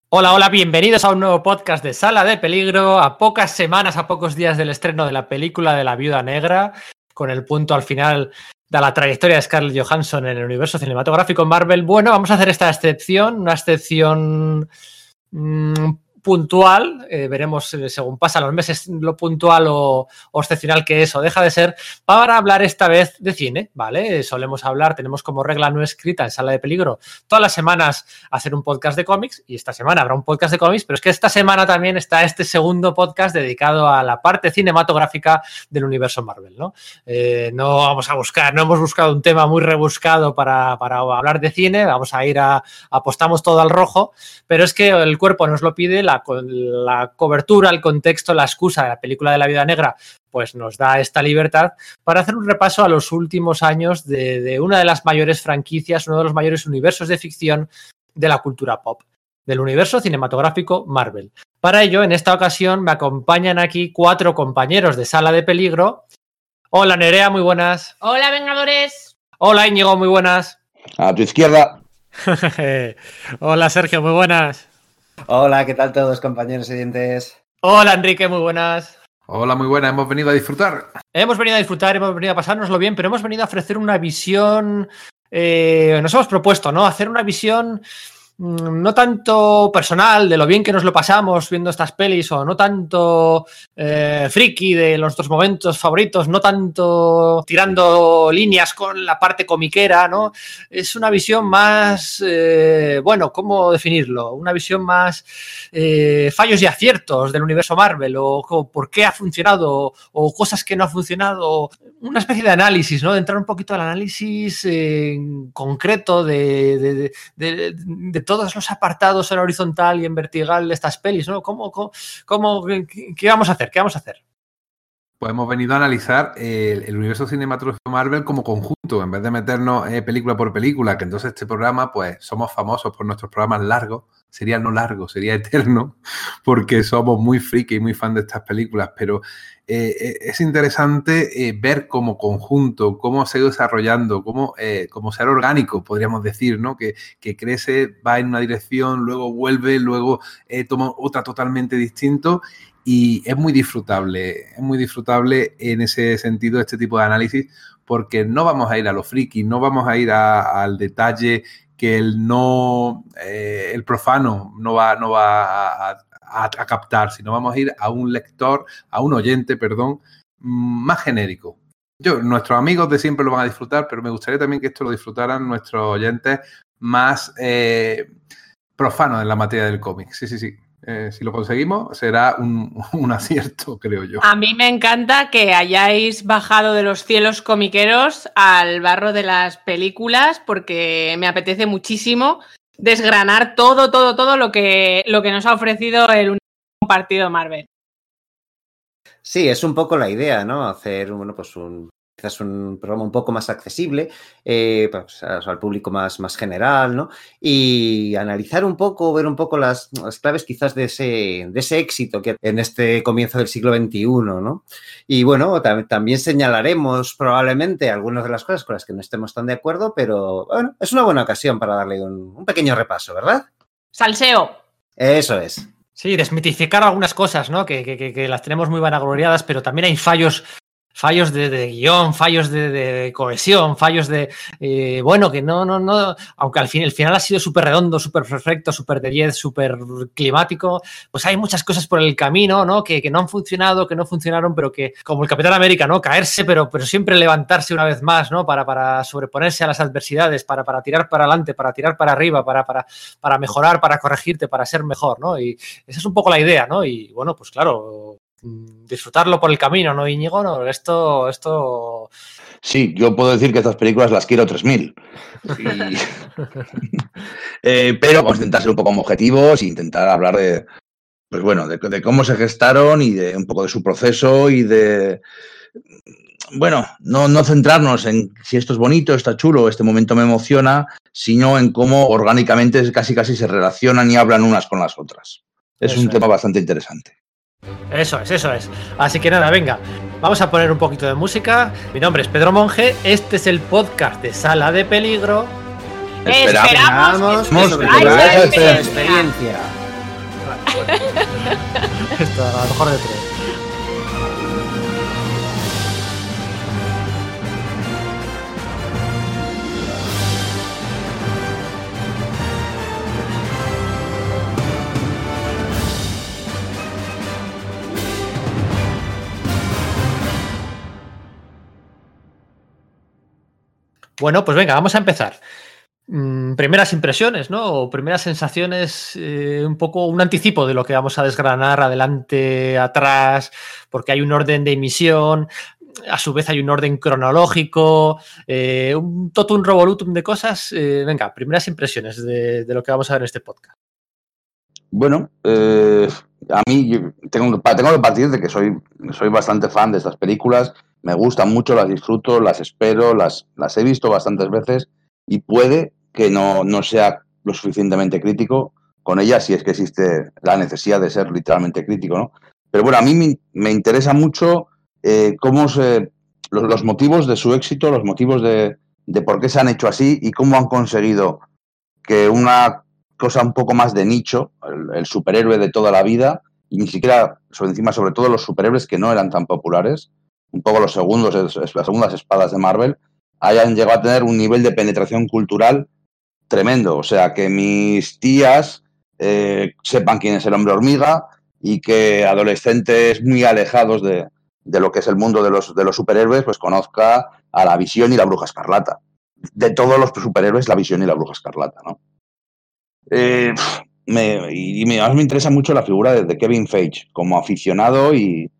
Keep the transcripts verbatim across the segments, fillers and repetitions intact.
Hola, hola, bienvenidos a un nuevo podcast de Sala de Peligro, a pocas semanas, a pocos días del estreno de la película de La Viuda Negra, con el punto al final de la trayectoria de Scarlett Johansson en el universo cinematográfico Marvel. Bueno, vamos a hacer esta excepción, una excepción mmm, puntual, eh, veremos eh, según pasan los meses lo puntual o, o excepcional que es o deja de ser, para hablar esta vez de cine, ¿vale? Solemos hablar, tenemos como regla no escrita en Sala de Peligro todas las semanas hacer un podcast de cómics, y esta semana habrá un podcast de cómics, pero es que esta semana también está este segundo podcast dedicado a la parte cinematográfica del universo Marvel, ¿no? Eh, no vamos a buscar, no hemos buscado un tema muy rebuscado para, para hablar de cine, vamos a ir a, apostamos todo al rojo, pero es que el cuerpo nos lo pide, la, la cobertura, el contexto, la excusa de la película de La Viuda Negra, pues nos da esta libertad para hacer un repaso a los últimos años de, de una de las mayores franquicias, uno de los mayores universos de ficción de la cultura pop, del universo cinematográfico Marvel. Para ello, en esta ocasión, me acompañan aquí cuatro compañeros de Sala de Peligro. Hola, Nerea, muy buenas. Hola, Vengadores. Hola, Íñigo, muy buenas. A tu izquierda. Hola, Sergio, muy buenas. Hola, ¿qué tal todos, compañeros oyentes? Hola, Enrique, muy buenas. Hola, muy buena, hemos venido a disfrutar. Hemos venido a disfrutar, hemos venido a pasárnoslo bien, pero hemos venido a ofrecer una visión, eh, nos hemos propuesto, ¿no? Hacer una visión mmm, no tanto personal de lo bien que nos lo pasamos viendo estas pelis, o no tanto eh, friki de nuestros momentos favoritos, no tanto tirando líneas con la parte comiquera, ¿no? Es una visión más, eh, bueno, ¿cómo definirlo? Una visión más eh, fallos y aciertos del universo Marvel, o, o por qué ha funcionado, o cosas que no ha funcionado, una especie de análisis, ¿no? De entrar un poquito al análisis eh, concreto de, de, de, de, de todos los apartados en horizontal y en vertical de estas pelis, ¿no? ¿Cómo, cómo, cómo, qué, qué vamos a hacer? ¿Qué vamos a hacer? Pues hemos venido a analizar el, el universo cinematográfico Marvel como conjunto, en vez de meternos eh, película por película, que entonces este programa, pues somos famosos por nuestros programas largos, sería no largo, sería eterno, porque somos muy friki y muy fan de estas películas, pero eh, es interesante eh, ver como conjunto, cómo se ha ido desarrollando, cómo, eh, cómo ser orgánico, podríamos decir, ¿no? Que, que crece, va en una dirección, luego vuelve, luego eh, toma otra totalmente distinto. Y es muy disfrutable, es muy disfrutable en ese sentido este tipo de análisis, porque no vamos a ir a lo friki, no vamos a ir a, al detalle que el no, eh, el profano no va, no va a, a, a captar, sino vamos a ir a un lector, a un oyente, perdón, más genérico. Yo, nuestros amigos de siempre lo van a disfrutar, pero me gustaría también que esto lo disfrutaran nuestros oyentes más eh, profanos en la materia del cómic. Sí, sí, sí. Eh, si lo conseguimos, será un, un acierto, creo yo. A mí me encanta que hayáis bajado de los cielos comiqueros al barro de las películas, porque me apetece muchísimo desgranar todo, todo, todo lo que, lo que nos ha ofrecido el compartido Marvel. Sí, es un poco la idea, ¿no? Hacer, bueno, pues un... quizás un programa un poco más accesible eh, pues, al público más, más general, ¿no? Y analizar un poco, ver un poco las, las claves quizás de ese, de ese éxito que en este comienzo del siglo veintiuno, ¿no? Y bueno, tam- también señalaremos probablemente algunas de las cosas con las que no estemos tan de acuerdo, pero bueno, es una buena ocasión para darle un, un pequeño repaso, ¿verdad? Salseo. Eso es. Sí, desmitificar algunas cosas, ¿no? Que, que, que las tenemos muy vanagloriadas, pero también hay fallos fallos de, de guión, fallos de, de cohesión, fallos de... Eh, bueno, que no, no, no... Aunque al fin, el final ha sido súper redondo, súper perfecto, súper de diez, súper climático, pues hay muchas cosas por el camino, ¿no? Que, que no han funcionado, que no funcionaron, pero que, como el Capitán América, ¿no? Caerse, pero, pero siempre levantarse una vez más, ¿no? Para, para sobreponerse a las adversidades, para, para tirar para adelante, para tirar para arriba, para, para, para mejorar, para corregirte, para ser mejor, ¿no? Y esa es un poco la idea, ¿no? Y bueno, pues claro... disfrutarlo por el camino, ¿no, Íñigo? No, esto, esto... Sí, yo puedo decir que estas películas las quiero tres mil. Y... eh, pero vamos a intentar ser un poco objetivos e intentar hablar de, pues bueno, de, de cómo se gestaron y de un poco de su proceso y de... Bueno, no, no centrarnos en si esto es bonito, está chulo, este momento me emociona, sino en cómo orgánicamente casi casi se relacionan y hablan unas con las otras. Es Eso un es. tema bastante interesante. Eso es, eso es. Así que nada, venga, vamos a poner un poquito de música. Mi nombre es Pedro Monge, este es el podcast de Sala de Peligro. Esperamos, Esperamos que que os sobre traigáis todo la esta experiencia. experiencia. Esto, a lo mejor de tres. Bueno, pues venga, vamos a empezar. Mm, primeras impresiones, ¿no? O primeras sensaciones, eh, un poco un anticipo de lo que vamos a desgranar adelante, atrás, porque hay un orden de emisión, a su vez hay un orden cronológico, eh, un totum revolutum de cosas. Eh, venga, primeras impresiones de, de lo que vamos a ver en este podcast. Bueno, eh, a mí yo tengo, tengo que partir de que soy, soy bastante fan de estas películas, me gustan mucho, las disfruto, las espero, las, las he visto bastantes veces y puede que no, no sea lo suficientemente crítico con ellas si es que existe la necesidad de ser literalmente crítico, ¿no? Pero bueno, a mí me, me interesa mucho eh, cómo se, los, los motivos de su éxito, los motivos de, de por qué se han hecho así y cómo han conseguido que una cosa un poco más de nicho, el, el superhéroe de toda la vida, y ni siquiera, sobre encima, sobre todo los superhéroes que no eran tan populares, un poco los segundos, las segundas espadas de Marvel, hayan llegado a tener un nivel de penetración cultural tremendo. O sea, que mis tías eh, sepan quién es el hombre hormiga y que adolescentes muy alejados de, de lo que es el mundo de los, de los superhéroes, pues conozca a la Visión y la Bruja Escarlata. De todos los superhéroes, la Visión y la Bruja Escarlata, ¿no? Eh, me, y me, además me interesa mucho la figura de, de Kevin Feige como aficionado y,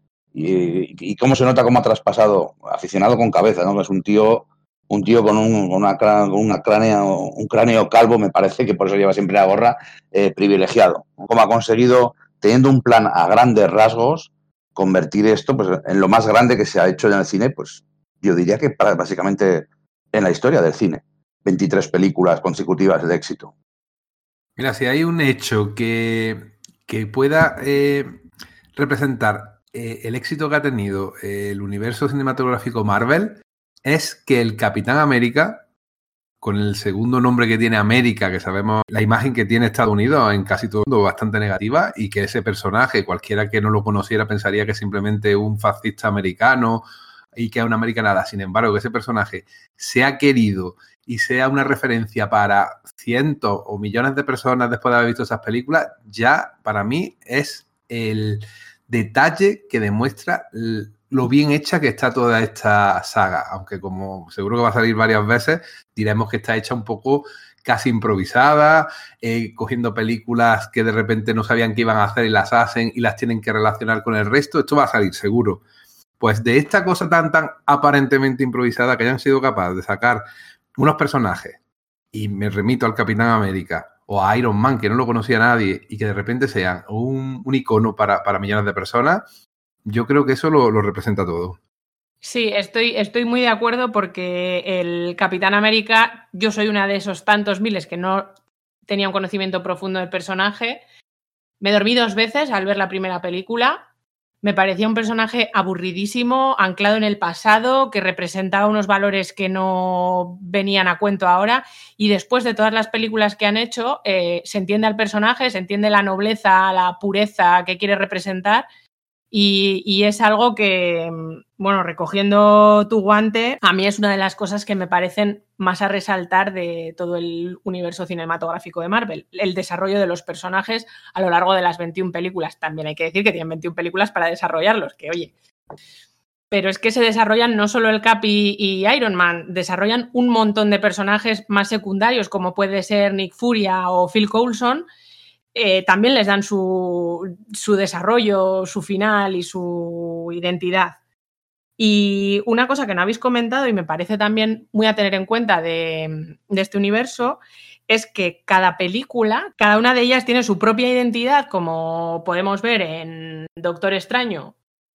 y, y cómo se nota cómo ha traspasado, aficionado con cabeza, ¿no? Es un tío, un tío con un, una, una cráneo, un cráneo calvo, me parece, que por eso lleva siempre la gorra, eh, privilegiado. Cómo ha conseguido, teniendo un plan a grandes rasgos, convertir esto pues, en lo más grande que se ha hecho en el cine, pues yo diría que para, básicamente en la historia del cine. veintitrés películas consecutivas de éxito. Mira, si hay un hecho que, que pueda eh, representar eh, el éxito que ha tenido eh, el universo cinematográfico Marvel, es que el Capitán América, con el segundo nombre que tiene América, que sabemos la imagen que tiene Estados Unidos en casi todo el mundo bastante negativa, y que ese personaje, cualquiera que no lo conociera pensaría que es simplemente un fascista americano y que es una América nada. Sin embargo, que ese personaje se ha querido y sea una referencia para cientos o millones de personas después de haber visto esas películas, ya para mí es el detalle que demuestra lo bien hecha que está toda esta saga. Aunque como seguro que va a salir varias veces, diremos que está hecha un poco casi improvisada, eh, cogiendo películas que de repente no sabían qué iban a hacer y las hacen y las tienen que relacionar con el resto. Esto va a salir seguro. Pues de esta cosa tan, tan aparentemente improvisada que hayan sido capaces de sacar unos personajes, y me remito al Capitán América o a Iron Man, que no lo conocía nadie, y que de repente sean un, un icono para, para millones de personas, yo creo que eso lo, lo representa todo. Sí, estoy, estoy muy de acuerdo porque el Capitán América, yo soy una de esos tantos miles que no tenía un conocimiento profundo del personaje. Me dormí dos veces al ver la primera película. Me parecía un personaje aburridísimo, anclado en el pasado, que representaba unos valores que no venían a cuento ahora. Y después de todas las películas que han hecho, eh, se entiende al personaje, se entiende la nobleza, la pureza que quiere representar. Y, y es algo que, bueno, recogiendo tu guante, a mí es una de las cosas que me parecen más a resaltar de todo el universo cinematográfico de Marvel. El desarrollo de los personajes a lo largo de las veintiuna películas. También hay que decir que tienen veintiuna películas para desarrollarlos, que oye. Pero es que se desarrollan no solo el Cap y, y Iron Man, desarrollan un montón de personajes más secundarios, como puede ser Nick Furia o Phil Coulson. Eh, también les dan su, su desarrollo, su final y su identidad. Y una cosa que no habéis comentado y me parece también muy a tener en cuenta de, de este universo es que cada película, cada una de ellas tiene su propia identidad, como podemos ver en Doctor Extraño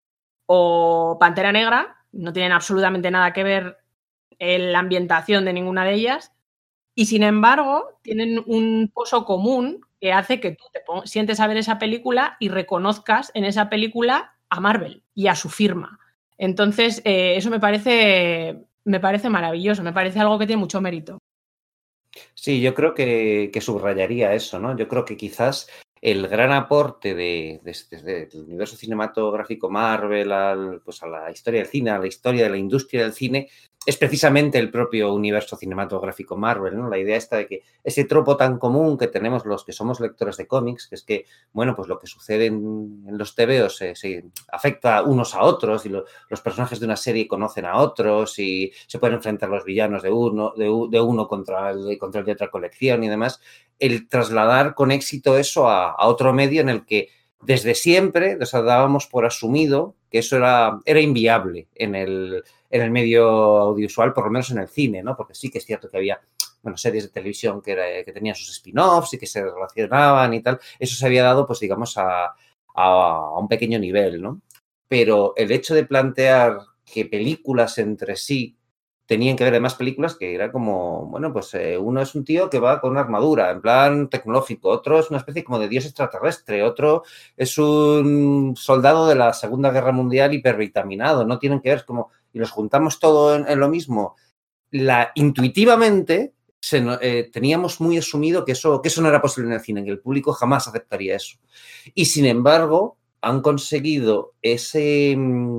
o Pantera Negra. No tienen absolutamente nada que ver en la ambientación de ninguna de ellas. Y sin embargo, tienen un pozo común que hace que tú te sientes a ver esa película y reconozcas en esa película a Marvel y a su firma. Entonces, eh, eso me parece, me parece maravilloso, me parece algo que tiene mucho mérito. Sí, yo creo que, que subrayaría eso, ¿no? Yo creo que quizás el gran aporte de, de, de, del universo cinematográfico Marvel al, pues a la historia del cine, a la historia de la industria del cine, es precisamente el propio universo cinematográfico Marvel, ¿no? La idea esta de que ese tropo tan común que tenemos los que somos lectores de cómics, que es que, bueno, pues lo que sucede en, en los tebeos se, se afecta unos a otros y lo, los personajes de una serie conocen a otros y se pueden enfrentar los villanos de uno, de, de uno contra el, contra el de otra colección y demás. El trasladar con éxito eso a, a otro medio en el que desde siempre o sea, dábamos por asumido que eso era, era inviable en el, en el medio audiovisual, por lo menos en el cine, ¿no? Porque sí que es cierto que había, bueno, series de televisión que, era, que tenían sus spin-offs y que se relacionaban y tal. Eso se había dado, pues, digamos, a, a, a un pequeño nivel, ¿no? Pero el hecho de plantear que películas entre sí tenían que ver además películas que era como, bueno, pues eh, uno es un tío que va con una armadura, en plan tecnológico, otro es una especie como de dios extraterrestre, otro es un soldado de la Segunda Guerra Mundial hipervitaminado, no tienen que ver, como, y los juntamos todo en, en lo mismo. La, intuitivamente se, eh, teníamos muy asumido que eso, que eso no era posible en el cine, que el público jamás aceptaría eso. Y sin embargo, han conseguido ese...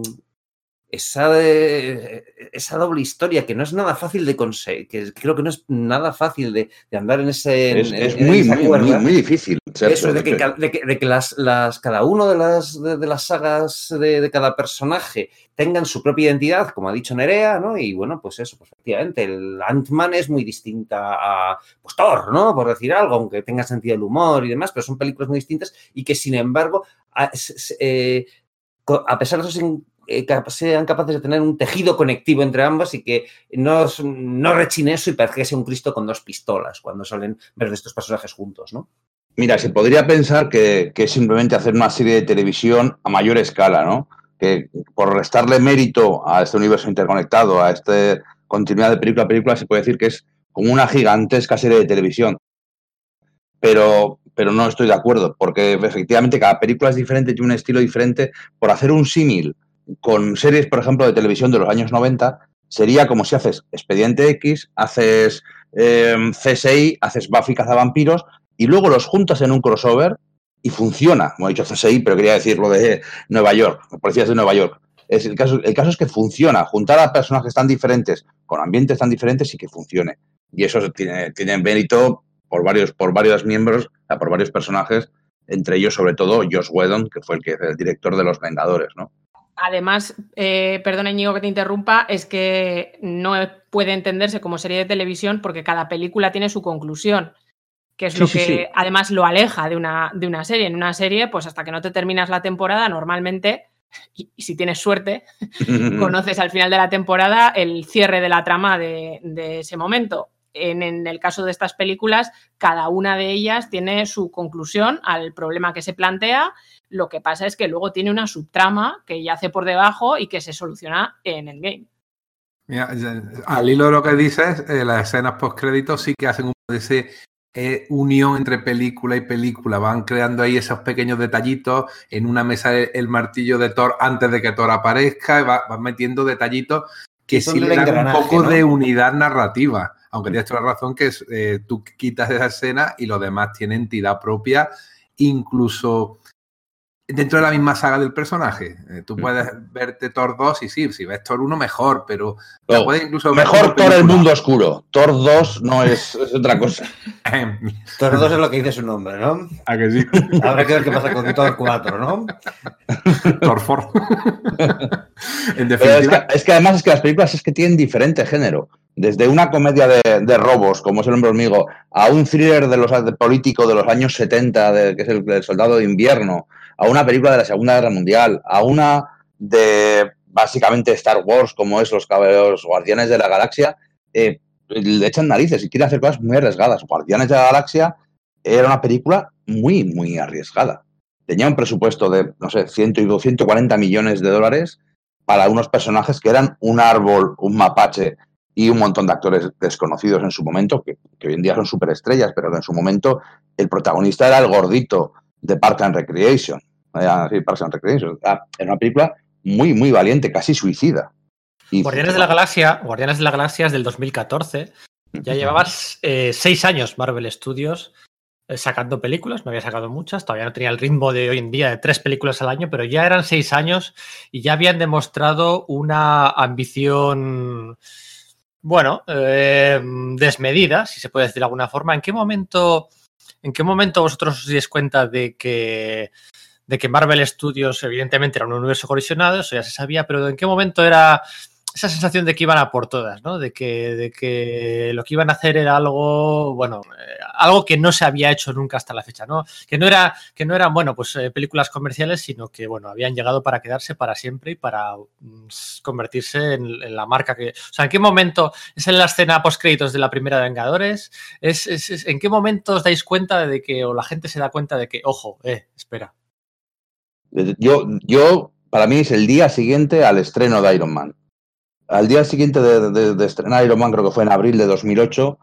Esa, de, esa doble historia que no es nada fácil de conseguir, que creo que no es nada fácil de, de andar en ese... Es, en, es en muy, esa muy, cuerda. muy, muy difícil. Eso, de que, de que, de que las, las, cada uno de las, de, de las sagas de, de cada personaje tengan su propia identidad, como ha dicho Nerea, ¿no? Y bueno, pues eso, pues efectivamente, el Ant-Man es muy distinta a pues, Thor, ¿no? Por decir algo, aunque tenga sentido el humor y demás, pero son películas muy distintas y que, sin embargo, a, eh, a pesar de eso, Eh, sean capaces de tener un tejido conectivo entre ambos y que no, no rechine eso y parezca que sea un Cristo con dos pistolas cuando suelen ver de estos personajes juntos, ¿no? Mira, se podría pensar que, que es simplemente hacer una serie de televisión a mayor escala, ¿no? Que por restarle mérito a este universo interconectado, a esta continuidad de película a película, se puede decir que es como una gigantesca serie de televisión. Pero, pero no estoy de acuerdo, porque efectivamente cada película es diferente, tiene un estilo diferente. Por hacer un símil con series, por ejemplo, de televisión de los años noventa, sería como si haces Expediente X, haces eh, C S I, haces Buffy Cazavampiros y luego los juntas en un crossover y funciona. Como he dicho C S I, pero quería decir lo de Nueva York, Policías de Nueva York. Es el, caso, el caso es que funciona, juntar a personajes tan diferentes, con ambientes tan diferentes y que funcione. Y eso tiene, tiene mérito por varios, por varios miembros, por varios personajes, entre ellos, sobre todo, Joss Whedon, que fue el, que, el director de Los Vengadores, ¿no? Además, eh, perdona, Íñigo, que te interrumpa, es que no puede entenderse como serie de televisión porque cada película tiene su conclusión, que es sí, lo que sí, sí. además lo aleja de una, de una serie. En una serie, pues hasta que no te terminas la temporada, normalmente, y, y si tienes suerte, conoces al final de la temporada el cierre de la trama de, de ese momento. En, en el caso de estas películas, cada una de ellas tiene su conclusión al problema que se plantea. Lo que pasa es que luego tiene una subtrama que yace por debajo y que se soluciona en Endgame. Mira, al hilo de lo que dices, eh, las escenas postcréditos sí que hacen un de ese eh, unión entre película y película. Van creando ahí esos pequeños detallitos. En una mesa el, el martillo de Thor antes de que Thor aparezca. Van va metiendo detallitos que sí le dan un poco, ¿no?, de unidad narrativa. Aunque tienes toda la razón que es, eh, tú quitas esa escena y los demás tienen entidad propia, incluso dentro de la misma saga del personaje. Eh, tú puedes verte Thor dos y sí, si ves Thor uno mejor, pero no, la puedes incluso ver mejor Thor el mundo oscuro. Thor dos no es, es otra cosa. Thor dos es lo que dice su nombre, ¿no? ¿A que sí? Habrá que ver qué pasa con Thor cuatro, ¿no? Thor cuatro. En definitiva... Pero es, que, es que además es que las películas es que tienen diferente género. Desde una comedia de, de robos, como es El Hombre Hormigo, a un thriller de los de político de los años setenta, de, que es el, el Soldado de Invierno, a una película de la Segunda Guerra Mundial, a una de básicamente Star Wars, como es Los, los Guardianes de la Galaxia, eh, le echan narices y quieren hacer cosas muy arriesgadas. Guardianes de la Galaxia era una película muy, muy arriesgada. Tenía un presupuesto de, no sé, cien y ciento cuarenta millones de dólares para unos personajes que eran un árbol, un mapache y un montón de actores desconocidos en su momento, que, que hoy en día son superestrellas, pero que en su momento el protagonista era el gordito de Parks and Recreation. Sí, Parks and Recreation. Era una película muy, muy valiente, casi suicida. Y Guardianes de la Galaxia, Guardianes de la Galaxia es del dos mil catorce. Ya llevabas eh, seis años Marvel Studios sacando películas, no había sacado muchas, todavía no tenía el ritmo de hoy en día de tres películas al año, pero ya eran seis años y ya habían demostrado una ambición, bueno, eh, desmedida, si se puede decir de alguna forma. ¿En qué momento, en qué momento vosotros os dais cuenta de que, de que Marvel Studios evidentemente era un universo colisionado, eso ya se sabía, pero en qué momento era esa sensación de que iban a por todas, ¿no? De que, de que lo que iban a hacer era algo, bueno, eh, algo que no se había hecho nunca hasta la fecha, ¿no? Que no era, que no eran, bueno, pues eh, películas comerciales, sino que, bueno, habían llegado para quedarse para siempre y para mm, convertirse en, en la marca que... O sea, ¿en qué momento? ¿Es en la escena post-créditos de la primera de Vengadores? ¿Es, es, es, ¿En qué momento os dais cuenta de que, o la gente se da cuenta de que, ojo, eh, espera? Yo, yo, para mí es el día siguiente al estreno de Iron Man. Al día siguiente de, de, de estrenar Iron Man, creo que fue en abril de dos mil ocho,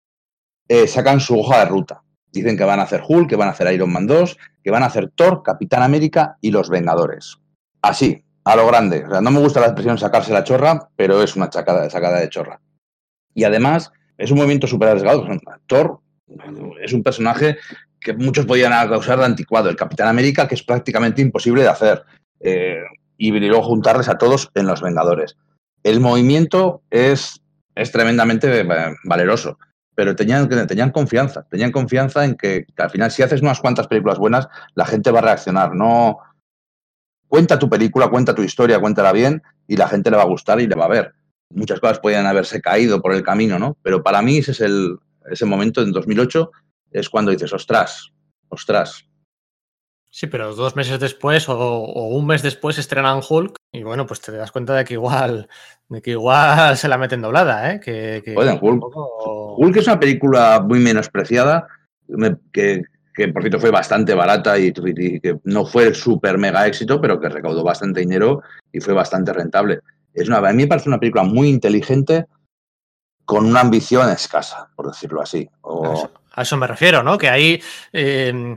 eh, sacan su hoja de ruta. Dicen que van a hacer Hulk, que van a hacer Iron Man dos, que van a hacer Thor, Capitán América y Los Vengadores. Así, a lo grande. O sea, no me gusta la expresión sacarse la chorra, pero es una sacada, sacada de chorra. Y además, es un movimiento súper arriesgado. Thor es un personaje que muchos podían causar de anticuado. El Capitán América, que es prácticamente imposible de hacer. Eh, y luego juntarles a todos en Los Vengadores. El movimiento es, es tremendamente valeroso, pero tenían, tenían confianza, tenían confianza en que, que al final si haces unas cuantas películas buenas, la gente va a reaccionar. No, cuenta tu película, cuenta tu historia, cuéntala bien y la gente le va a gustar y le va a ver. Muchas cosas podían haberse caído por el camino, ¿no? Pero para mí ese es el ese momento en dos mil ocho, es cuando dices, ostras, ostras. Sí, pero dos meses después o, o un mes después estrenan Hulk y bueno, pues te das cuenta de que igual, de que igual se la meten doblada, ¿eh? Que, que, Joder, Hulk, poco... Hulk es una película muy menospreciada, que, que por cierto fue bastante barata y, y que no fue el súper mega éxito, pero que recaudó bastante dinero y fue bastante rentable. Es una, a mí me parece una película muy inteligente con una ambición escasa, por decirlo así. O... A, eso, a eso me refiero, ¿no? Que ahí... Eh,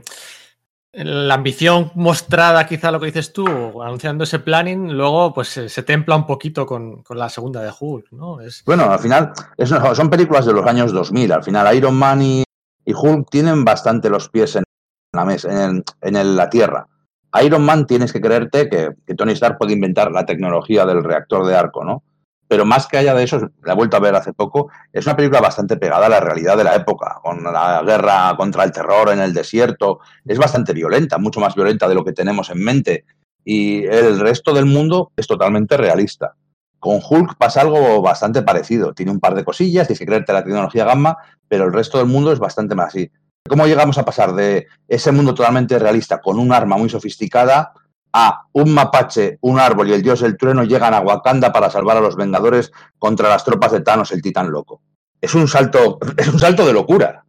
la ambición mostrada, quizá lo que dices tú, anunciando ese planning, luego pues se, se templa un poquito con, con la segunda de Hulk, ¿no? Es... Bueno, al final es, son películas de los años dos mil. Al final Iron Man y, y Hulk tienen bastante los pies en la mesa, en, en el, la Tierra. Iron Man tienes que creerte que, que Tony Stark puede inventar la tecnología del reactor de arco, ¿no? Pero más que allá de eso, la he vuelto a ver hace poco, es una película bastante pegada a la realidad de la época, con la guerra contra el terror en el desierto. Es bastante violenta, mucho más violenta de lo que tenemos en mente. Y el resto del mundo es totalmente realista. Con Hulk pasa algo bastante parecido. Tiene un par de cosillas, tienes que creerte la tecnología gamma, pero el resto del mundo es bastante más así. ¿Cómo llegamos a pasar de ese mundo totalmente realista con un arma muy sofisticada a un mapache, un árbol y el dios del trueno llegan a Wakanda para salvar a los Vengadores contra las tropas de Thanos, el titán loco? Es un salto, es un salto de locura.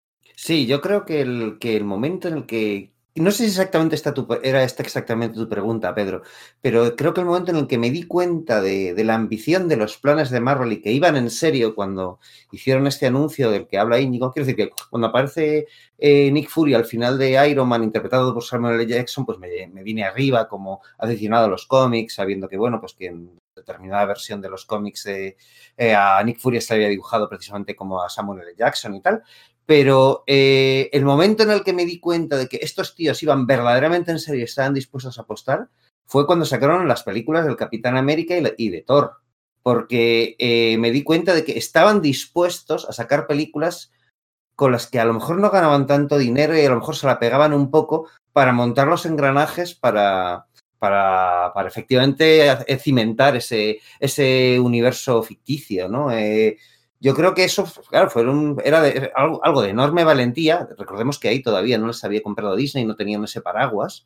Sí, yo creo que el, que el momento en el que... No sé si exactamente esta tu, era esta exactamente tu pregunta, Pedro, pero creo que el momento en el que me di cuenta de, de la ambición de los planes de Marvel y que iban en serio cuando hicieron este anuncio del que habla Íñigo, quiero decir que cuando aparece eh, Nick Fury al final de Iron Man interpretado por Samuel L. Jackson, pues me, me vine arriba como aficionado a los cómics, sabiendo que, bueno, pues que en determinada versión de los cómics eh, eh, a Nick Fury se había dibujado precisamente como a Samuel L. Jackson y tal. Pero eh, el momento en el que me di cuenta de que estos tíos iban verdaderamente en serio y estaban dispuestos a apostar fue cuando sacaron las películas del Capitán América y, la, y de Thor. Porque eh, me di cuenta de que estaban dispuestos a sacar películas con las que a lo mejor no ganaban tanto dinero y a lo mejor se la pegaban un poco para montar los engranajes para, para, para efectivamente cimentar ese, ese universo ficticio, ¿no? Eh, Yo creo que eso, claro, fueron, era de, algo, algo de enorme valentía. Recordemos que ahí todavía no les había comprado Disney, no tenían ese paraguas.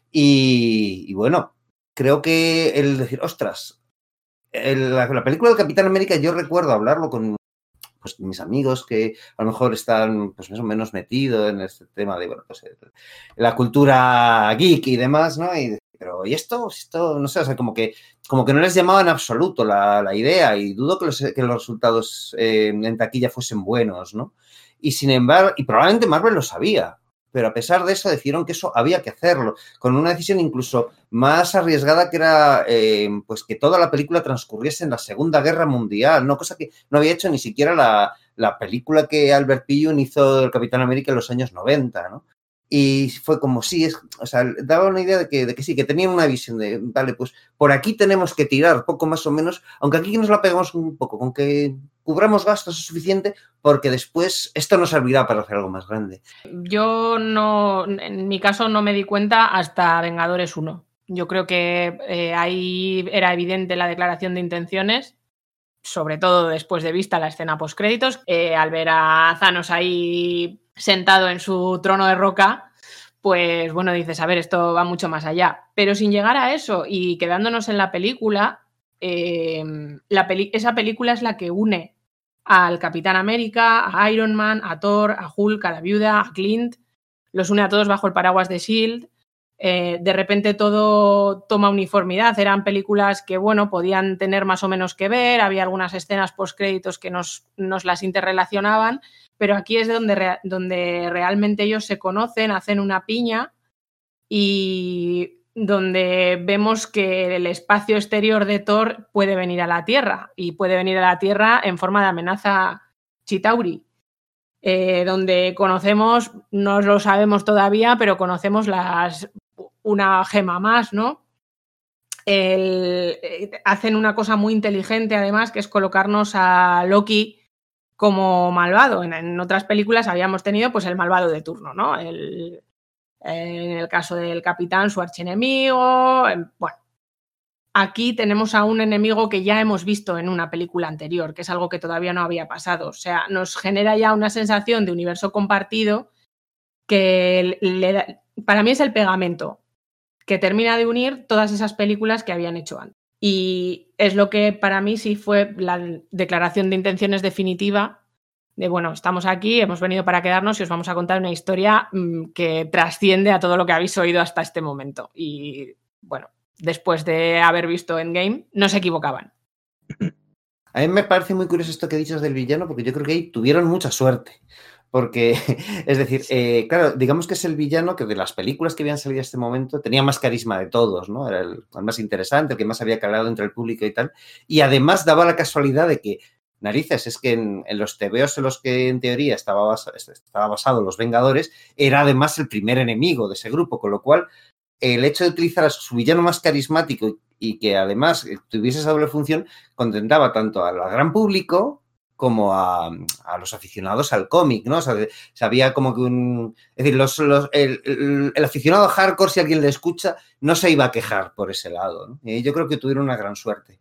Y, y bueno, creo que el decir, ostras, el, la, la película del Capitán América, yo recuerdo hablarlo con pues, mis amigos que a lo mejor están pues, más o menos metidos en este tema de, bueno, pues la cultura geek y demás, ¿no? Y pero ¿y esto? Esto, no sé, o sea, como que, como que no les llamaba en absoluto la, la idea y dudo que los, que los resultados eh, en taquilla fuesen buenos, ¿no? Y sin embargo, y probablemente Marvel lo sabía, pero a pesar de eso decidieron que eso había que hacerlo, con una decisión incluso más arriesgada que era eh, pues que toda la película transcurriese en la Segunda Guerra Mundial, ¿no? Cosa que no había hecho ni siquiera la, la película que Albert Pillon hizo del Capitán América en los años noventa, ¿no? Y fue como, sí, es, o sea, daba una idea de que, de que sí, que tenían una visión de, vale, pues por aquí tenemos que tirar, poco más o menos, aunque aquí nos la pegamos un poco, con que cubramos gastos es suficiente, porque después esto nos servirá para hacer algo más grande. Yo no, en mi caso no me di cuenta hasta Vengadores uno. Yo creo que eh, ahí era evidente la declaración de intenciones, sobre todo después de vista la escena postcréditos, eh, al ver a Thanos ahí sentado en su trono de roca, pues bueno, dices, a ver, esto va mucho más allá. Pero sin llegar a eso y quedándonos en la película, eh, la peli- esa película es la que une al Capitán América, a Iron Man, a Thor, a Hulk, a la Viuda, a Clint, los une a todos bajo el paraguas de S H I E L D. Eh, de repente todo toma uniformidad, eran películas que, bueno, podían tener más o menos que ver, había algunas escenas postcréditos que nos, nos las interrelacionaban, pero aquí es donde, re, donde realmente ellos se conocen, hacen una piña y donde vemos que el espacio exterior de Thor puede venir a la Tierra y puede venir a la Tierra en forma de amenaza Chitauri. Eh, donde conocemos, no lo sabemos todavía, pero conocemos las una gema más, ¿no? El, eh, hacen una cosa muy inteligente, además, que es colocarnos a Loki como malvado. En, en otras películas habíamos tenido pues el malvado de turno, ¿no? El, en el caso del Capitán, su archienemigo. Bueno, aquí tenemos a un enemigo que ya hemos visto en una película anterior, que es algo que todavía no había pasado. O sea, nos genera ya una sensación de universo compartido que le da, para mí es el pegamento que termina de unir todas esas películas que habían hecho antes. Y es lo que para mí sí fue la declaración de intenciones definitiva de, bueno, estamos aquí, hemos venido para quedarnos y os vamos a contar una historia mmm, que trasciende a todo lo que habéis oído hasta este momento. Y, bueno, después de haber visto Endgame, no se equivocaban. A mí me parece muy curioso esto que dices del villano, porque yo creo que ahí tuvieron mucha suerte. Porque, es decir, eh, claro, digamos que es el villano que de las películas que habían salido a este momento tenía más carisma de todos, ¿no? Era el, el más interesante, el que más había calado entre el público y tal. Y además daba la casualidad de que, narices, es que en, en los tebeos en los que en teoría estaba, basa, estaba basado Los Vengadores, era además el primer enemigo de ese grupo, con lo cual el hecho de utilizar a su villano más carismático y, y que además tuviese esa doble función contentaba tanto al gran público como a, a los aficionados al cómic, ¿no? O sea, sabía como que un... Es decir, los, los, el, el, el aficionado hardcore, si alguien le escucha, no se iba a quejar por ese lado, ¿no? Y yo creo que tuvieron una gran suerte.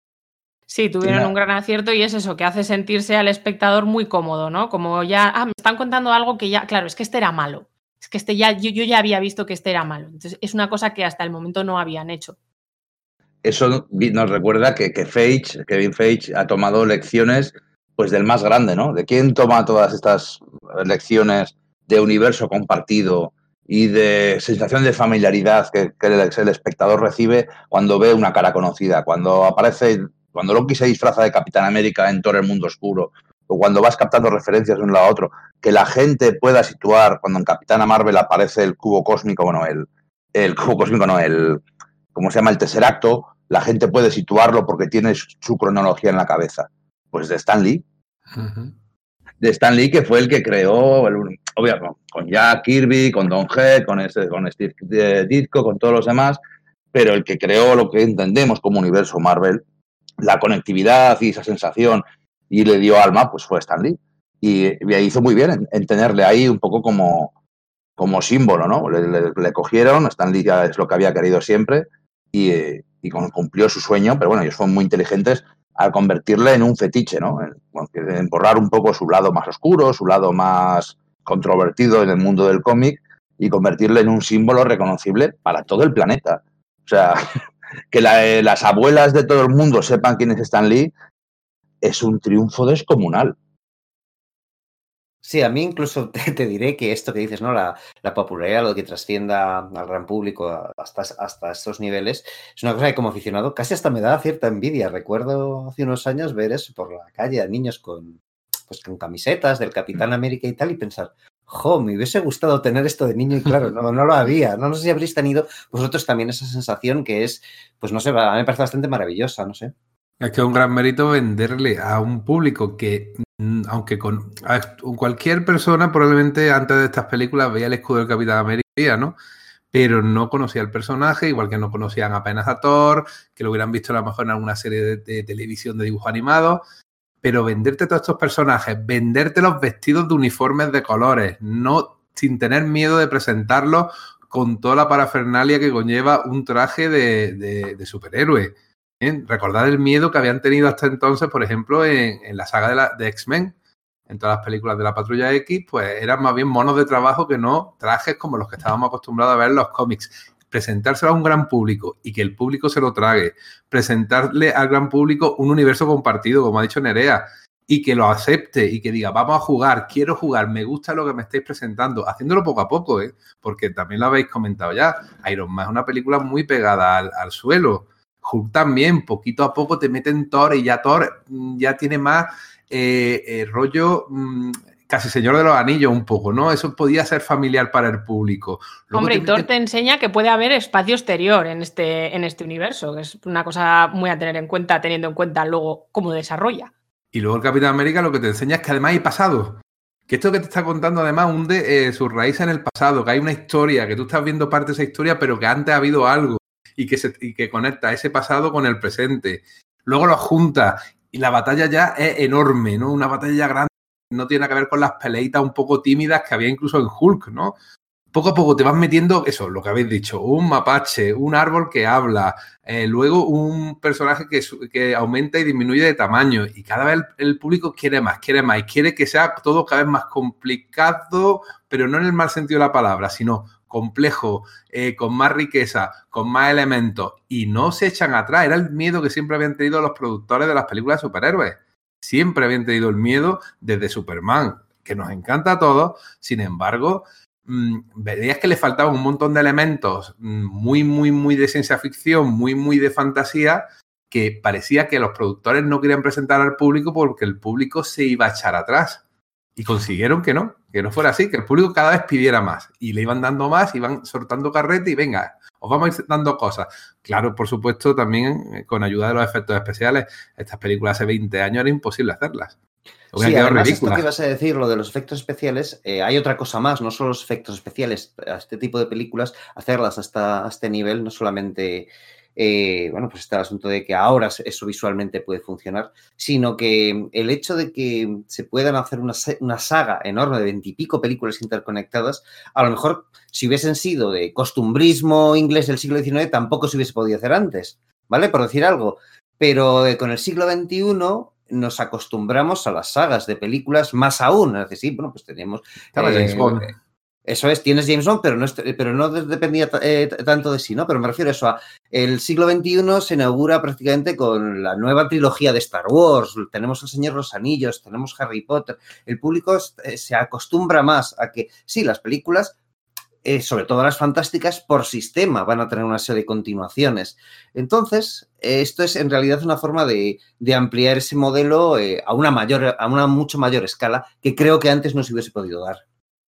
Sí, tuvieron sí, un gran acierto y es eso, que hace sentirse al espectador muy cómodo, ¿no? Como ya, ah, me están contando algo que ya, claro, es que este era malo. Es que este ya, yo, yo ya había visto que este era malo. Entonces, es una cosa que hasta el momento no habían hecho. Eso nos recuerda que, que Feige, Kevin Feige ha tomado lecciones pues del más grande, ¿no? De quién toma todas estas lecciones de universo compartido y de sensación de familiaridad que, que el, el espectador recibe cuando ve una cara conocida, cuando aparece, cuando Loki se disfraza de Capitán América en Thor el Mundo Oscuro, o cuando vas captando referencias de un lado a otro, que la gente pueda situar, cuando en Capitana Marvel aparece el cubo cósmico, bueno, el, el cubo cósmico no, el, ¿cómo se llama? El Tesseracto, la gente puede situarlo porque tiene su, su cronología en la cabeza. Pues de Stan Lee. Uh-huh. De Stan Lee, que fue el que creó, el, obviamente, con Jack Kirby, con Don Head, con, ese, con Steve Ditko, con todos los demás, pero el que creó lo que entendemos como universo Marvel, la conectividad y esa sensación, y le dio alma, pues fue Stan Lee. Y, y hizo muy bien en, en tenerle ahí un poco como, como símbolo, ¿no? Le, le, le cogieron, Stan Lee ya es lo que había querido siempre, y, y cumplió su sueño, pero bueno, ellos fueron muy inteligentes al convertirle en un fetiche, ¿no? En, en borrar un poco su lado más oscuro, su lado más controvertido en el mundo del cómic y convertirle en un símbolo reconocible para todo el planeta. O sea, que la, eh, las abuelas de todo el mundo sepan quién es Stan Lee es un triunfo descomunal. Sí, a mí incluso te, te diré que esto que dices, ¿no? La, la popularidad, lo que trascienda al gran público hasta, hasta estos niveles, es una cosa que como aficionado casi hasta me da cierta envidia. Recuerdo hace unos años ver eso por la calle a niños con, pues, con camisetas del Capitán América y tal y pensar, Jo, me hubiese gustado tener esto de niño y claro, no, no lo había. No, no sé si habréis tenido vosotros también esa sensación que es, pues no sé, a mí me parece bastante maravillosa, no sé. Es que es un gran mérito venderle a un público que, aunque con a cualquier persona probablemente antes de estas películas veía el escudo del Capitán América, ¿no? Pero no conocía el personaje, igual que no conocían apenas a Thor, que lo hubieran visto a lo mejor en alguna serie de, de televisión de dibujos animados. Pero venderte todos estos personajes, venderte los vestidos de uniformes de colores, no sin tener miedo de presentarlos con toda la parafernalia que conlleva un traje de, de, de superhéroe. ¿Eh? Recordad el miedo que habían tenido hasta entonces, por ejemplo, en, en la saga de, la, de X-Men. En todas las películas de la Patrulla X, pues eran más bien monos de trabajo que no trajes como los que estábamos acostumbrados a ver en los cómics. Presentárselo a un gran público y que el público se lo trague. Presentarle al gran público un universo compartido, como ha dicho Nerea, y que lo acepte y que diga, vamos a jugar, quiero jugar, me gusta lo que me estáis presentando, haciéndolo poco a poco, ¿eh? Porque también lo habéis comentado ya, Iron Man es una película muy pegada al, al suelo. Hulk también, poquito a poco te meten Thor y ya Thor ya tiene más eh, eh, rollo... Mmm, casi Señor de los Anillos un poco, ¿no? Eso podía ser familiar para el público. Luego Hombre, y Thor te enseña que puede haber espacio exterior en este, en este universo, que es una cosa muy a tener en cuenta, teniendo en cuenta luego cómo desarrolla. Y luego el Capitán América lo que te enseña es que además hay pasado. Que esto que te está contando además hunde eh, sus raíces en el pasado, que hay una historia, que tú estás viendo parte de esa historia, pero que antes ha habido algo y que, se, y que conecta ese pasado con el presente. Luego lo junta y la batalla ya es enorme, ¿no? Una batalla ya grande. No tiene que ver con las peleitas un poco tímidas que había incluso en Hulk, ¿no? Poco a poco te vas metiendo, eso, lo que habéis dicho, un mapache, un árbol que habla, eh, luego un personaje que, que aumenta y disminuye de tamaño y cada vez el, el público quiere más, quiere más y quiere que sea todo cada vez más complicado, pero no en el mal sentido de la palabra, sino complejo, eh, con más riqueza, con más elementos y no se echan atrás. Era el miedo que siempre habían tenido los productores de las películas de superhéroes. Siempre habían tenido el miedo desde Superman, que nos encanta a todos. Sin embargo, mmm, veías que le faltaban un montón de elementos muy, muy, muy de ciencia ficción, muy, muy de fantasía, que parecía que los productores no querían presentar al público porque el público se iba a echar atrás. Y consiguieron que no, que no fuera así, que el público cada vez pidiera más. Y le iban dando más, iban soltando carrete y venga, os vamos a ir dando cosas. Claro, por supuesto, también con ayuda de los efectos especiales. Estas películas hace veinte años era imposible hacerlas. Sí, además ridículas. Esto que ibas a decir, lo de los efectos especiales, eh, hay otra cosa más, no solo los efectos especiales. A este tipo de películas, hacerlas hasta a este nivel, no solamente... Eh, bueno, pues está el asunto de que ahora eso visualmente puede funcionar, sino que el hecho de que se puedan hacer una, una saga enorme de veintipico películas interconectadas, a lo mejor si hubiesen sido de costumbrismo inglés del siglo diecinueve tampoco se hubiese podido hacer antes, ¿vale? Por decir algo. Pero eh, con el siglo veintiuno nos acostumbramos a las sagas de películas más aún. Es decir, bueno, pues tenemos... Eh, Eso es, tienes James Bond, pero no, pero no dependía eh, tanto de sí, ¿no? Pero me refiero a eso, a el siglo veintiuno se inaugura prácticamente con la nueva trilogía de Star Wars, tenemos El Señor de los Anillos, tenemos Harry Potter, el público eh, se acostumbra más a que, sí, las películas, eh, sobre todo las fantásticas, por sistema van a tener una serie de continuaciones. Entonces, eh, esto es en realidad una forma de, de ampliar ese modelo eh, a una mayor, a una mucho mayor escala que creo que antes no se hubiese podido dar.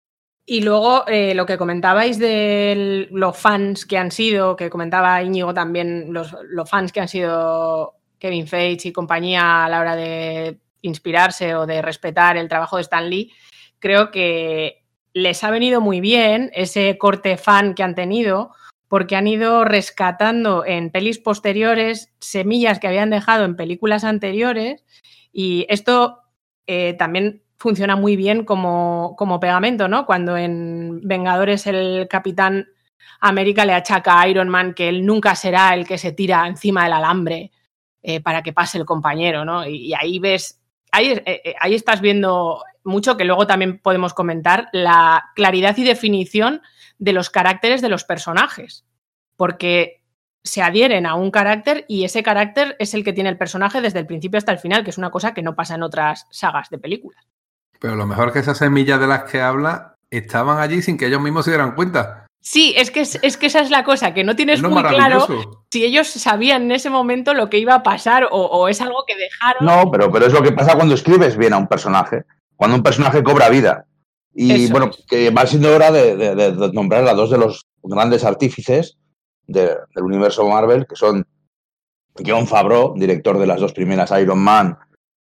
Y luego eh, lo que comentabais de los fans que han sido, que comentaba Íñigo también, los, los fans que han sido Kevin Feige y compañía a la hora de inspirarse o de respetar el trabajo de Stan Lee, creo que les ha venido muy bien ese corte fan que han tenido, porque han ido rescatando en pelis posteriores semillas que habían dejado en películas anteriores y esto eh, también... funciona muy bien como, como pegamento, ¿no? Cuando en Vengadores el Capitán América le achaca a Iron Man que él nunca será el que se tira encima del alambre eh, para que pase el compañero, ¿no? Y, y ahí ves, ahí, eh, ahí estás viendo mucho, que luego también podemos comentar, la claridad y definición de los caracteres de los personajes, porque se adhieren a un carácter y ese carácter es el que tiene el personaje desde el principio hasta el final, que es una cosa que no pasa en otras sagas de películas. Pero lo mejor es que esas semillas de las que habla estaban allí sin que ellos mismos se dieran cuenta. Sí, es que, es, es que esa es la cosa, que no tienes no muy claro si ellos sabían en ese momento lo que iba a pasar o, o es algo que dejaron. No, pero, pero es lo que pasa cuando escribes bien a un personaje. Cuando un personaje cobra vida. Y Eso bueno, es. que va siendo hora de, de, de nombrar a dos de los grandes artífices de, del universo Marvel, que son Jon Favreau, director de las dos primeras Iron Man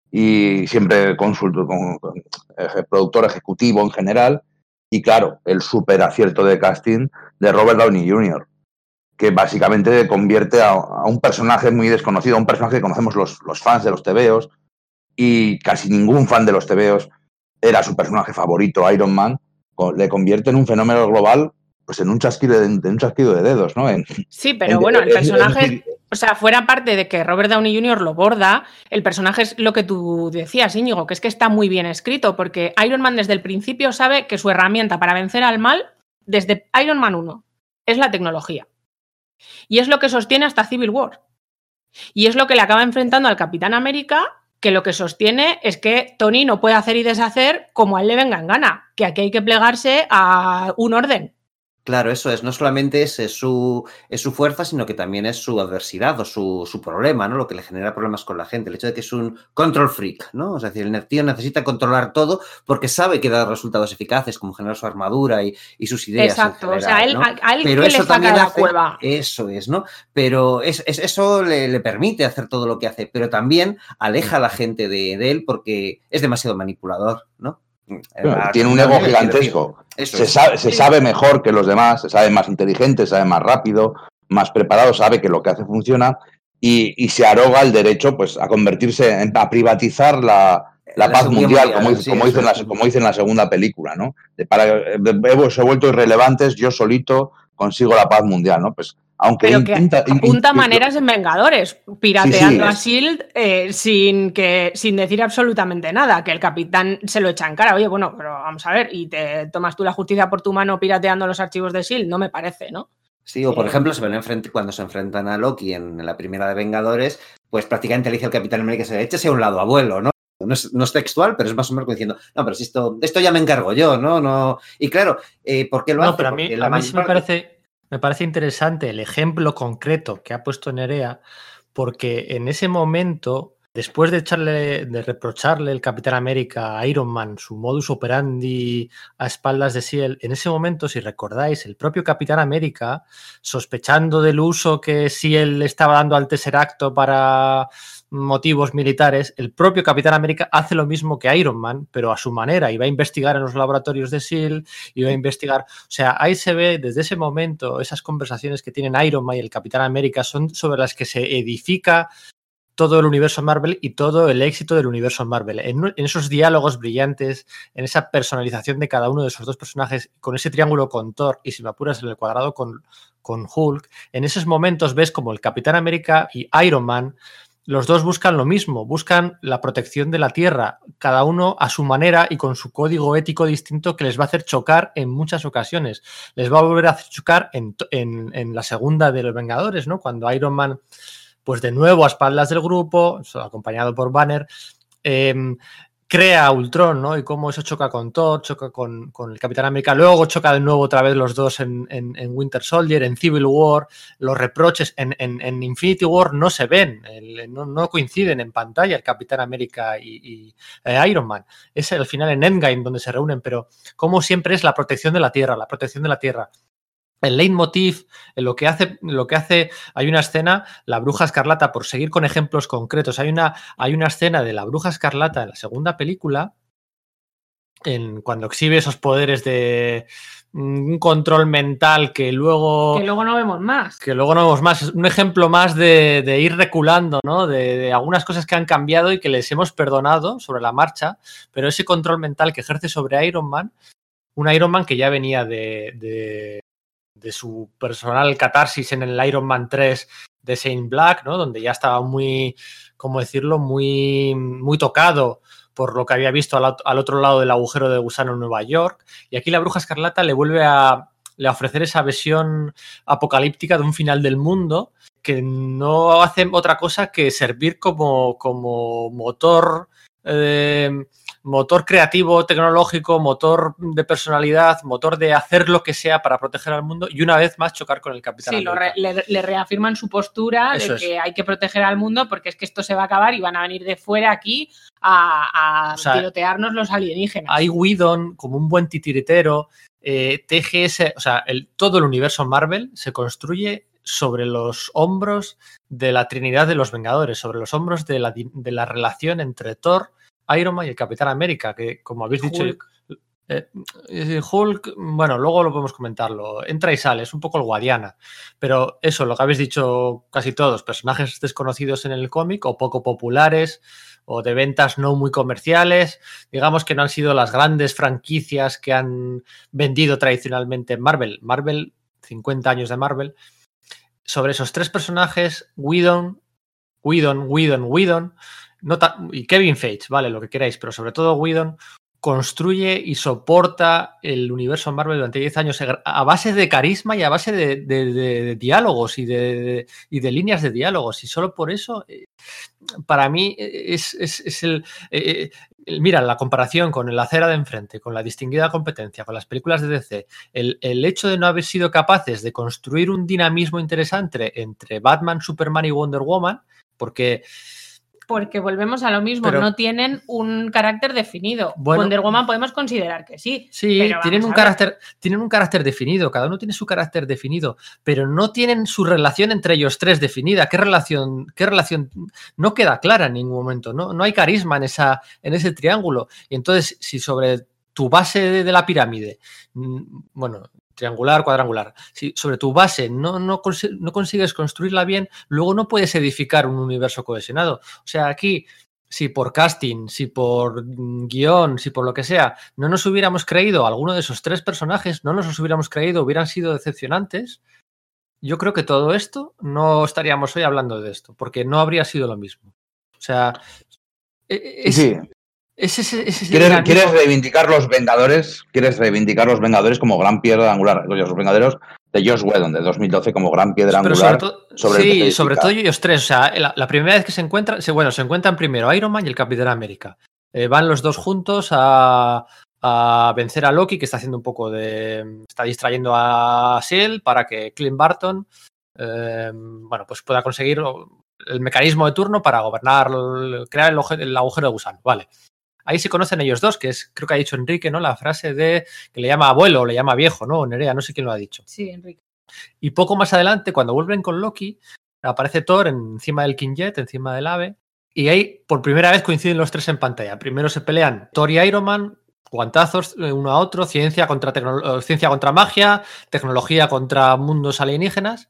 y siempre consultor, con, con, con, productor ejecutivo en general, y claro, el súper acierto de casting de Robert Downey junior, que básicamente convierte a, a un personaje muy desconocido, a un personaje que conocemos los, los fans de los tebeos, y casi ningún fan de los tebeos era su personaje favorito, Iron Man, le convierte en un fenómeno global, pues en un chasquido de, en un chasquido de dedos, ¿no? En, sí, pero en, bueno, el en, personaje, en, o sea, fuera parte de que Robert Downey junior lo borda, el personaje es lo que tú decías, Íñigo, que es que está muy bien escrito, porque Iron Man desde el principio sabe que su herramienta para vencer al mal, desde Iron Man uno, es la tecnología. Y es lo que sostiene hasta Civil War. Y es lo que le acaba enfrentando al Capitán América, que lo que sostiene es que Tony no puede hacer y deshacer como a él le venga en gana, que aquí hay que plegarse a un orden. Claro, eso es. No solamente es, es, su, es su fuerza, sino que también es su adversidad o su, su problema, ¿no? Lo que le genera problemas con la gente. El hecho de que es un control freak, ¿no? O sea, es decir, el tío necesita controlar todo porque sabe que da resultados eficaces, como generar su armadura y, y sus ideas. Exacto. En general, o sea, él, ¿no? a, a él Pero que eso le saca también de la hace, cueva. Eso es, ¿no? Pero es, es, eso le, le permite hacer todo lo que hace, pero también aleja a la gente de, de él porque es demasiado manipulador, ¿no? Bueno, tiene un ego gigantesco. Se sabe, se sabe mejor que los demás, se sabe más inteligente, se sabe más rápido, más preparado, sabe que lo que hace funciona y, y se arroga el derecho, pues, a convertirse, en, a privatizar la, la, la paz mundial, mundial, como, dice, sí, como, dice en la, como dice en la segunda película, ¿no? De para, hemos vuelto irrelevantes, yo solito consigo la paz mundial, ¿no? Pues aunque pero intenta, que apunta in, in, maneras en Vengadores, pirateando sí, sí, a S H I E L D eh, sin, que, sin decir absolutamente nada, que el capitán se lo echa en cara. Oye, bueno, pero vamos a ver, y te tomas tú la justicia por tu mano pirateando los archivos de S H I E L D, no me parece, ¿no? Sí, o por eh, ejemplo, se ven enfrente, cuando se enfrentan a Loki en, en la primera de Vengadores, pues prácticamente le dice al Capitán América que se eche a un lado, abuelo, ¿no? No es, no es textual, pero es más o menos diciendo, no, pero si esto, esto ya me encargo yo, ¿no? no Y claro, eh, ¿por qué lo no, hace? Pero a mí, Porque a mí sí me parece... Me parece interesante el ejemplo concreto que ha puesto Nerea, porque en ese momento, después de echarle, de reprocharle el Capitán América a Iron Man su modus operandi a espaldas de S H I E L D, en ese momento, si recordáis, el propio Capitán América, sospechando del uso que S H I E L D estaba dando al Tesseracto para motivos militares, el propio Capitán América hace lo mismo que Iron Man, pero a su manera, y va a investigar en los laboratorios de S H I E L D, y va a investigar, o sea, ahí se ve desde ese momento, esas conversaciones que tienen Iron Man y el Capitán América son sobre las que se edifica todo el universo Marvel y todo el éxito del universo Marvel. En, en esos diálogos brillantes, en esa personalización de cada uno de esos dos personajes, con ese triángulo con Thor y, si me apuras, en el cuadrado con, con Hulk, en esos momentos ves como el Capitán América y Iron Man, los dos buscan lo mismo, buscan la protección de la Tierra, cada uno a su manera y con su código ético distinto que les va a hacer chocar en muchas ocasiones. Les va a volver a hacer chocar en, en, en la segunda de los Vengadores, ¿no? Cuando Iron Man, pues de nuevo a espaldas del grupo, acompañado por Banner, eh, crea a Ultron, ¿no? Y cómo eso choca con Thor, choca con, con el Capitán América, luego choca de nuevo otra vez los dos en, en, en Winter Soldier, en Civil War, los reproches en, en, en Infinity War no se ven, el, no, no coinciden en pantalla el Capitán América y, y eh, Iron Man. Es al final en Endgame donde se reúnen, pero como siempre es la protección de la Tierra, la protección de la Tierra. El leitmotiv, lo que hace, lo que hace, hay una escena, la Bruja Escarlata, por seguir con ejemplos concretos, hay una, hay una escena de la Bruja Escarlata en la segunda película, en, cuando exhibe esos poderes de un control mental que luego... Que luego no vemos más. Que luego no vemos más. Es un ejemplo más de, de ir reculando, ¿no? De, de algunas cosas que han cambiado y que les hemos perdonado sobre la marcha, pero ese control mental que ejerce sobre Iron Man, un Iron Man que ya venía de... de de su personal catarsis en el Iron Man tres de Shane Black, ¿no? Donde ya estaba muy, ¿cómo decirlo? Muy, muy tocado por lo que había visto al, al otro lado del agujero de gusano en Nueva York. Y aquí la Bruja Escarlata le vuelve a, le a ofrecer esa visión apocalíptica de un final del mundo que no hace otra cosa que servir como, como motor eh, motor creativo, tecnológico, motor de personalidad, motor de hacer lo que sea para proteger al mundo y una vez más chocar con el Capitán Sí, lo América. re, le, le reafirman su postura Eso de es. que hay que proteger al mundo porque es que esto se va a acabar y van a venir de fuera aquí a, a O sea, tirotearnos los alienígenas. Hay Whedon como un buen titiritero, eh, T G S, o sea, el, todo el universo Marvel se construye sobre los hombros de la Trinidad de los Vengadores, sobre los hombros de la, de la relación entre Thor, Iron Man y el Capitán América, que como habéis dicho, Hulk. Eh, Hulk, bueno, luego lo podemos comentarlo, entra y sale, es un poco el Guadiana, pero eso, lo que habéis dicho casi todos, personajes desconocidos en el cómic o poco populares o de ventas no muy comerciales, digamos que no han sido las grandes franquicias que han vendido tradicionalmente en Marvel. Marvel, cincuenta años de Marvel. Sobre esos tres personajes, Whedon, Whedon, Whedon, Whedon, no y Kevin Feige, vale, lo que queráis, pero sobre todo Whedon construye y soporta el universo Marvel durante diez años a base de carisma y a base de, de, de, de diálogos y de, de, y de líneas de diálogos. Y solo por eso, eh, para mí, es, es, es el, eh, el... Mira, la comparación con la acera de enfrente, con la distinguida competencia, con las películas de D C, el, el hecho de no haber sido capaces de construir un dinamismo interesante entre Batman, Superman y Wonder Woman, porque... Porque volvemos a lo mismo, pero, no tienen un carácter definido. Bueno, Wonder Woman podemos considerar que sí. Sí, pero tienen un, carácter, tienen un carácter definido, cada uno tiene su carácter definido, pero no tienen su relación entre ellos tres definida. ¿Qué relación? ¿Qué relación? No queda clara en ningún momento, no, no hay carisma en, esa, en ese triángulo. Y entonces, si sobre tu base de, de la pirámide, bueno, triangular, cuadrangular, si sobre tu base no, no, no consigues construirla bien, luego no puedes edificar un universo cohesionado. O sea, aquí, si por casting, si por guión, si por lo que sea, no nos hubiéramos creído alguno de esos tres personajes, no nos los hubiéramos creído, hubieran sido decepcionantes, yo creo que todo esto no estaríamos hoy hablando de esto, porque no habría sido lo mismo. O sea, es... Sí. Es ese, ese ¿Quieres, ¿Quieres reivindicar los Vengadores? ¿Quieres reivindicar los Vengadores como gran piedra angular? Los Vengadores de Joss Whedon de dos mil doce como gran piedra Pero angular. Sobre todo, sobre sí, sobre todo ellos tres. O sea, la, la primera vez que se encuentran, se, bueno, se encuentran primero Iron Man y el Capitán América. Eh, van los dos juntos a, a vencer a Loki, que está haciendo un poco de... Está distrayendo a S H I E L D para que Clint Barton eh, bueno, pues pueda conseguir el mecanismo de turno para gobernar, crear el, el agujero de gusano. Vale. Ahí se conocen ellos dos, que es, creo que ha dicho Enrique, ¿no? La frase de que le llama abuelo o le llama viejo, ¿no? Nerea, no sé quién lo ha dicho. Sí, Enrique. Y poco más adelante, cuando vuelven con Loki, aparece Thor encima del King Jet, encima del ave, y ahí por primera vez coinciden los tres en pantalla. Primero se pelean Thor y Iron Man, guantazos uno a otro, ciencia contra, ciencia contra magia, tecnología contra mundos alienígenas.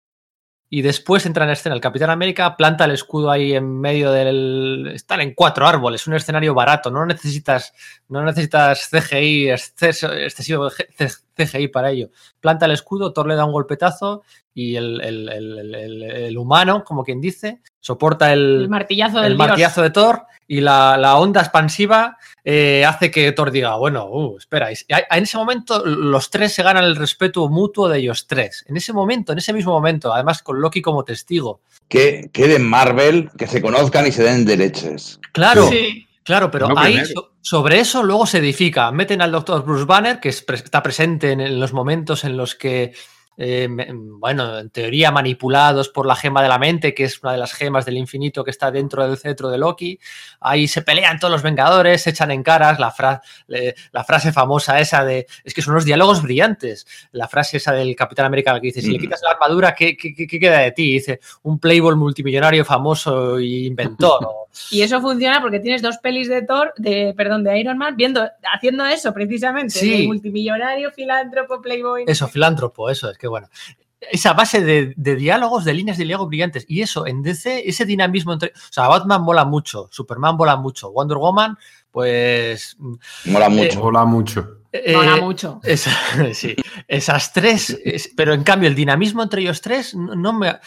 Y después entra en escena el Capitán América, planta el escudo ahí en medio del... Están en cuatro árboles, un escenario barato, no necesitas, no necesitas C G I, exceso, excesivo C G I para ello. Planta el escudo, Thor le da un golpetazo y el, el, el, el, el humano, como quien dice, soporta el, el martillazo, del el martillazo de Thor y la, la onda expansiva eh, hace que Thor diga, bueno, uh, espera, y en ese momento los tres se ganan el respeto mutuo de ellos tres. En ese momento, en ese mismo momento, además con Loki como testigo. Que quede en Marvel, que se conozcan y se den de leches. Claro. Sí. Claro, pero no ahí so, sobre eso luego se edifica. Meten al doctor Bruce Banner, que es, está presente en, en los momentos en los que, eh, bueno, en teoría manipulados por la gema de la mente, que es una de las gemas del infinito que está dentro del cetro de Loki. Ahí se pelean todos los Vengadores, se echan en caras la, fra eh, la frase famosa esa de... Es que son unos diálogos brillantes. La frase esa del Capitán América que dice, si mm. le quitas la armadura, ¿qué, qué, qué queda de ti? Y dice, un playboy multimillonario famoso e inventor. Y eso funciona porque tienes dos pelis de Thor, de perdón, de Iron Man, viendo, haciendo eso precisamente, sí. de multimillonario, filántropo, playboy. Eso, filántropo, eso es que bueno. Esa base de, de diálogos, de líneas de diálogo brillantes. Y eso, en D C, ese dinamismo entre... O sea, Batman mola mucho, Superman mola mucho, Wonder Woman, pues... Mola mucho. Eh, mola mucho. Eh, mola mucho. Esa, sí, esas tres, es, pero en cambio el dinamismo entre ellos tres no, no me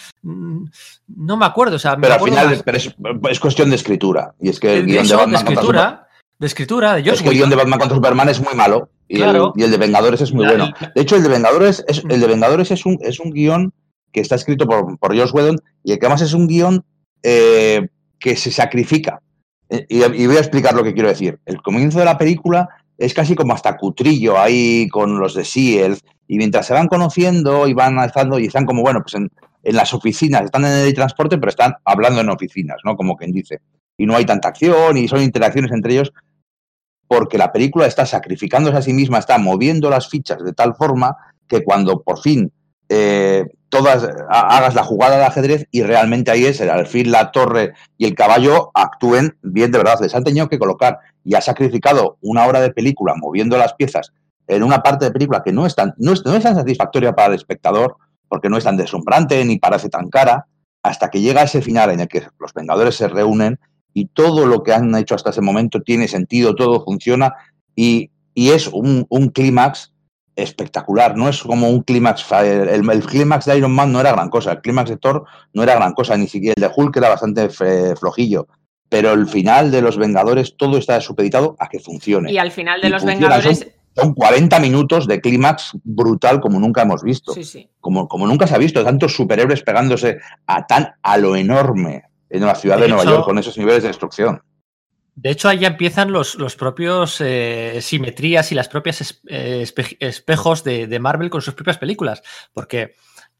no me acuerdo. O sea, pero me al final más... pero es, es cuestión de escritura. Y es que el de guión eso, de Batman de escritura, contra de escritura, de es que el guión de Batman contra Superman es muy malo. Y, claro. el, y el de Vengadores es muy la, bueno. la... De hecho, el de Vengadores es, el de Vengadores es un, es un guión que está escrito por, por Joss Whedon y el que además es un guión eh, que se sacrifica. Y, y voy a explicar lo que quiero decir. El comienzo de la película es casi como hasta cutrillo ahí con los de Shield, y mientras se van conociendo y van alzando y están como, bueno, pues en, en las oficinas, están en el transporte, pero están hablando en oficinas, ¿no? Como quien dice. Y no hay tanta acción y son interacciones entre ellos, porque la película está sacrificándose a sí misma, está moviendo las fichas de tal forma que cuando por fin eh, todas hagas la jugada de ajedrez y realmente ahí es el alfil, la torre y el caballo actúen bien de verdad. Les han tenido que colocar y ha sacrificado una hora de película moviendo las piezas en una parte de película que no es tan, no es, no es tan satisfactoria para el espectador, porque no es tan deslumbrante ni parece tan cara, hasta que llega ese final en el que los Vengadores se reúnen y todo lo que han hecho hasta ese momento tiene sentido, todo funciona y, y es un, un clímax espectacular. No es como un clímax, el, el clímax de Iron Man no era gran cosa, el clímax de Thor no era gran cosa, ni siquiera el de Hulk era bastante flojillo, pero el final de los Vengadores todo está supeditado a que funcione. Y al final de y los funciona, Vengadores... Son, son cuarenta minutos de clímax brutal como nunca hemos visto. Sí, sí. Como, como nunca se ha visto, tantos superhéroes pegándose a tan a lo enorme en la ciudad de, de Nueva hecho, York con esos niveles de destrucción. De hecho, ahí ya empiezan los, los propios eh, simetrías y las propias espe espe espejos de, de Marvel con sus propias películas. Porque,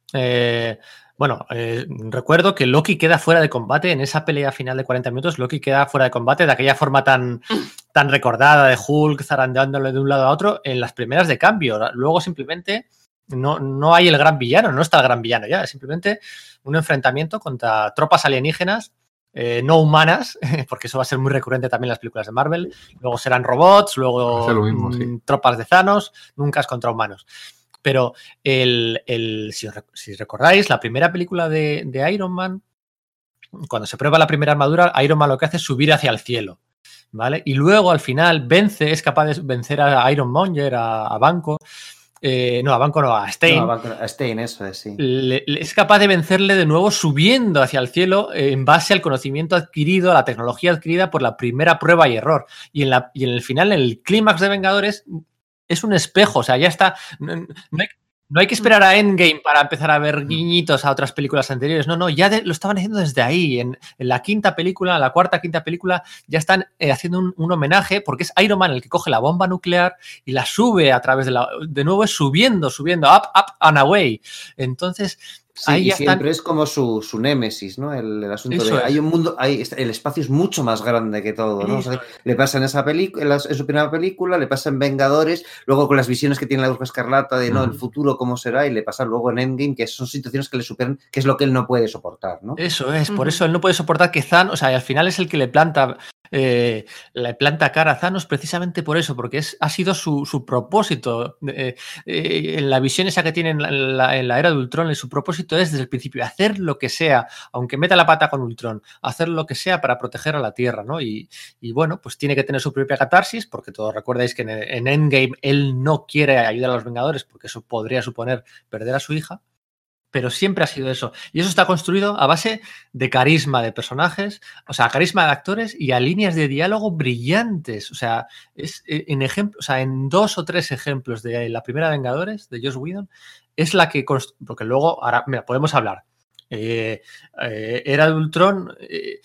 eh, bueno, eh, recuerdo que Loki queda fuera de combate en esa pelea final de cuarenta minutos. Loki queda fuera de combate de aquella forma tan, tan recordada de Hulk zarandeándole de un lado a otro en las primeras de cambio. Luego simplemente no, no hay el gran villano, no está el gran villano ya. Es simplemente un enfrentamiento contra tropas alienígenas Eh, no humanas, porque eso va a ser muy recurrente también en las películas de Marvel. Luego serán robots, luego lo mismo, mmm, sí. tropas de Thanos, nunca es contra humanos. Pero el, el, si, os, si recordáis, la primera película de, de Iron Man, cuando se prueba la primera armadura, Iron Man lo que hace es subir hacia el cielo, ¿vale? Y luego al final vence, es capaz de vencer a Iron Monger, a, a Banco. Eh, no, a Banco no, a Stein. No, a Stein, eso es, sí. Le, le, es capaz de vencerle de nuevo subiendo hacia el cielo eh, en base al conocimiento adquirido, a la tecnología adquirida por la primera prueba y error. Y en, la, y en el final, en el clímax de Vengadores, es un espejo, o sea, ya está. No, no, hay, no hay que esperar a Endgame para empezar a ver guiñitos a otras películas anteriores. No, no, ya de, lo estaban haciendo desde ahí. En, en la quinta película, la cuarta, quinta película, ya están eh, haciendo un, un homenaje, porque es Iron Man el que coge la bomba nuclear y la sube a través de la... De nuevo es subiendo, subiendo, up, up and away. Entonces... Sí, ahí y ya siempre están... es como su, su némesis, ¿no? El, el asunto Eso de... es. Hay un mundo... Hay, el espacio es mucho más grande que todo, ¿no? O sea, le pasa en esa película, en, en su primera película, le pasa en Vengadores, luego con las visiones que tiene la Bruja Escarlata de, ¿no? El futuro, cómo será, y le pasa luego en Endgame, que son situaciones que le superan, que es lo que él no puede soportar, ¿no? Eso es, por eso él no puede soportar que Thanos, o sea, al final es el que le planta... Eh, le planta cara a Thanos precisamente por eso, porque es, ha sido su, su propósito. Eh, eh, en la visión esa que tiene en la, en, la, en la era de Ultron, su propósito es desde el principio hacer lo que sea, aunque meta la pata con Ultron, hacer lo que sea para proteger a la Tierra, ¿no? Y, y bueno, pues tiene que tener su propia catarsis, porque todos recordáis que en, en Endgame él no quiere ayudar a los Vengadores, porque eso podría suponer perder a su hija. Pero siempre ha sido eso. Y eso está construido a base de carisma de personajes, o sea, carisma de actores y a líneas de diálogo brillantes. O sea, es en ejemplo, o sea, en dos o tres ejemplos de la primera Vengadores, de Joss Whedon, es la que... Porque luego, ahora, mira, podemos hablar. Eh, eh, Era de Ultron eh,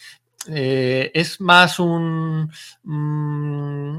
eh, es más un, un,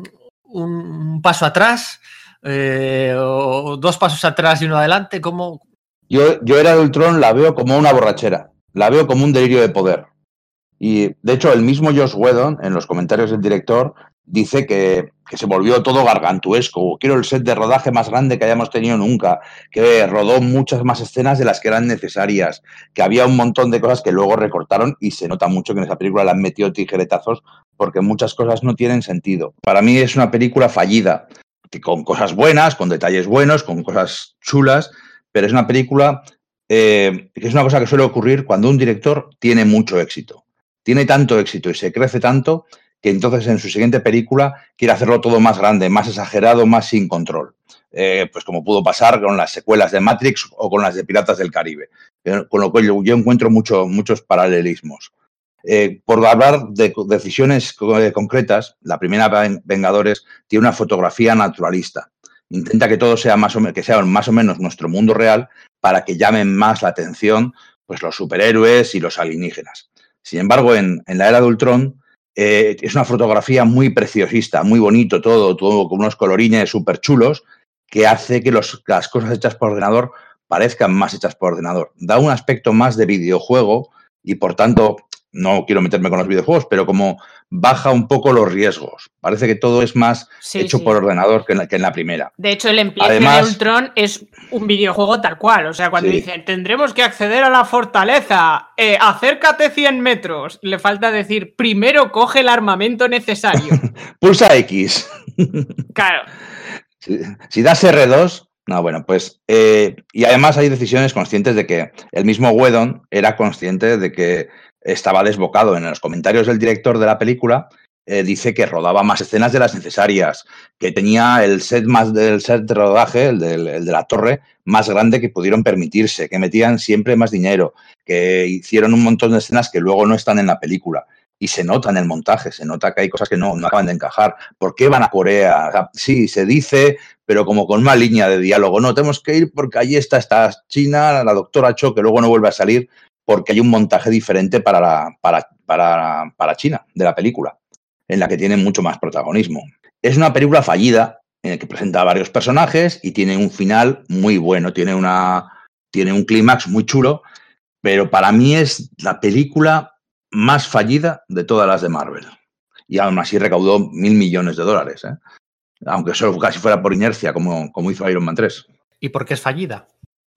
un paso atrás eh, o dos pasos atrás y uno adelante, como... Yo, yo Era de Ultron la veo como una borrachera, la veo como un delirio de poder. Y, de hecho, el mismo Joss Whedon, en los comentarios del director, dice que, que se volvió todo gargantuesco. Quiero el set de rodaje más grande que hayamos tenido nunca, que rodó muchas más escenas de las que eran necesarias, que había un montón de cosas que luego recortaron y se nota mucho que en esa película le han metido tijeretazos porque muchas cosas no tienen sentido. Para mí es una película fallida, que con cosas buenas, con detalles buenos, con cosas chulas, pero es una película eh, que es una cosa que suele ocurrir cuando un director tiene mucho éxito. Tiene tanto éxito y se crece tanto que entonces en su siguiente película quiere hacerlo todo más grande, más exagerado, más sin control. Eh, pues como pudo pasar con las secuelas de Matrix o con las de Piratas del Caribe. Eh, con lo cual yo, yo encuentro mucho, muchos paralelismos. Eh, por hablar de decisiones concretas, la primera Vengadores tiene una fotografía naturalista. Intenta que todo sea más o menos, que sea más o menos nuestro mundo real para que llamen más la atención pues, los superhéroes y los alienígenas. Sin embargo, en, en la Era de Ultron Eh, es una fotografía muy preciosista, muy bonito todo, todo con unos colorines súper chulos, que hace que los, las cosas hechas por ordenador parezcan más hechas por ordenador. Da un aspecto más de videojuego y, por tanto, no quiero meterme con los videojuegos, pero como baja un poco los riesgos. Parece que todo es más Sí, hecho sí. por ordenador que en la, que en la primera. De hecho, el empiece Además, de Ultron es un videojuego tal cual. O sea, cuando sí. dicen, tendremos que acceder a la fortaleza, eh, acércate cien metros, le falta decir, primero coge el armamento necesario. Pulsa X. Claro. Si, si das erre dos, no, bueno, pues... Eh, y además hay decisiones conscientes de que el mismo Whedon era consciente de que estaba desbocado. En los comentarios del director de la película eh, dice que rodaba más escenas de las necesarias, que tenía el set más del set de rodaje, el, del, el de la torre, más grande que pudieron permitirse, que metían siempre más dinero, que hicieron un montón de escenas que luego no están en la película. Y se nota en el montaje, se nota que hay cosas que no, no acaban de encajar. ¿Por qué van a Corea? O sea, sí, se dice, pero como con una línea de diálogo. No, tenemos que ir porque allí está esta China, la doctora Cho, que luego no vuelve a salir, porque hay un montaje diferente para, la, para, para, para China de la película, en la que tiene mucho más protagonismo. Es una película fallida, en la que presenta a varios personajes y tiene un final muy bueno, tiene, una, tiene un clímax muy chulo, pero para mí es la película más fallida de todas las de Marvel. Y aún así recaudó mil millones de dólares, ¿eh? Aunque solo casi fuera por inercia, como, como hizo Iron Man tres. ¿Y por qué es fallida?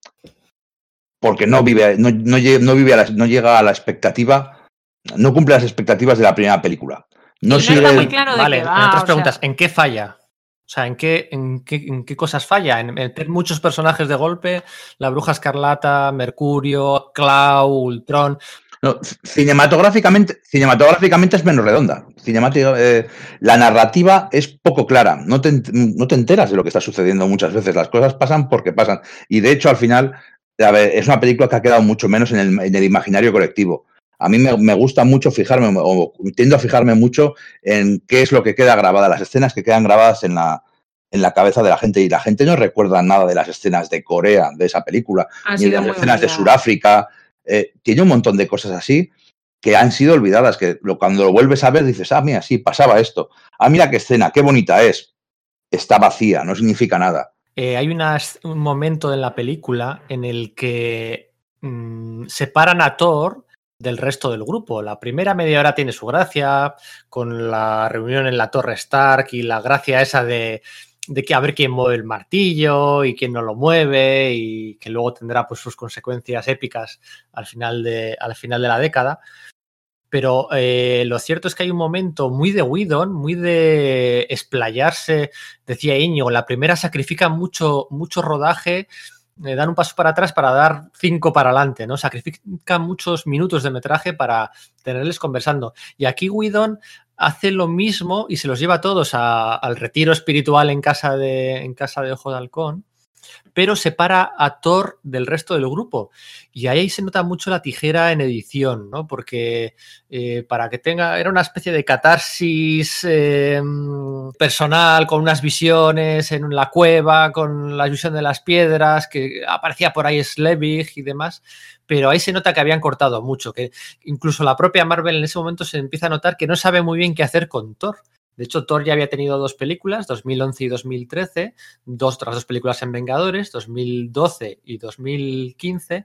Porque no vive, no, no, no, vive a la, no llega a la expectativa, no cumple las expectativas de la primera película. No, no sigue... está muy claro de vale, qué va. en otras o preguntas, sea... ¿en qué falla? O sea, ¿en qué, en, qué, ¿en qué cosas falla? En meter muchos personajes de golpe, la Bruja Escarlata, Mercurio, Clau, Ultron... No, cinematográficamente, cinematográficamente es menos redonda. Eh, la narrativa es poco clara. No te, no te enteras de lo que está sucediendo muchas veces. Las cosas pasan porque pasan. Y de hecho, al final, a ver, es una película que ha quedado mucho menos en el, en el imaginario colectivo. A mí me, me gusta mucho fijarme, o tiendo a fijarme mucho en qué es lo que queda grabada, las escenas que quedan grabadas en la, en la cabeza de la gente. Y la gente no recuerda nada de las escenas de Corea, de esa película, Ha ni de las escenas de Sudáfrica. Eh, tiene un montón de cosas así que han sido olvidadas, que lo, cuando lo vuelves a ver dices, ah, mira, sí, pasaba esto. Ah, mira qué escena, qué bonita es. Está vacía, no significa nada. Eh, hay una, un momento en la película en el que mmm, separan a Thor del resto del grupo. La primera media hora tiene su gracia, con la reunión en la Torre Stark y la gracia esa de... de que a ver quién mueve el martillo y quién no lo mueve y que luego tendrá pues sus consecuencias épicas al final de, al final de la década. Pero eh, lo cierto es que hay un momento muy de Whedon, muy de explayarse, decía Íñigo, la primera sacrifica mucho, mucho rodaje, eh, dan un paso para atrás para dar cinco para adelante, ¿no? Sacrifican muchos minutos de metraje para tenerles conversando. Y aquí Whedon hace lo mismo y se los lleva a todos a, al retiro espiritual en casa de, en casa de Ojo de Halcón, pero separa a Thor del resto del grupo. Y ahí se nota mucho la tijera en edición, ¿no? Porque eh, para que tenga... Era una especie de catarsis eh, personal, con unas visiones en la cueva, con la visión de las piedras, que aparecía por ahí Slevig y demás, pero ahí se nota que habían cortado mucho, que incluso la propia Marvel en ese momento se empieza a notar que no sabe muy bien qué hacer con Thor. De hecho, Thor ya había tenido dos películas, dos mil once y dos mil trece, dos otras dos películas en Vengadores, dos mil doce y dos mil quince,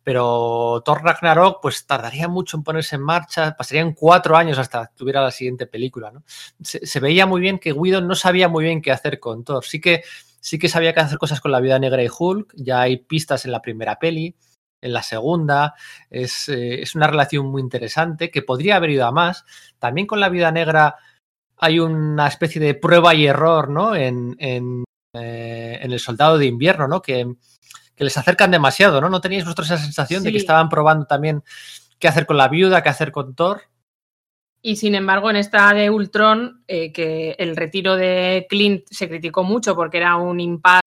pero Thor Ragnarok pues tardaría mucho en ponerse en marcha, pasarían cuatro años hasta que tuviera la siguiente película, ¿no? Se, se veía muy bien que Whedon no sabía muy bien qué hacer con Thor. Sí que, sí que sabía que hacer cosas con la Viuda Negra y Hulk, ya hay pistas en la primera peli, en la segunda, es, eh, es una relación muy interesante que podría haber ido a más. También con la Viuda Negra hay una especie de prueba y error, ¿no? En, en, eh, en el Soldado de Invierno, ¿no? Que, que les acercan demasiado, ¿no? ¿No teníais vosotros esa sensación sí. de que estaban probando también qué hacer con la viuda, qué hacer con Thor? Y sin embargo, en esta de Ultron, eh, que el retiro de Clint se criticó mucho porque era un impasse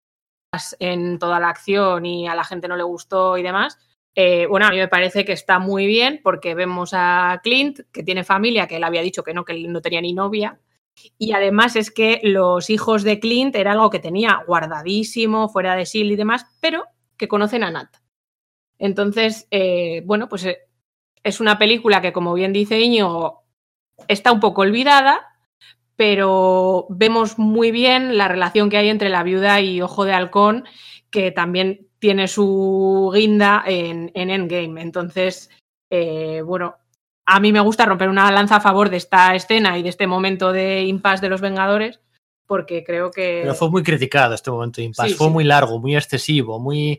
en toda la acción y a la gente no le gustó y demás. Eh, bueno, a mí me parece que está muy bien porque vemos a Clint, que tiene familia, que él había dicho que no, que él no tenía ni novia. Y además es que los hijos de Clint era algo que tenía guardadísimo, fuera de S H I E L D y demás, pero que conocen a Nat. Entonces, eh, bueno, pues eh, es una película que, como bien dice Íñigo, está un poco olvidada, pero vemos muy bien la relación que hay entre la viuda y Ojo de Halcón, que también tiene su guinda en, en Endgame. Entonces, eh, bueno, a mí me gusta romper una lanza a favor de esta escena y de este momento de impasse de los Vengadores, porque creo que... Pero fue muy criticado este momento de impasse, Sí, fue sí. muy largo, muy excesivo, muy...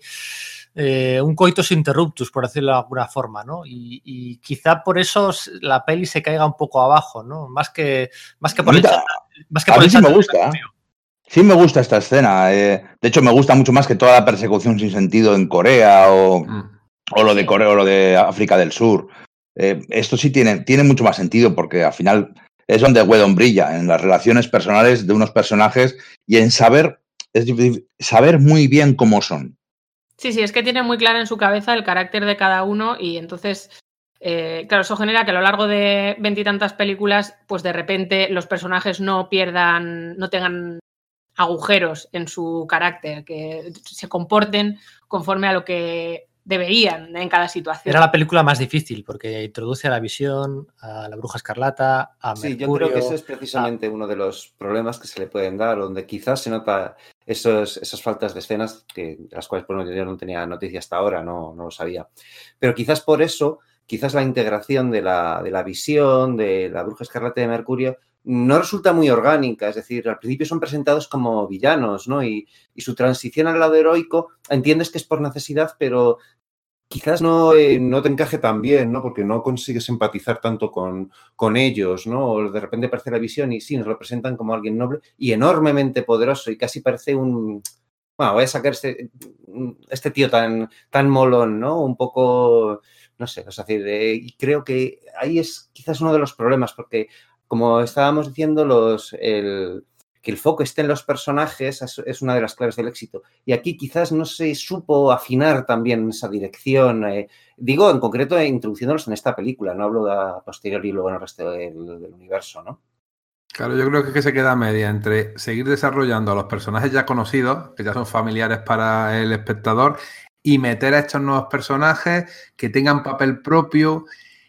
Eh, un coitus interruptus, por decirlo de alguna forma, ¿no? Y, y quizá por eso la peli se caiga un poco abajo, ¿no? Más que, más que por el Mira, chat, más que a por mí el sí chat me de gusta. Mercurio. Sí me gusta esta escena. Eh, de hecho, me gusta mucho más que toda la persecución sin sentido en Corea o, Mm. o lo de Sí. Corea o lo de África del Sur. Eh, esto sí tiene, tiene mucho más sentido porque al final es donde Whedon brilla, en las relaciones personales de unos personajes y en saber, es difícil, saber muy bien cómo son. Sí, sí, es que tiene muy claro en su cabeza el carácter de cada uno y entonces, eh, claro, eso genera que a lo largo de veintitantas películas, pues de repente los personajes no pierdan, no tengan agujeros en su carácter, que se comporten conforme a lo que deberían en cada situación. Era la película más difícil porque introduce a la Visión, a la Bruja Escarlata, a Sí, yo Mercurio... creo que ese es precisamente uno de los problemas que se le pueden dar, donde quizás se nota esos, esas faltas de escenas, que, de las cuales bueno, yo no tenía noticia hasta ahora, no, no lo sabía. Pero quizás por eso, quizás la integración de la, de la Visión, de la Bruja Escarlata de Mercurio, no resulta muy orgánica. Es decir, al principio son presentados como villanos, ¿no? Y, y su transición al lado heroico, entiendes que es por necesidad, pero... quizás no, eh, no te encaje tan bien, ¿no? Porque no consigues empatizar tanto con, con ellos, ¿no? O de repente aparece la Visión y sí, nos lo presentan como alguien noble y enormemente poderoso y casi parece un... Bueno, voy a sacar este, este tío tan, tan molón, ¿no? Un poco, no sé, es decir, eh, y creo que ahí es quizás uno de los problemas, porque como estábamos diciendo, los... El, que el foco esté en los personajes es una de las claves del éxito. Y aquí quizás no se supo afinar también esa dirección. Eh, digo, en concreto, eh, introduciéndolos en esta película. No hablo de a posteriori y luego en el resto del, del universo, ¿no? Claro, yo creo que, es que se queda a media entre seguir desarrollando a los personajes ya conocidos, que ya son familiares para el espectador, y meter a estos nuevos personajes que tengan papel propio.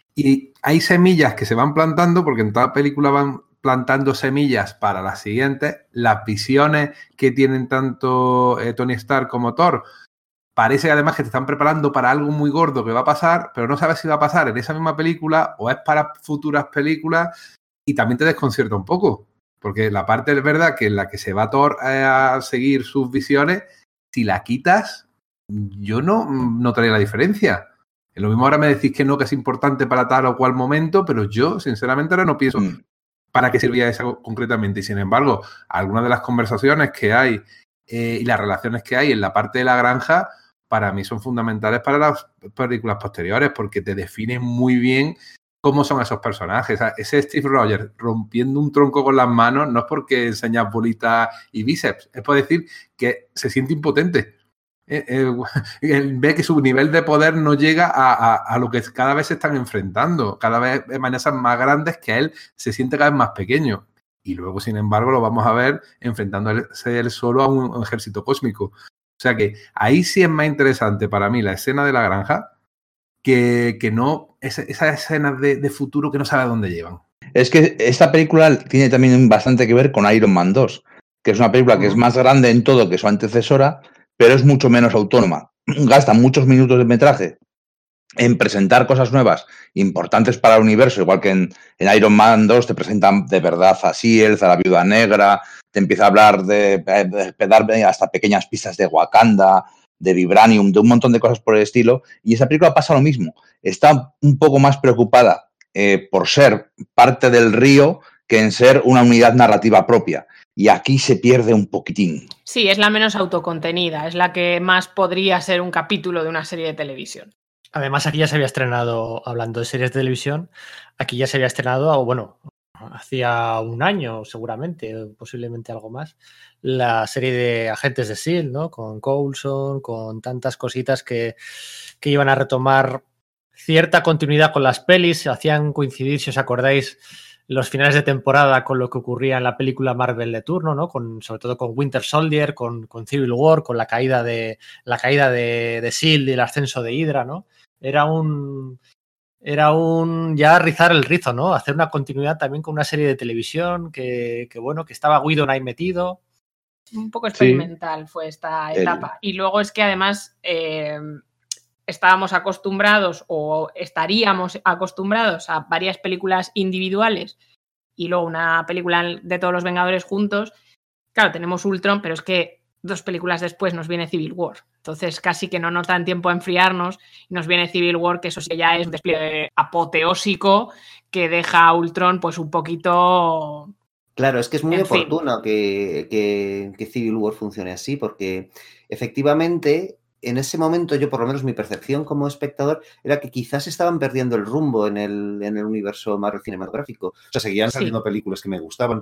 Y hay semillas que se van plantando, porque en toda película van plantando semillas para las siguientes. Las visiones que tienen tanto eh, Tony Stark como Thor, parece además que te están preparando para algo muy gordo que va a pasar, pero no sabes si va a pasar en esa misma película o es para futuras películas, y también te desconcierta un poco, porque la parte es verdad que en la que se va Thor a seguir sus visiones, si la quitas, yo no notaría la diferencia. Lo mismo ahora me decís que no, que es importante para tal o cual momento, pero yo, sinceramente, ahora no pienso Mm. para qué servía eso concretamente. Y, sin embargo, algunas de las conversaciones que hay eh, y las relaciones que hay en la parte de la granja, para mí son fundamentales para las películas posteriores, porque te definen muy bien cómo son esos personajes. O sea, ese Steve Rogers rompiendo un tronco con las manos no es porque enseñas bolitas y bíceps, es por decir que se siente impotente. Eh, eh, ve que su nivel de poder no llega a, a, a lo que cada vez se están enfrentando, cada vez amenazas más grandes que él se siente cada vez más pequeño. Y luego, sin embargo, lo vamos a ver enfrentándose él solo a un, un ejército cósmico. O sea que ahí sí es más interesante para mí la escena de la granja que, que no esa, esas escenas de, de futuro que no sabe a dónde llevan. Es que esta película tiene también bastante que ver con Iron Man dos, que es una película que es más grande en todo que su antecesora, pero es mucho menos autónoma. Gasta muchos minutos de metraje en presentar cosas nuevas importantes para el universo, igual que en, en Iron Man dos te presentan de verdad a Shield, a la Viuda Negra, te empieza a hablar de, de, de dar hasta pequeñas pistas de Wakanda, de Vibranium, de un montón de cosas por el estilo, y esa película pasa lo mismo. Está un poco más preocupada eh, por ser parte del río que en ser una unidad narrativa propia. Y aquí se pierde un poquitín. Sí, es la menos autocontenida, es la que más podría ser un capítulo de una serie de televisión. Además, aquí ya se había estrenado, hablando de series de televisión, aquí ya se había estrenado, o bueno, hacía un año seguramente, posiblemente algo más, la serie de Agentes de S H I E L D, ¿no? Con Coulson, con tantas cositas que, que iban a retomar cierta continuidad con las pelis, hacían coincidir, si os acordáis, los finales de temporada con lo que ocurría en la película Marvel de turno, ¿no? Con, sobre todo con Winter Soldier, con, con Civil War, con la caída de la caída de, de S H I E L D y el ascenso de Hydra, ¿no? Era un, Era un ya rizar el rizo, ¿no? Hacer una continuidad también con una serie de televisión que, que bueno, que estaba Whedon ahí metido. Un poco experimental sí. fue esta etapa. El... Y luego es que además eh, estábamos acostumbrados o estaríamos acostumbrados a varias películas individuales y luego una película de todos los Vengadores juntos. Claro, tenemos Ultron, pero es que dos películas después nos viene Civil War. Entonces casi que no nos dan tiempo a enfriarnos y nos viene Civil War, que eso sí ya es un despliegue apoteósico que deja a Ultron pues un poquito... Claro, es que es muy en oportuno que, que, que Civil War funcione así, porque efectivamente en ese momento yo, por lo menos mi percepción como espectador, era que quizás estaban perdiendo el rumbo en el, en el universo Marvel cinematográfico. O sea, seguían saliendo sí. películas que me gustaban,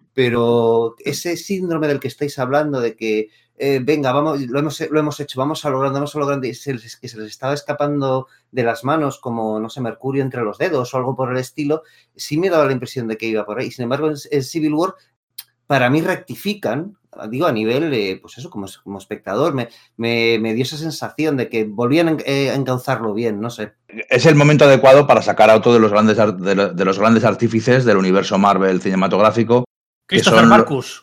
pero ese síndrome del que estáis hablando de que eh, venga, vamos, lo hemos, lo hemos hecho, vamos a logrando, vamos a logrando, y se les, que se les estaba escapando de las manos como, no sé, mercurio entre los dedos o algo por el estilo, sí me daba la impresión de que iba por ahí. Sin embargo, en, en Civil War, para mí rectifican, digo, a nivel, eh, pues eso, como, como espectador, me, me, me dio esa sensación de que volvían eh, a encauzarlo bien, no sé. Es el momento adecuado para sacar a otro de los grandes, de, de los grandes artífices del universo Marvel cinematográfico. Christopher Marcus.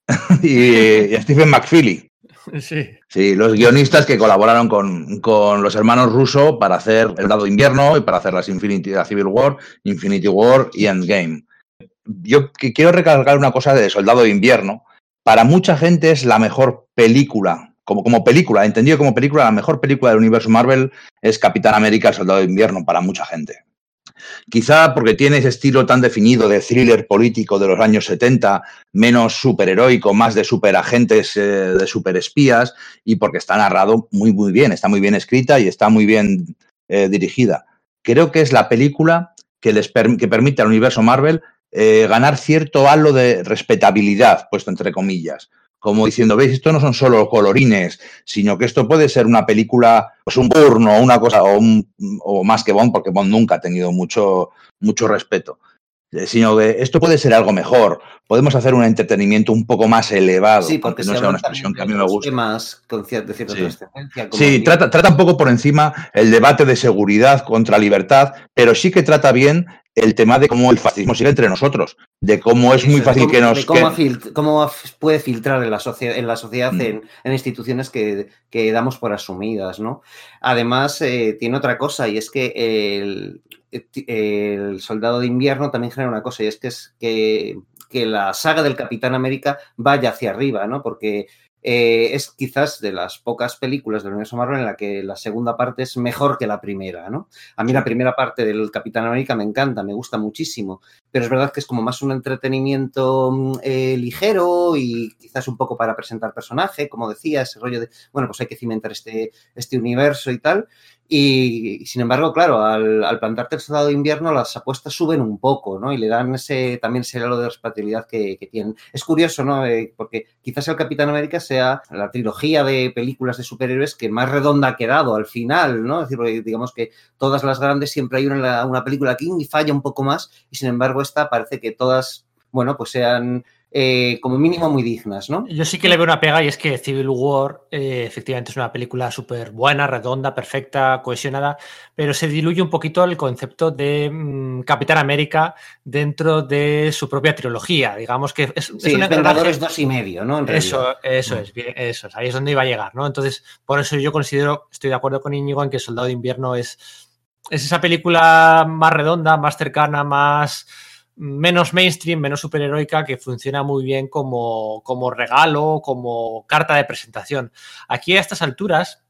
y, y Stephen McFeely. Sí. Sí, los guionistas que colaboraron con, con los hermanos Russo para hacer El Soldado de Invierno y para hacer las Infinity, la Civil War, Infinity War y Endgame. Yo quiero recalcar una cosa de Soldado de Invierno. Para mucha gente es la mejor película, como, como película, entendido como película, la mejor película del universo Marvel es Capitán América, El Soldado de Invierno, para mucha gente. Quizá porque tiene ese estilo tan definido de thriller político de los años setenta, menos superheroico, más de superagentes, eh, de superespías, y porque está narrado muy, muy bien, está muy bien escrita y está muy bien eh, dirigida. Creo que es la película que, les per que permite al universo Marvel eh, ganar cierto halo de respetabilidad, puesto entre comillas. Como diciendo, veis, esto no son solo colorines, sino que esto puede ser una película, pues un Bourne o una cosa, o, un, o más que Bond, porque Bond nunca ha tenido mucho, mucho respeto. Sino que esto puede ser algo mejor. Podemos hacer un entretenimiento un poco más elevado, sí, porque aunque no sea una expresión que a mí me gusta. Temas con cierta, cierta sí, trascendencia, como sí trata, trata un poco por encima el debate de seguridad contra libertad, pero sí que trata bien el tema de cómo el fascismo sigue entre nosotros, de cómo es Eso, muy fácil cómo, que nos... De cómo, que... Filt cómo puede filtrar en la, socia en la sociedad, mm. en, en instituciones que, que damos por asumidas, ¿no? Además, eh, tiene otra cosa, y es que el, el Soldado de Invierno también genera una cosa, y es que, es que, que la saga del Capitán América vaya hacia arriba, ¿no? Porque... Eh, es quizás de las pocas películas del universo Marvel en la que la segunda parte es mejor que la primera, ¿no? A mí la primera parte del Capitán América me encanta, me gusta muchísimo, pero es verdad que es como más un entretenimiento eh, ligero y quizás un poco para presentar personaje, como decía, ese rollo de, bueno, pues hay que cimentar este, este universo y tal. Y, sin embargo, claro, al, al plantarte el Soldado de Invierno, las apuestas suben un poco, ¿no? Y le dan ese también ese halo de respetabilidad que, que tienen. Es curioso, ¿no? Eh, porque quizás el Capitán América sea la trilogía de películas de superhéroes que más redonda ha quedado al final, ¿no? Es decir, digamos que todas las grandes siempre hay una, una película aquí y falla un poco más, y sin embargo esta parece que todas, bueno, pues sean... Eh, como mínimo muy dignas, ¿no? Yo sí que le veo una pega, y es que Civil War eh, efectivamente es una película súper buena, redonda, perfecta, cohesionada, pero se diluye un poquito el concepto de mmm, Capitán América dentro de su propia trilogía. Digamos que es, sí, es un es Vengadores dos y medio, ¿no? En eso, eso mm. es, bien, eso es, ahí es donde iba a llegar, ¿no? Entonces, por eso yo considero, estoy de acuerdo con Íñigo en que Soldado de Invierno es, es esa película más redonda, más cercana, más... menos mainstream, menos superheroica, que funciona muy bien como, como regalo, como carta de presentación. Aquí a estas alturas,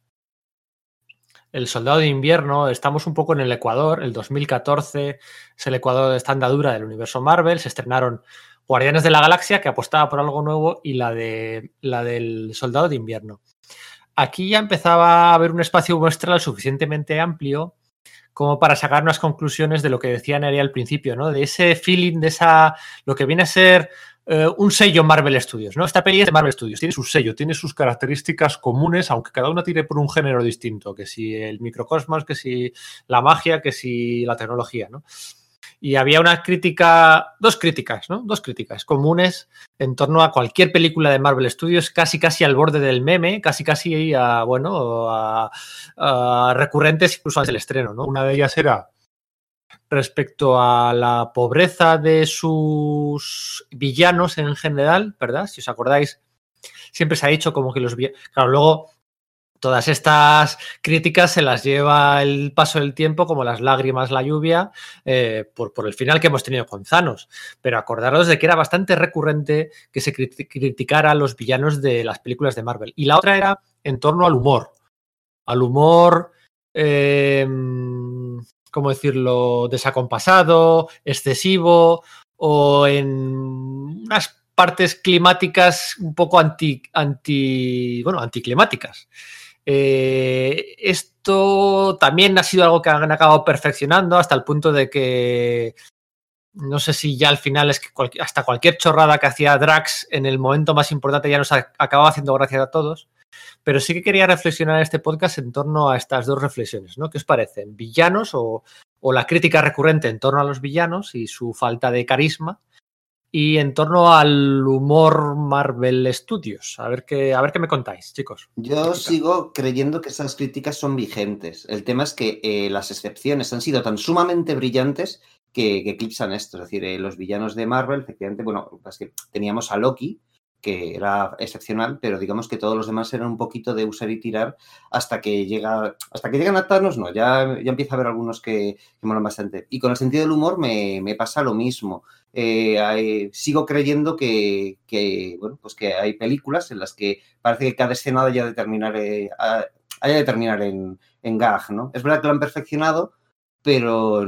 El Soldado de Invierno, estamos un poco en el Ecuador, el dos mil catorce es el Ecuador de esta andadura del universo Marvel, se estrenaron Guardianes de la Galaxia, que apostaba por algo nuevo, y la, de, la del Soldado de Invierno. Aquí ya empezaba a haber un espacio muestral suficientemente amplio como para sacar unas conclusiones de lo que decía Nerea al principio, ¿no? De ese feeling, de esa, lo que viene a ser eh, un sello Marvel Studios, ¿no? Esta peli es de Marvel Studios, tiene su sello, tiene sus características comunes, aunque cada una tire por un género distinto, que si el microcosmos, que si la magia, que si la tecnología, ¿no? Y había una crítica, dos críticas, ¿no? Dos críticas comunes en torno a cualquier película de Marvel Studios, casi casi al borde del meme, casi casi a, bueno, a, a recurrentes incluso antes del estreno, ¿no? Una de ellas era respecto a la pobreza de sus villanos en general, ¿verdad? Si os acordáis, siempre se ha dicho como que los villanos... Claro, luego todas estas críticas se las lleva el paso del tiempo, como las lágrimas, la lluvia, eh, por, por el final que hemos tenido con Thanos. Pero acordaros de que era bastante recurrente que se crit- criticara a los villanos de las películas de Marvel. Y la otra era en torno al humor. Al humor... Eh, ¿cómo decirlo? Desacompasado, excesivo, o en unas partes climáticas un poco anti, anti bueno, anticlimáticas. Eh, esto también ha sido algo que han acabado perfeccionando hasta el punto de que no sé si ya al final es que cualquier, hasta cualquier chorrada que hacía Drax en el momento más importante ya nos ha, acababa haciendo gracia a todos. Pero sí que quería reflexionar en este podcast en torno a estas dos reflexiones, ¿no? ¿Qué os parecen? ¿Villanos o, o la crítica recurrente en torno a los villanos y su falta de carisma? Y en torno al humor Marvel Studios. A ver qué, a ver qué me contáis, chicos. Yo Crítica. sigo creyendo que esas críticas son vigentes. El tema es que eh, las excepciones han sido tan sumamente brillantes que, que eclipsan esto. Es decir, eh, los villanos de Marvel, efectivamente, bueno, es que teníamos a Loki, que era excepcional, pero digamos que todos los demás eran un poquito de usar y tirar hasta que llega, hasta que llegan a Thanos, no, ya, ya empieza a haber algunos que, que molan bastante. Y con el sentido del humor me, me pasa lo mismo. Eh, hay, sigo creyendo que, que, bueno, pues que hay películas en las que parece que cada escena haya de terminar, eh, haya de terminar en, en gag, ¿no? Es verdad que lo han perfeccionado, pero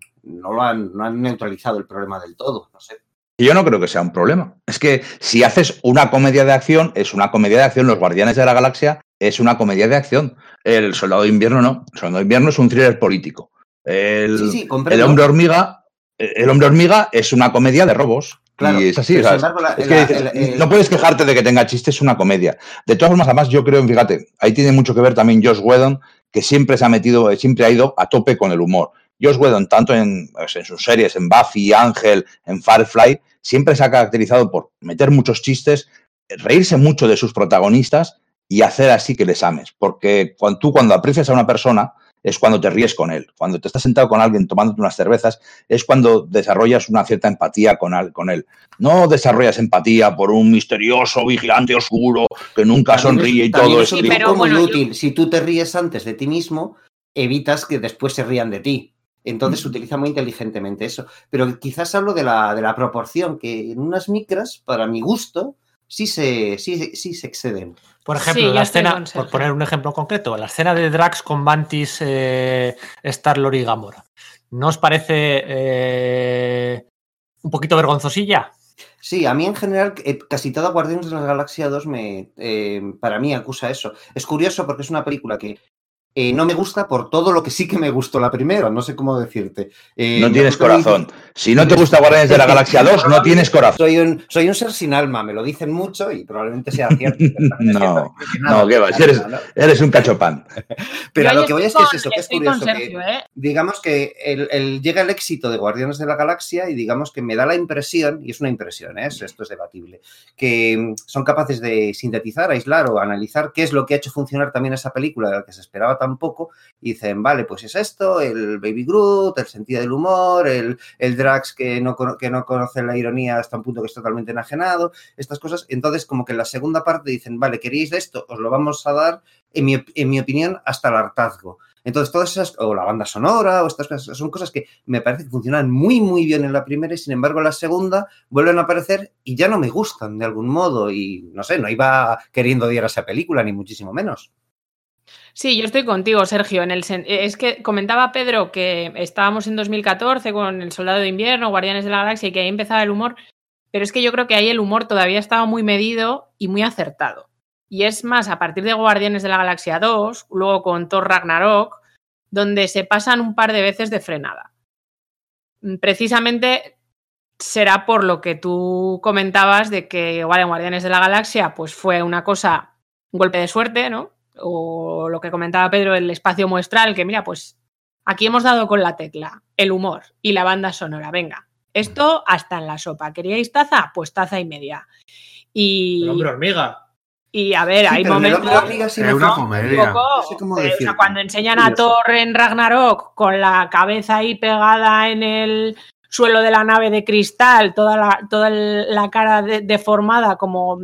no lo han, no han neutralizado el problema del todo, no sé. Yo no creo que sea un problema. Es que si haces una comedia de acción, es una comedia de acción. Los Guardianes de la Galaxia es una comedia de acción. El Soldado de Invierno no. El Soldado de Invierno es un thriller político. El, sí, sí, el Hombre Hormiga, el Hombre Hormiga es una comedia de robos. Claro, y es así. pero O sea, sin embargo, la, es que la, dices, el, el, no puedes quejarte de que tenga chistes, es una comedia. De todas formas, además, yo creo, fíjate, ahí tiene mucho que ver también Joss Whedon, que siempre se ha metido, siempre ha ido a tope con el humor. Joss Whedon, tanto en, pues, en sus series, en Buffy, Ángel, en Firefly, siempre se ha caracterizado por meter muchos chistes, reírse mucho de sus protagonistas y hacer así que les ames. Porque cuando tú cuando aprecias a una persona es cuando te ríes con él. Cuando te estás sentado con alguien tomándote unas cervezas es cuando desarrollas una cierta empatía con, al, con él. No desarrollas empatía por un misterioso vigilante oscuro que nunca también sonríe es, y todo es es un pero, muy bueno, útil. yo... Si tú te ríes antes de ti mismo, evitas que después se rían de ti. Entonces se utiliza muy inteligentemente eso. Pero quizás hablo de la, de la proporción, que en unas micras, para mi gusto, sí se, sí, sí se exceden. Por ejemplo, sí, la escena, por poner un ejemplo concreto, la escena de Drax con Mantis, eh, Star-Lord y Gamora. ¿No os parece eh, un poquito vergonzosilla? Sí, a mí en general eh, casi toda Guardianes de la Galaxia dos me, eh, para mí acusa eso. Es curioso porque es una película que Eh, no me gusta por todo lo que sí que me gustó la primera, no sé cómo decirte. Eh, no tienes corazón. Dicen... Si no te gusta Guardianes de la Galaxia dos, no tienes corazón. Soy un, soy un ser sin alma, me lo dicen mucho y probablemente sea cierto. no, que nada, no, que va, eres, ¿no? eres un cachopán. Pero a lo que voy es que con, es eso, que es curioso. Sergio, que, ¿eh? digamos que el, el, llega el éxito de Guardianes de la Galaxia y digamos que me da la impresión, y es una impresión, ¿eh? Esto es debatible, que son capaces de sintetizar, aislar o analizar qué es lo que ha hecho funcionar también esa película de la que se esperaba tan poco. Y dicen, vale, pues es esto, el Baby Groot, el sentido del humor, el, el Drax que no, que no conoce la ironía hasta un punto que es totalmente enajenado, estas cosas. Entonces, como que en la segunda parte dicen, vale, ¿queréis de esto? Os lo vamos a dar, en mi, en mi opinión, hasta el hartazgo. Entonces, todas esas, o la banda sonora, o estas cosas, son cosas que me parece que funcionan muy, muy bien en la primera y, sin embargo, en la segunda vuelven a aparecer y ya no me gustan de algún modo. Y, no sé, no iba queriendo odiar a esa película, ni muchísimo menos. Sí, yo estoy contigo, Sergio. En el sen- es que comentaba Pedro que estábamos en dos mil catorce con El Soldado de Invierno, Guardianes de la Galaxia, y que ahí empezaba el humor, pero es que yo creo que ahí el humor todavía estaba muy medido y muy acertado. Y es más, a partir de Guardianes de la Galaxia dos, luego con Thor Ragnarok, donde se pasan un par de veces de frenada. Precisamente será por lo que tú comentabas de que igual en Guardianes de la Galaxia pues fue una cosa, un golpe de suerte, ¿no? O lo que comentaba Pedro, el espacio muestral, que mira, pues aquí hemos dado con la tecla, el humor y la banda sonora, venga, esto hasta en la sopa. ¿Queríais taza? Pues taza y media. Y... El Hombre Hormiga. Y a ver, Sí, hay pero en el momentos... Hombre Hormiga sí Es me una fue- comedia. Un poco, No sé cómo eh, o sea, decirlo. cuando enseñan a Curioso. Thor en Ragnarok con la cabeza ahí pegada en el suelo de la nave de cristal, toda la, toda el- la cara de- deformada como...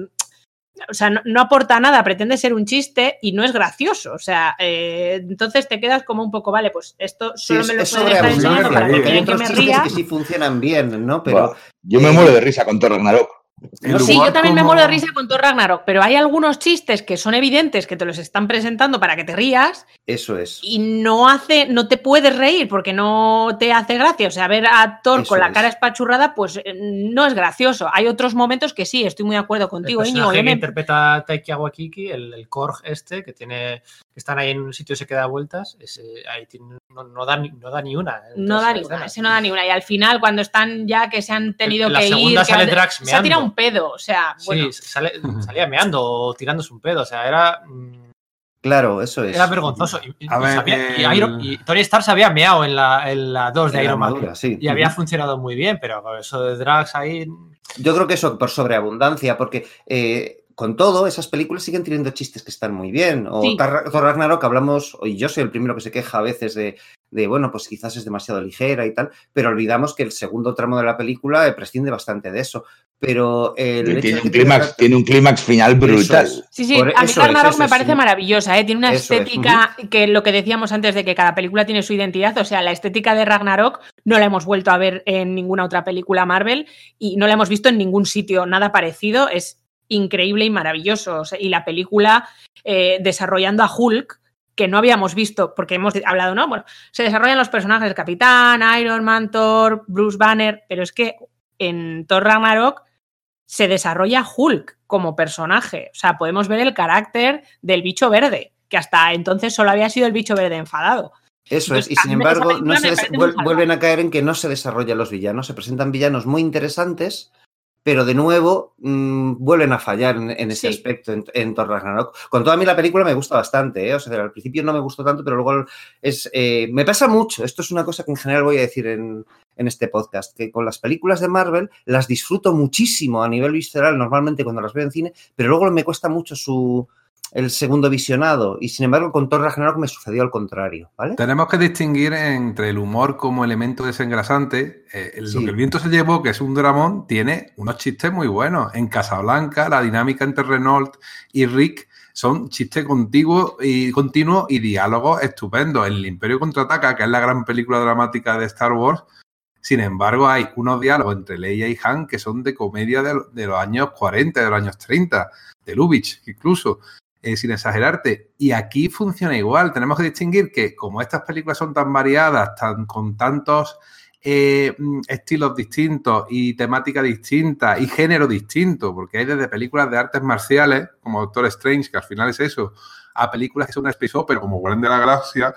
O sea, no, no aporta nada, pretende ser un chiste y no es gracioso. O sea, eh, entonces te quedas como un poco, vale, pues esto Sí, solo es, me lo es pueden estar sobreabundante, enseñando para que porque hay quieren que otros me chistes ría. que sí funcionan bien, ¿no? Pero Buah, yo me eh, muero de risa con Thor Ragnarok. El no sé, Sí, humor yo también me como- muero de risa con Thor Ragnarok, pero hay algunos chistes que son evidentes que te los están presentando para que te rías eso es. y no hace, no te puedes reír porque no te hace gracia. O sea, ver a Thor Eso con la es. cara espachurrada, pues eh, no es gracioso. Hay otros momentos que sí, estoy muy de acuerdo El contigo, Íñigo. personaje Yo que me- interpreta Taiki Waititi, el, el Korg este, que tiene que están ahí en un sitio y se queda a vueltas, ese, ahí tiene- no, no da ni, no da ni una. en No todas da las ni una, escenas. ese no da ni una. Y al final, cuando están ya que se han tenido En la que segunda ir, que sale han- Drax se ha tirado meando. un pedo. O sea, bueno, Sí, sale, salía meando o tirándose un pedo, o sea, era, mm, Claro, eso es. era vergonzoso. Y, y- A y ver, sabía- y el- Iron- y Tony Stark se había meado en la, en la dos de En la Iron Man armadura, sí. y había Ujú. funcionado muy bien, pero eso de Drax ahí... Yo creo que eso por sobreabundancia, porque eh, con todo, esas películas siguen teniendo chistes que están muy bien. O Sí. Thor Thor Ragnarok hablamos, y yo soy el primero que se queja a veces de, de, bueno, pues quizás es demasiado ligera y tal, pero olvidamos que el segundo tramo de la película eh, prescinde bastante de eso. Pero el Y hecho tiene de un que clímax, tenga- tiene un clímax final Eso brutal. es. sí, sí, Por a mí eso es, Ragnarok eso me es, parece sí. maravillosa, ¿eh? Tiene una Eso es, estética que lo que decíamos antes de que cada película tiene su identidad, o sea, la estética de Ragnarok no la hemos vuelto a ver en ninguna otra película Marvel y no la hemos visto en ningún sitio, nada parecido, es increíble y maravilloso. O sea, y la película eh, desarrollando a Hulk, que no habíamos visto, porque hemos hablado, ¿no? Bueno, se desarrollan los personajes Capitán, Iron Man, Thor, Bruce Banner, pero es que en Thor Ragnarok se desarrolla Hulk como personaje. O sea, podemos ver el carácter del bicho verde, que hasta entonces solo había sido el bicho verde enfadado. Eso es, Entonces, y a sin mí esa embargo, película no me se des- parece muy vuel- salvaje. vuelven a caer en que no se desarrollan los villanos. Se presentan villanos muy interesantes, pero de nuevo mmm, vuelven a fallar en, en ese Sí. aspecto en, en Thor Ragnarok. Con toda a mí la película me gusta bastante, ¿eh? O sea, al principio no me gustó tanto, pero luego es eh, me pasa mucho. Esto es una cosa que en general voy a decir en, en este podcast, que con las películas de Marvel las disfruto muchísimo a nivel visceral normalmente cuando las veo en cine, pero luego me cuesta mucho su el segundo visionado y sin embargo con Thor Ragnarok me sucedió al contrario, ¿vale? Tenemos que distinguir entre el humor como elemento desengrasante. Eh, el- Sí. Lo que el viento se llevó, que es un dramón, tiene unos chistes muy buenos. En Casablanca, la dinámica entre Renault y Rick son chistes contiguos y continuos y diálogos estupendos. En El Imperio Contraataca, que es la gran película dramática de Star Wars, sin embargo, hay unos diálogos entre Leia y Han que son de comedia de, de los años cuarenta, de los años treinta, de Lubitsch incluso. Eh, sin exagerarte. Y aquí funciona igual. Tenemos que distinguir que como estas películas son tan variadas, tan, con tantos eh, estilos distintos y temáticas distintas y género distinto, porque hay desde películas de artes marciales, como Doctor Strange, que al final es eso, a películas que son una space opera, como Guardián de la Galaxia,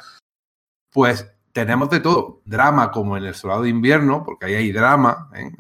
pues tenemos de todo. Drama, como en El Soldado de Invierno, porque ahí hay drama, ¿eh?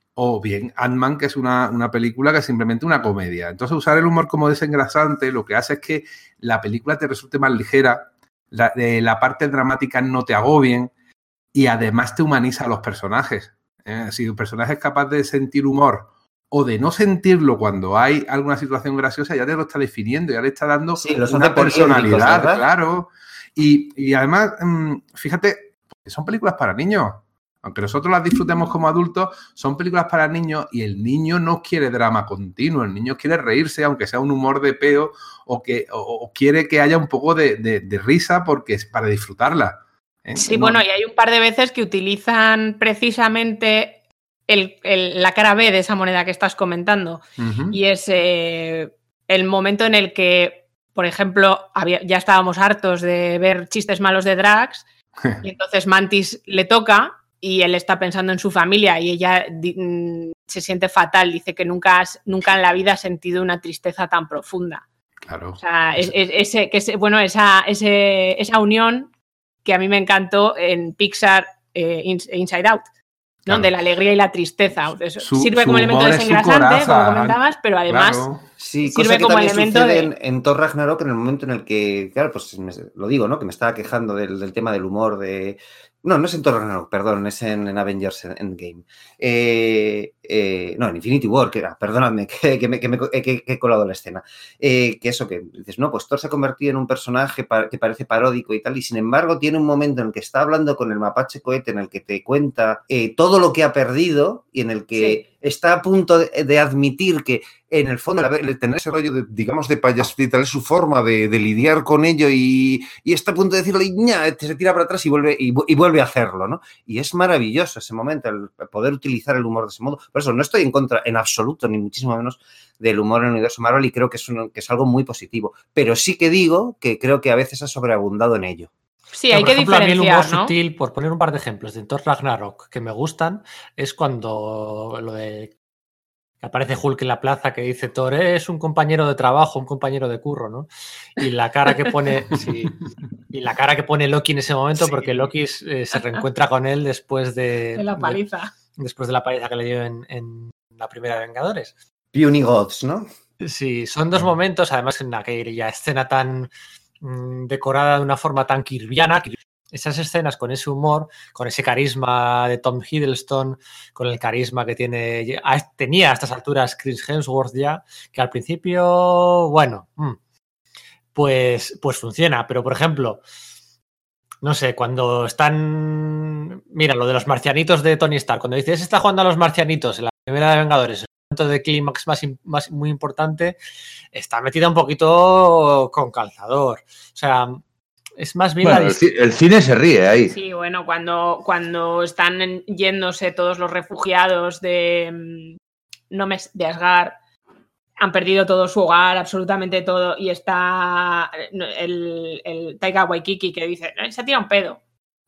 O bien Ant-Man, que es una, una película que es simplemente una comedia. Entonces, usar el humor como desengrasante lo que hace es que la película te resulte más ligera, la, eh, la parte dramática no te agobien y además te humaniza a los personajes. ¿eh? Si un personaje es capaz de sentir humor o de no sentirlo cuando hay alguna situación graciosa, ya te lo está definiendo, ya le está dando Sí, los una hace periódicos, personalidad, ¿verdad? claro. Y, y además, mmm, fíjate, son películas para niños. Aunque nosotros las disfrutemos como adultos, son películas para niños y el niño no quiere drama continuo, el niño quiere reírse, aunque sea un humor de peo, o, que, o, o quiere que haya un poco de, de, de risa porque es para disfrutarla. ¿eh? Sí, No- bueno, y hay un par de veces que utilizan precisamente el, el- la cara B de esa moneda que estás comentando. Ujú. Y es eh, el momento en el que, por ejemplo, había, ya estábamos hartos de ver chistes malos de Drax, y entonces Mantis le toca y él está pensando en su familia y ella di, mm, se siente fatal, dice que nunca, has- nunca en la vida ha sentido una tristeza tan profunda. Claro. O sea, es, es- ese, que ese- bueno, esa, ese, esa unión que a mí me encantó en Pixar eh, Ins- Inside Out, ¿no? Claro. De la alegría y la tristeza. Eso Su- sirve su como elemento humor es su desengrasante, coraza. como comentabas, pero además Claro. Sí, sirve cosa que como también elemento sucede de... en, en Thor Ragnarok, en el momento en el que, claro, pues me, lo digo, ¿no? Que me estaba quejando del, del tema del humor de... No, no es en Thor Ragnarok, perdón, es en, en Avengers Endgame. Eh, eh, no, en Infinity War, que era, perdóname, que, que, me, que, me, que, que he colado la escena. Eh, que eso, que dices, no, pues Thor se ha convertido en un personaje pa, que parece paródico y tal, y sin embargo tiene un momento en el que está hablando con el mapache cohete, en el que te cuenta eh, todo lo que ha perdido y en el que sí. está a punto de, de admitir que en el fondo, el tener ese rollo, de, digamos, de payasito y tal, es su forma de, de lidiar con ello y, y está a punto de decirle, ña, se tira para atrás y vuelve, y, y vuelve a hacerlo, ¿no? Y es maravilloso ese momento, el poder utilizar el humor de ese modo. Por eso, no estoy en contra, en absoluto, ni muchísimo menos, del humor en el universo Marvel y creo que es, un, que es algo muy positivo. Pero sí que digo que creo que a veces ha sobreabundado en ello. Sí, no, hay que ejemplo, diferenciar, a mí el humor ¿no? sutil, por poner un par de ejemplos de Thor Ragnarok que me gustan, es cuando lo de aparece Hulk en la plaza que dice Thor es un compañero de trabajo, un compañero de curro, ¿no? Y la cara que pone sí, y la cara que pone Loki en ese momento, sí. porque Loki eh, se reencuentra con él después de, de la paliza. De, después de la paliza que le dio en, en la primera de Vengadores. Puny Gods, ¿no? Sí, son dos momentos, además en aquella escena tan mmm, decorada de una forma tan kirviana, esas escenas con ese humor, con ese carisma de Tom Hiddleston, con el carisma que tiene tenía a estas alturas Chris Hemsworth ya, que al principio, bueno, pues, pues funciona. Pero, por ejemplo, no sé, cuando están... Mira, lo de los marcianitos de Tony Stark, cuando dice, se está jugando a los marcianitos en la primera de Vengadores, el momento de clímax más, más muy importante, está metida un poquito con calzador. O sea... Es más bien bueno, la... el, el cine se ríe ahí. Sí, bueno, cuando, cuando están yéndose todos los refugiados de, no me, de Asgard, han perdido todo su hogar, absolutamente todo, y está el, el Taika Waititi que dice, se ha tirado un pedo.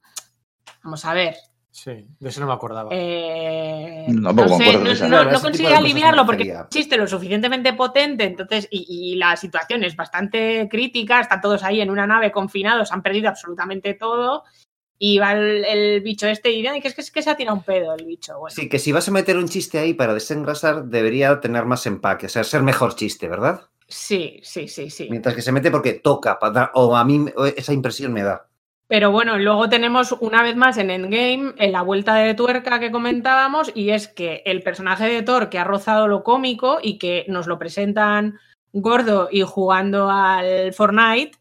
Vamos a ver. Sí, de eso no me acordaba. Eh, no, no, sé, no, esa, no, no consigue aliviarlo porque es un chiste lo suficientemente potente, entonces, y, y la situación es bastante crítica, están todos ahí en una nave confinados, han perdido absolutamente todo, y va el, el bicho este y dice que es, que es que se ha tirado un pedo el bicho. Bueno. Sí, que si vas a meter un chiste ahí para desengrasar, debería tener más empaque, o sea, ser mejor chiste, ¿verdad? Sí, sí, sí, sí. Mientras que se mete porque toca, para, o a mí esa impresión me da. Pero bueno, luego tenemos una vez más en Endgame en la vuelta de tuerca que comentábamos y es que el personaje de Thor que ha rozado lo cómico y que nos lo presentan gordo y jugando al Fortnite,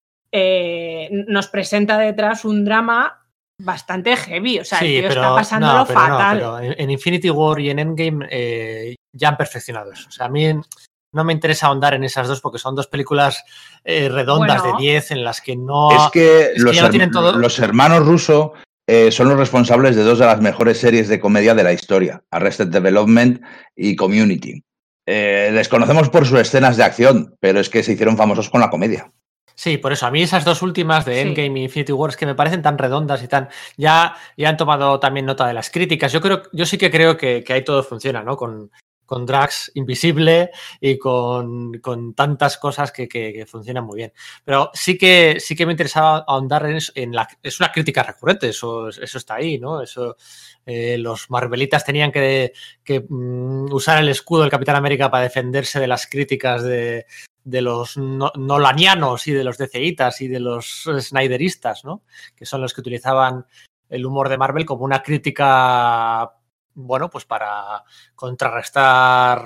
eh, nos presenta detrás un drama bastante heavy. O sea, sí, el tío pero, está pasándolo no, pero fatal. No, pero en Infinity War y en Endgame eh, ya han perfeccionado eso. O sea, a mí... No me interesa ahondar en esas dos porque son dos películas eh, redondas bueno, de diez en las que no... Es que, es los, que ya no tienen todo... los hermanos Russo eh, son los responsables de dos de las mejores series de comedia de la historia, Arrested Development y Community. Eh, les conocemos por sus escenas de acción, pero es que se hicieron famosos con la comedia. Sí, por eso, a mí esas dos últimas de Endgame sí. y Infinity War es que me parecen tan redondas y tan... Ya, ya han tomado también nota de las críticas. Yo creo, yo sí que creo que, que ahí todo funciona, ¿no? Con... con Drax invisible y con, con tantas cosas que, que, que funcionan muy bien. Pero sí que sí que me interesaba ahondar en, eso, en la... Es una crítica recurrente, eso, eso está ahí, ¿no? Eso, eh, los Marvelitas tenían que, que um, usar el escudo del Capitán América para defenderse de las críticas de, de los no, nolanianos y de los DCitas y de los Snyderistas, ¿no? Que son los que utilizaban el humor de Marvel como una crítica... bueno, pues para contrarrestar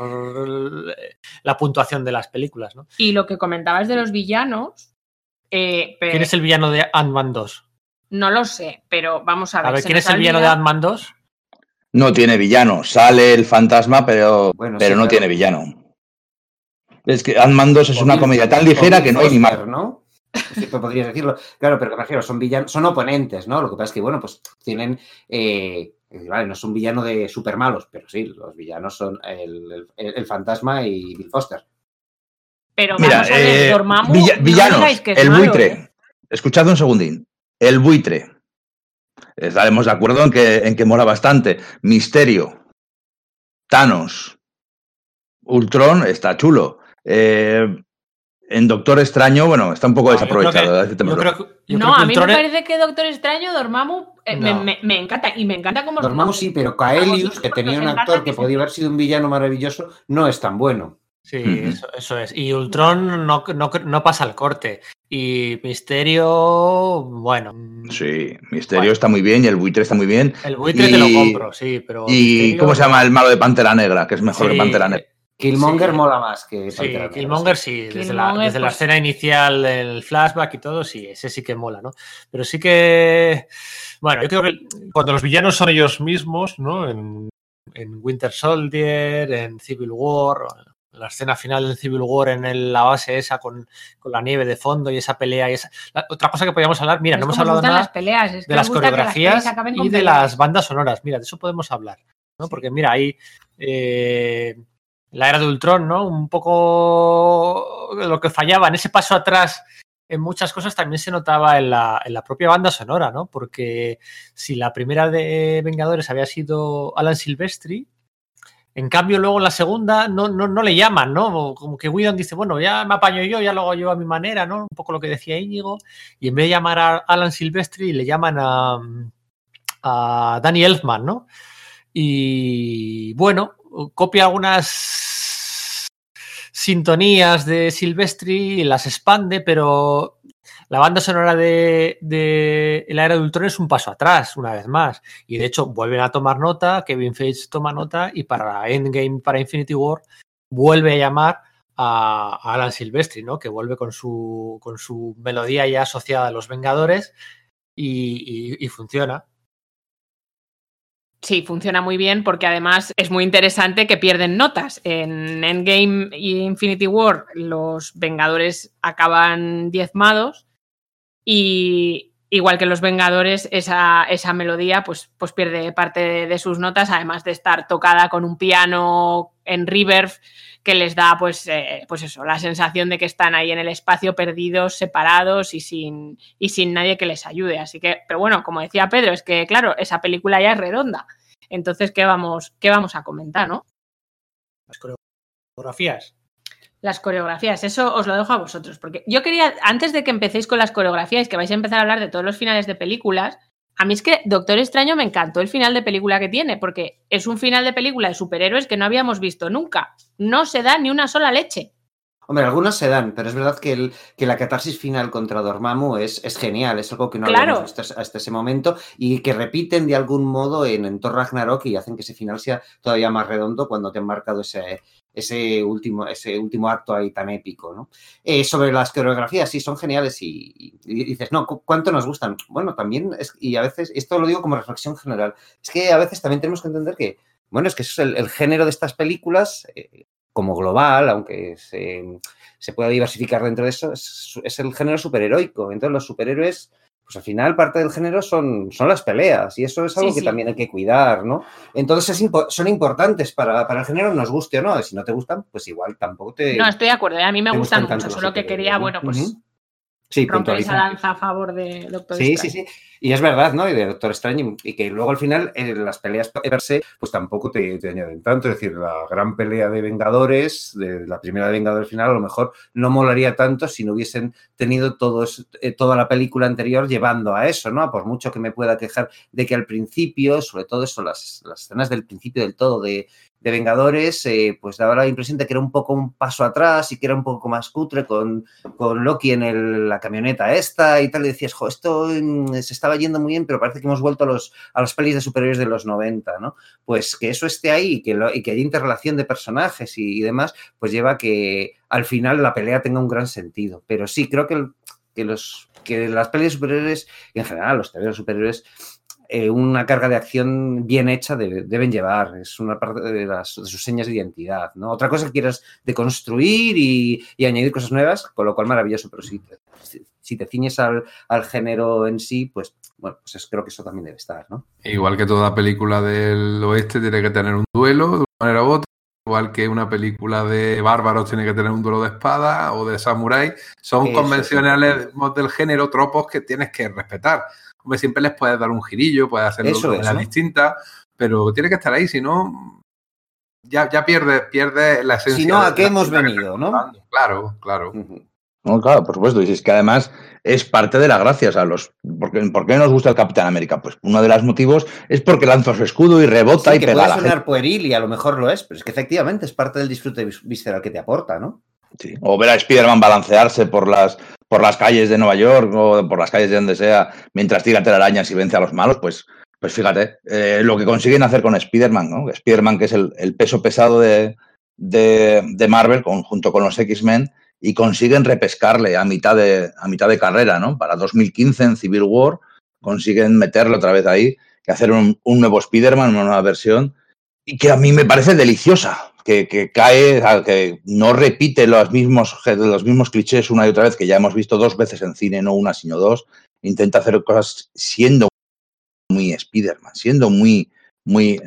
la puntuación de las películas, ¿no? Y lo que comentabas de los villanos... Eh, ¿Quién es el villano de Ant-Man dos? No lo sé, pero vamos a ver. A ver, ¿quién es el villano de Ant-Man dos? No tiene villano. Sale el fantasma, pero, bueno, pero sí, no claro. tiene villano. Es que Ant-Man dos es o una Bill, comedia tan ligera que no hay ni más. ¿No? Sí, podrías decirlo. Claro, pero que me refiero, son villanos, son oponentes, ¿no? Lo que pasa es que, bueno, pues tienen... Eh, vale, no es un villano de super malos, pero sí, los villanos son el, el, el fantasma y Bill Foster. Pero mira, vamos a ver, eh, Dormammu, vill villanos, no que es el malo, buitre. ¿eh? Escuchad un segundín. El buitre. Estaremos de acuerdo en que, en que mola bastante. Misterio. Thanos. Ultron está chulo. Eh, en Doctor Extraño, bueno, está un poco no, desaprovechado. Yo creo que, yo creo que, yo no, creo que a mí Ultron me parece que Doctor Extraño, Dormammu, eh, no. me, me, me encanta. Y me encanta como... Dormammu sí, pero Kaelius, que tenía un actor que podía haber sido un villano maravilloso, no es tan bueno. Sí, uh-huh. eso, eso es. Y Ultron no, no, no pasa el corte. Y Misterio, bueno. Sí, Misterio bueno. está muy bien y el buitre está muy bien. El buitre y, te lo compro, sí, pero. ¿Y Misterio, cómo se llama no. el malo de Pantera Negra? Que es mejor sí, que Pantera Negra. Killmonger sí. mola más que Pantera sí, Negra. Killmonger sí, desde, Killmonger, la, desde pues... la escena inicial del flashback y todo, sí, ese sí que mola, ¿no? Pero sí que. Bueno, yo creo que cuando los villanos son ellos mismos, ¿no? En, en Winter Soldier, en Civil War. La escena final del Civil War en el, la base esa con, con la nieve de fondo y esa pelea y esa... La, otra cosa que podríamos hablar, mira, no hemos hablado nada las peleas, es que de las coreografías las y de peleas. las bandas sonoras. Mira, de eso podemos hablar, ¿no? Porque mira, ahí eh, la era de Ultron, ¿no? Un poco lo que fallaba en ese paso atrás en muchas cosas también se notaba en la, en la propia banda sonora, ¿no? Porque si la primera de Vengadores había sido Alan Silvestri, en cambio, luego en la segunda no, no, no le llaman, ¿no? Como que Whedon dice, bueno, ya me apaño yo, ya lo hago yo a mi manera, ¿no? Un poco lo que decía Íñigo. Y en vez de llamar a Alan Silvestri, le llaman a, a Danny Elfman, ¿no? Y bueno, copia algunas sintonías de Silvestri y las expande, pero la banda sonora de, de La Era de Ultron es un paso atrás, una vez más. Y de hecho, vuelven a tomar nota, Kevin Feige toma nota y para Endgame, para Infinity War, vuelve a llamar a, a Alan Silvestri, ¿no? Que vuelve con su, con su melodía ya asociada a los Vengadores y, y, y funciona. Sí, funciona muy bien porque además es muy interesante que pierden notas. En Endgame y Infinity War los Vengadores acaban diezmados y igual que los Vengadores esa, esa melodía pues, pues pierde parte de, de sus notas, además de estar tocada con un piano en reverb que les da pues, eh, pues eso, la sensación de que están ahí en el espacio perdidos, separados y sin, y sin nadie que les ayude. Así que, pero bueno, como decía Pedro, es que claro, esa película ya es redonda. Entonces, ¿qué vamos, qué vamos a comentar, no? Las coreografías. Las coreografías, eso os lo dejo a vosotros, porque yo quería, antes de que empecéis con las coreografías, que vais a empezar a hablar de todos los finales de películas, a mí es que Doctor Extraño me encantó el final de película que tiene, porque es un final de película de superhéroes que no habíamos visto nunca. No se da ni una sola leche. Hombre, algunos se dan, pero es verdad que, el, que la catarsis final contra Dormammu es, es genial, es algo que no claro. habíamos visto hasta ese momento y que repiten de algún modo en, en Thor Ragnarok y hacen que ese final sea todavía más redondo cuando te han marcado ese, ese, último, ese último acto ahí tan épico, ¿no? Eh, sobre las coreografías, sí, son geniales y, y, y dices, no, ¿cuánto nos gustan? Bueno, también, es, y a veces, esto lo digo como reflexión general, es que a veces también tenemos que entender que, bueno, es que eso es el, el género de estas películas... Eh, como global, aunque se, se pueda diversificar dentro de eso, es, es el género superheroico. Entonces los superhéroes, pues al final parte del género son, son las peleas y eso es algo sí, que sí. también hay que cuidar, ¿no? Entonces es impo- son importantes para, para el género, nos guste o no. Si no te gustan, pues igual tampoco te... No, estoy de acuerdo, a mí me gustan mucho, solo que quería, bueno, pues... Uh-huh. Sí, romper esa lanza a favor de Doctor sí, Strange. Sí, sí, sí. Y es verdad, ¿no? Y de Doctor Strange, y que luego al final eh, las peleas per se, pues tampoco te, te añaden tanto. Es decir, la gran pelea de Vengadores, de la primera de Vengadores final, a lo mejor no molaría tanto si no hubiesen tenido todos, eh, toda la película anterior llevando a eso, ¿no? Por mucho que me pueda quejar de que al principio, sobre todo eso, las, las escenas del principio del todo de... de Vengadores, eh, pues daba la impresión de que era un poco un paso atrás y que era un poco más cutre con, con Loki en el, la camioneta esta y tal, y decías, jo, esto mm, se estaba yendo muy bien, pero parece que hemos vuelto a, los, a las pelis de superhéroes de los noventa, ¿no? Pues que eso esté ahí y que, lo, y que haya interrelación de personajes y, y demás, pues lleva a que al final la pelea tenga un gran sentido. Pero sí, creo que, el, que, los, que las pelis de superhéroes, y en general los tebeos superhéroes, Eh, una carga de acción bien hecha de, deben llevar, es una parte de, las, de sus señas de identidad, ¿no? Otra cosa que quieras deconstruir y, y añadir cosas nuevas, con lo cual maravilloso, pero si te, si te ciñes al, al género en sí, pues bueno, pues es, creo que eso también debe estar, ¿no? Igual que toda película del oeste tiene que tener un duelo de una manera u otra, igual que una película de bárbaros tiene que tener un duelo de espada o de samurái, son eso, convencionales sí. del género, tropos que tienes que respetar. Hombre, siempre les puedes dar un girillo, puedes hacerlo Eso de es, manera ¿no? distinta, pero tiene que estar ahí, si no, ya, ya pierde, pierde la esencia. Si no, ¿a qué hemos venido, no? Claro, claro. Uh-huh. No, claro, por supuesto. Y es que además es parte de la gracia. O sea, los, ¿por, qué, ¿Por qué nos gusta el Capitán América? Pues uno de los motivos es porque lanza su escudo y rebota sí, y que pega a la puede sonar gente. pueril y a lo mejor lo es, pero es que efectivamente es parte del disfrute visceral que te aporta, ¿no? Sí. O ver a Spider-Man balancearse por las, por las calles de Nueva York o por las calles de donde sea mientras tira telarañas y vence a los malos, pues, pues fíjate, eh, lo que consiguen hacer con Spider-Man, ¿no? Spider-Man, que es el, el peso pesado de, de, de Marvel, con, junto con los X-Men, y consiguen repescarle a mitad de, a mitad de carrera, ¿no? Para dos mil quince en Civil War consiguen meterlo otra vez ahí y hacer un, un nuevo Spider-Man, una nueva versión, y que a mí me parece deliciosa, que, que cae, que no repite los mismos, los mismos clichés una y otra vez, que ya hemos visto dos veces en cine, no una sino dos. Intenta hacer cosas siendo muy Spider-Man, siendo muy, muy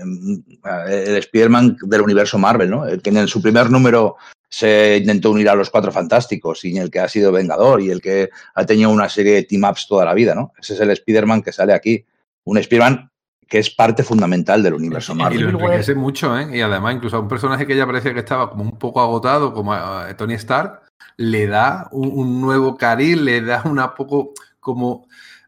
el Spider-Man del universo Marvel, ¿no? El que en su primer número se intentó unir a los Cuatro Fantásticos y en el que ha sido Vengador y el que ha tenido una serie de team-ups toda la vida, ¿no? Ese es el Spider-Man que sale aquí. Un Spider-Man que es parte fundamental del universo Marvel. Y lo enriquece mucho, ¿eh? Y además, incluso a un personaje que ya parecía que estaba como un poco agotado, como a Tony Stark, le da un, un nuevo cariz, le da una poco como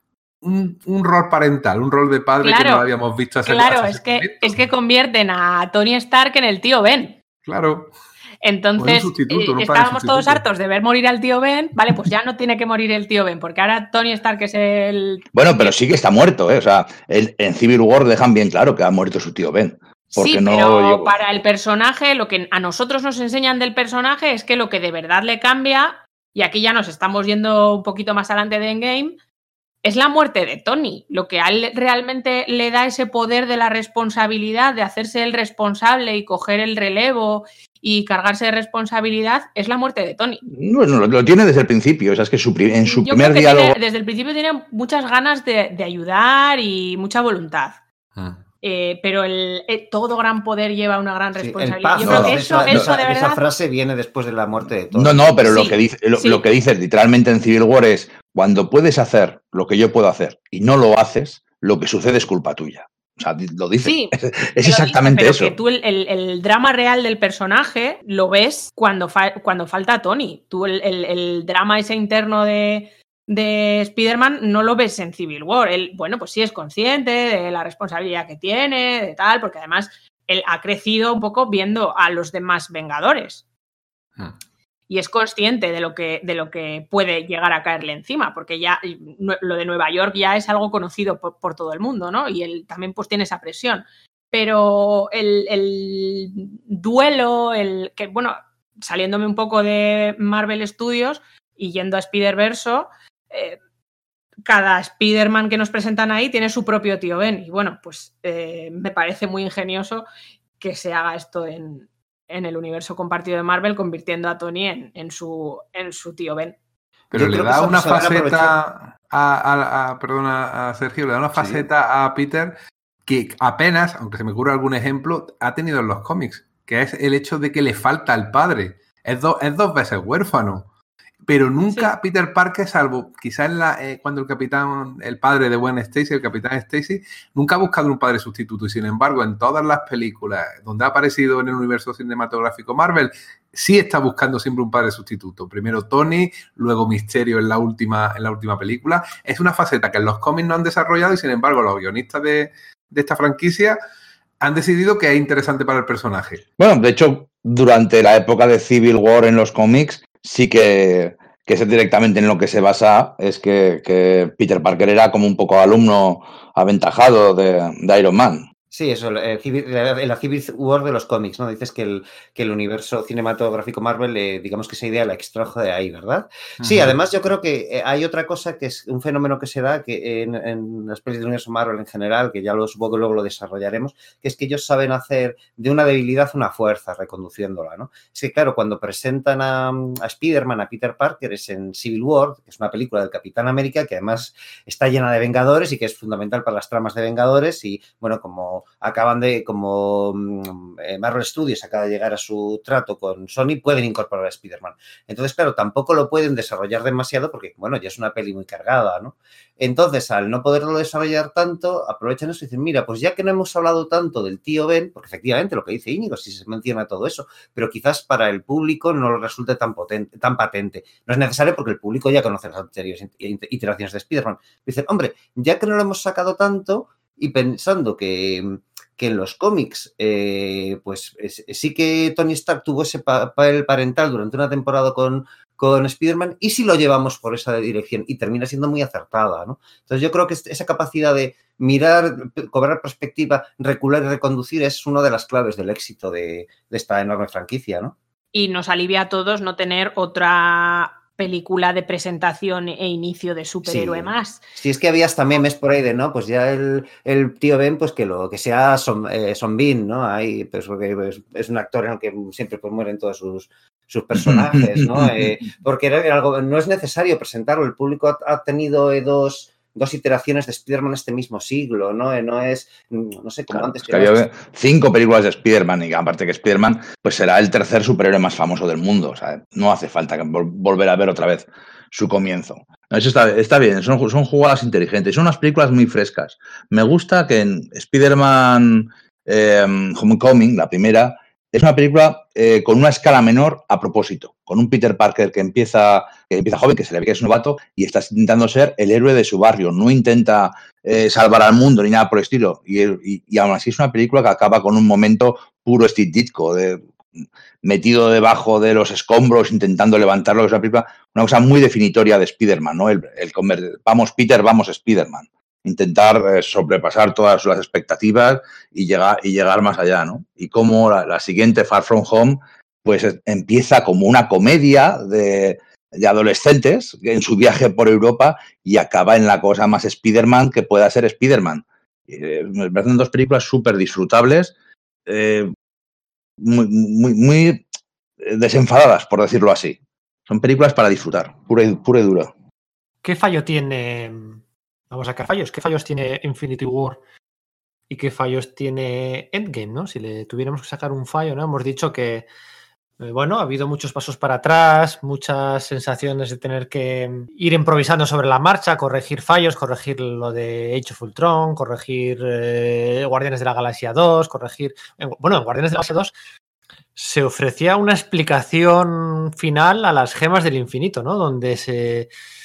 un, un rol parental, un rol de padre claro, que no lo habíamos visto hace Claro, es que, es que convierten a Tony Stark en el tío Ben. Claro. Entonces, eh, estábamos todos hartos de ver morir al tío Ben. Vale, pues ya no tiene que morir el tío Ben, porque ahora Tony Stark es el... Bueno, pero sí que está muerto, ¿eh? O sea, el, en Civil War dejan bien claro que ha muerto su tío Ben. Sí, no, pero yo... para el personaje, lo que a nosotros nos enseñan del personaje es que lo que de verdad le cambia, y aquí ya nos estamos yendo un poquito más adelante de Endgame, es la muerte de Tony. Lo que a él realmente le da ese poder de la responsabilidad, de hacerse el responsable y coger el relevo y cargarse de responsabilidad, es la muerte de Tony. Bueno, lo, lo tiene desde el principio. O sea, es que su, en su Yo primer creo que diálogo... tiene, desde el principio tiene muchas ganas de, de ayudar y mucha voluntad. Ah. Eh, pero el, eh, todo gran poder lleva una gran responsabilidad. Sí, Yo creo que eso, eso, eso no, de verdad... Esa frase viene después de la muerte de Tony. No, no, pero sí, lo, que dice, lo, sí. lo que dices literalmente en Civil War es: cuando puedes hacer lo que yo puedo hacer y no lo haces, lo que sucede es culpa tuya. O sea, lo dice. Sí, es, es exactamente dice, pero eso. Que tú el, el, el drama real del personaje lo ves cuando, fa cuando falta Tony. Tú el, el, el drama ese interno de, de Spider-Man no lo ves en Civil War. Él, bueno, pues sí es consciente de la responsabilidad que tiene, de tal, porque además él ha crecido un poco viendo a los demás Vengadores. Hmm. Y es consciente de lo, que, de lo que puede llegar a caerle encima, porque ya lo de Nueva York ya es algo conocido por, por todo el mundo, ¿no? Y él también pues tiene esa presión. Pero el, el duelo, el que, bueno, saliéndome un poco de Marvel Studios y yendo a Spider-Verse, eh, cada Spider-Man que nos presentan ahí tiene su propio tío Ben. Y bueno, pues eh, me parece muy ingenioso que se haga esto en... en el universo compartido de Marvel, convirtiendo a Tony en, en, su, en su tío Ben. Pero Yo le da una faceta a, a, a, perdona, a Sergio, le da una faceta sí. a Peter que apenas, aunque se me ocurra algún ejemplo, ha tenido en los cómics, que es el hecho de que le falta al padre. Es, do, es dos veces huérfano. Pero nunca sí. Peter Parker, salvo quizás eh, cuando el capitán, el padre de Gwen Stacy, el capitán Stacy, nunca ha buscado un padre sustituto. Y sin embargo, en todas las películas donde ha aparecido en el universo cinematográfico Marvel, sí está buscando siempre un padre sustituto. Primero Tony, luego Mysterio en la última, en la última película. Es una faceta que en los cómics no han desarrollado y sin embargo los guionistas de, de esta franquicia han decidido que es interesante para el personaje. Bueno, de hecho, durante la época de Civil War en los cómics, sí que, que es directamente en lo que se basa, es que, que Peter Parker era como un poco alumno aventajado de, de Iron Man. Sí, eso, en la Civil War de los cómics, ¿no? Dices que el, que el universo cinematográfico Marvel, eh, digamos que esa idea la extrajo de ahí, ¿verdad? Uh-huh. Sí, además yo creo que hay otra cosa que es un fenómeno que se da que en, en las películas del universo Marvel en general, que ya lo supongo que luego lo desarrollaremos, que es que ellos saben hacer de una debilidad una fuerza, reconduciéndola, ¿no? Es que, claro, cuando presentan a, a Spider-Man, a Peter Parker, es en Civil War, que es una película del Capitán América, que además está llena de Vengadores y que es fundamental para las tramas de Vengadores y, bueno, como como acaban de, como eh, Marvel Studios acaba de llegar a su trato con Sony, pueden incorporar a Spider-Man. Entonces, claro, tampoco lo pueden desarrollar demasiado porque, bueno, ya es una peli muy cargada, ¿no? Entonces, al no poderlo desarrollar tanto, aprovechan eso y dicen, mira, pues ya que no hemos hablado tanto del tío Ben, porque efectivamente lo que dice Íñigo, sí se menciona todo eso, pero quizás para el público no lo resulte tan potente, tan patente. No es necesario porque el público ya conoce las anteriores iteraciones de Spider-Man. Dicen, hombre, ya que no lo hemos sacado tanto y pensando que, que en los cómics, eh, pues es, sí que Tony Stark tuvo ese papel parental durante una temporada con, con Spider-Man, y si lo llevamos por esa dirección y termina siendo muy acertada, ¿no? Entonces yo creo que esa capacidad de mirar, cobrar perspectiva, recular y reconducir es una de las claves del éxito de, de esta enorme franquicia, ¿no? Y nos alivia a todos no tener otra película de presentación e inicio de superhéroe sí. más. Sí, es que había hasta memes por ahí de, ¿no? Pues ya el, el tío Ben, pues que lo que sea Son, eh, Son Bean, ¿no? Ahí, pues porque pues, es un actor en el que siempre pues, mueren todos sus, sus personajes, ¿no? Eh, porque era, era algo, no es necesario presentarlo. El público ha, ha tenido eh, dos... dos iteraciones de Spider-Man este mismo siglo, ¿no? No es, no sé, como claro, antes. Es que había cinco películas de Spider-Man y aparte que Spider-Man pues será el tercer superhéroe más famoso del mundo, o sea, no hace falta volver a ver otra vez su comienzo. No, eso está, está bien, son, son jugadas inteligentes, son unas películas muy frescas. Me gusta que en Spider-Man eh, Homecoming, la primera, es una película eh, con una escala menor a propósito, con un Peter Parker que empieza, que empieza joven, que se le ve que es novato y está intentando ser el héroe de su barrio, no intenta eh, salvar al mundo ni nada por el estilo. Y, y, y aún así es una película que acaba con un momento puro Steve Ditko, de, metido debajo de los escombros, intentando levantarlo. Es una película, una cosa muy definitoria de Spider-Man, ¿no? El, el, vamos Peter, vamos Spider-Man. Intentar eh, sobrepasar todas las expectativas y llegar, y llegar más allá, ¿no? Y como la, la siguiente, Far From Home, pues eh, empieza como una comedia de, de adolescentes en su viaje por Europa y acaba en la cosa más Spider-Man que pueda ser Spider-Man. Eh, me parecen dos películas súper disfrutables, eh, muy, muy, muy desenfadadas, por decirlo así. Son películas para disfrutar, pura y, pura y dura. ¿Qué fallo tiene... Vamos a sacar fallos. ¿Qué fallos tiene Infinity War y qué fallos tiene Endgame, ¿no? Si le tuviéramos que sacar un fallo, ¿no? Hemos dicho que, eh, bueno, ha habido muchos pasos para atrás, muchas sensaciones de tener que ir improvisando sobre la marcha, corregir fallos, corregir lo de Age of Ultron, corregir eh, Guardianes de la Galaxia dos, corregir... Bueno, en Guardianes de la Galaxia dos se ofrecía una explicación final a las gemas del infinito, ¿no? Donde se...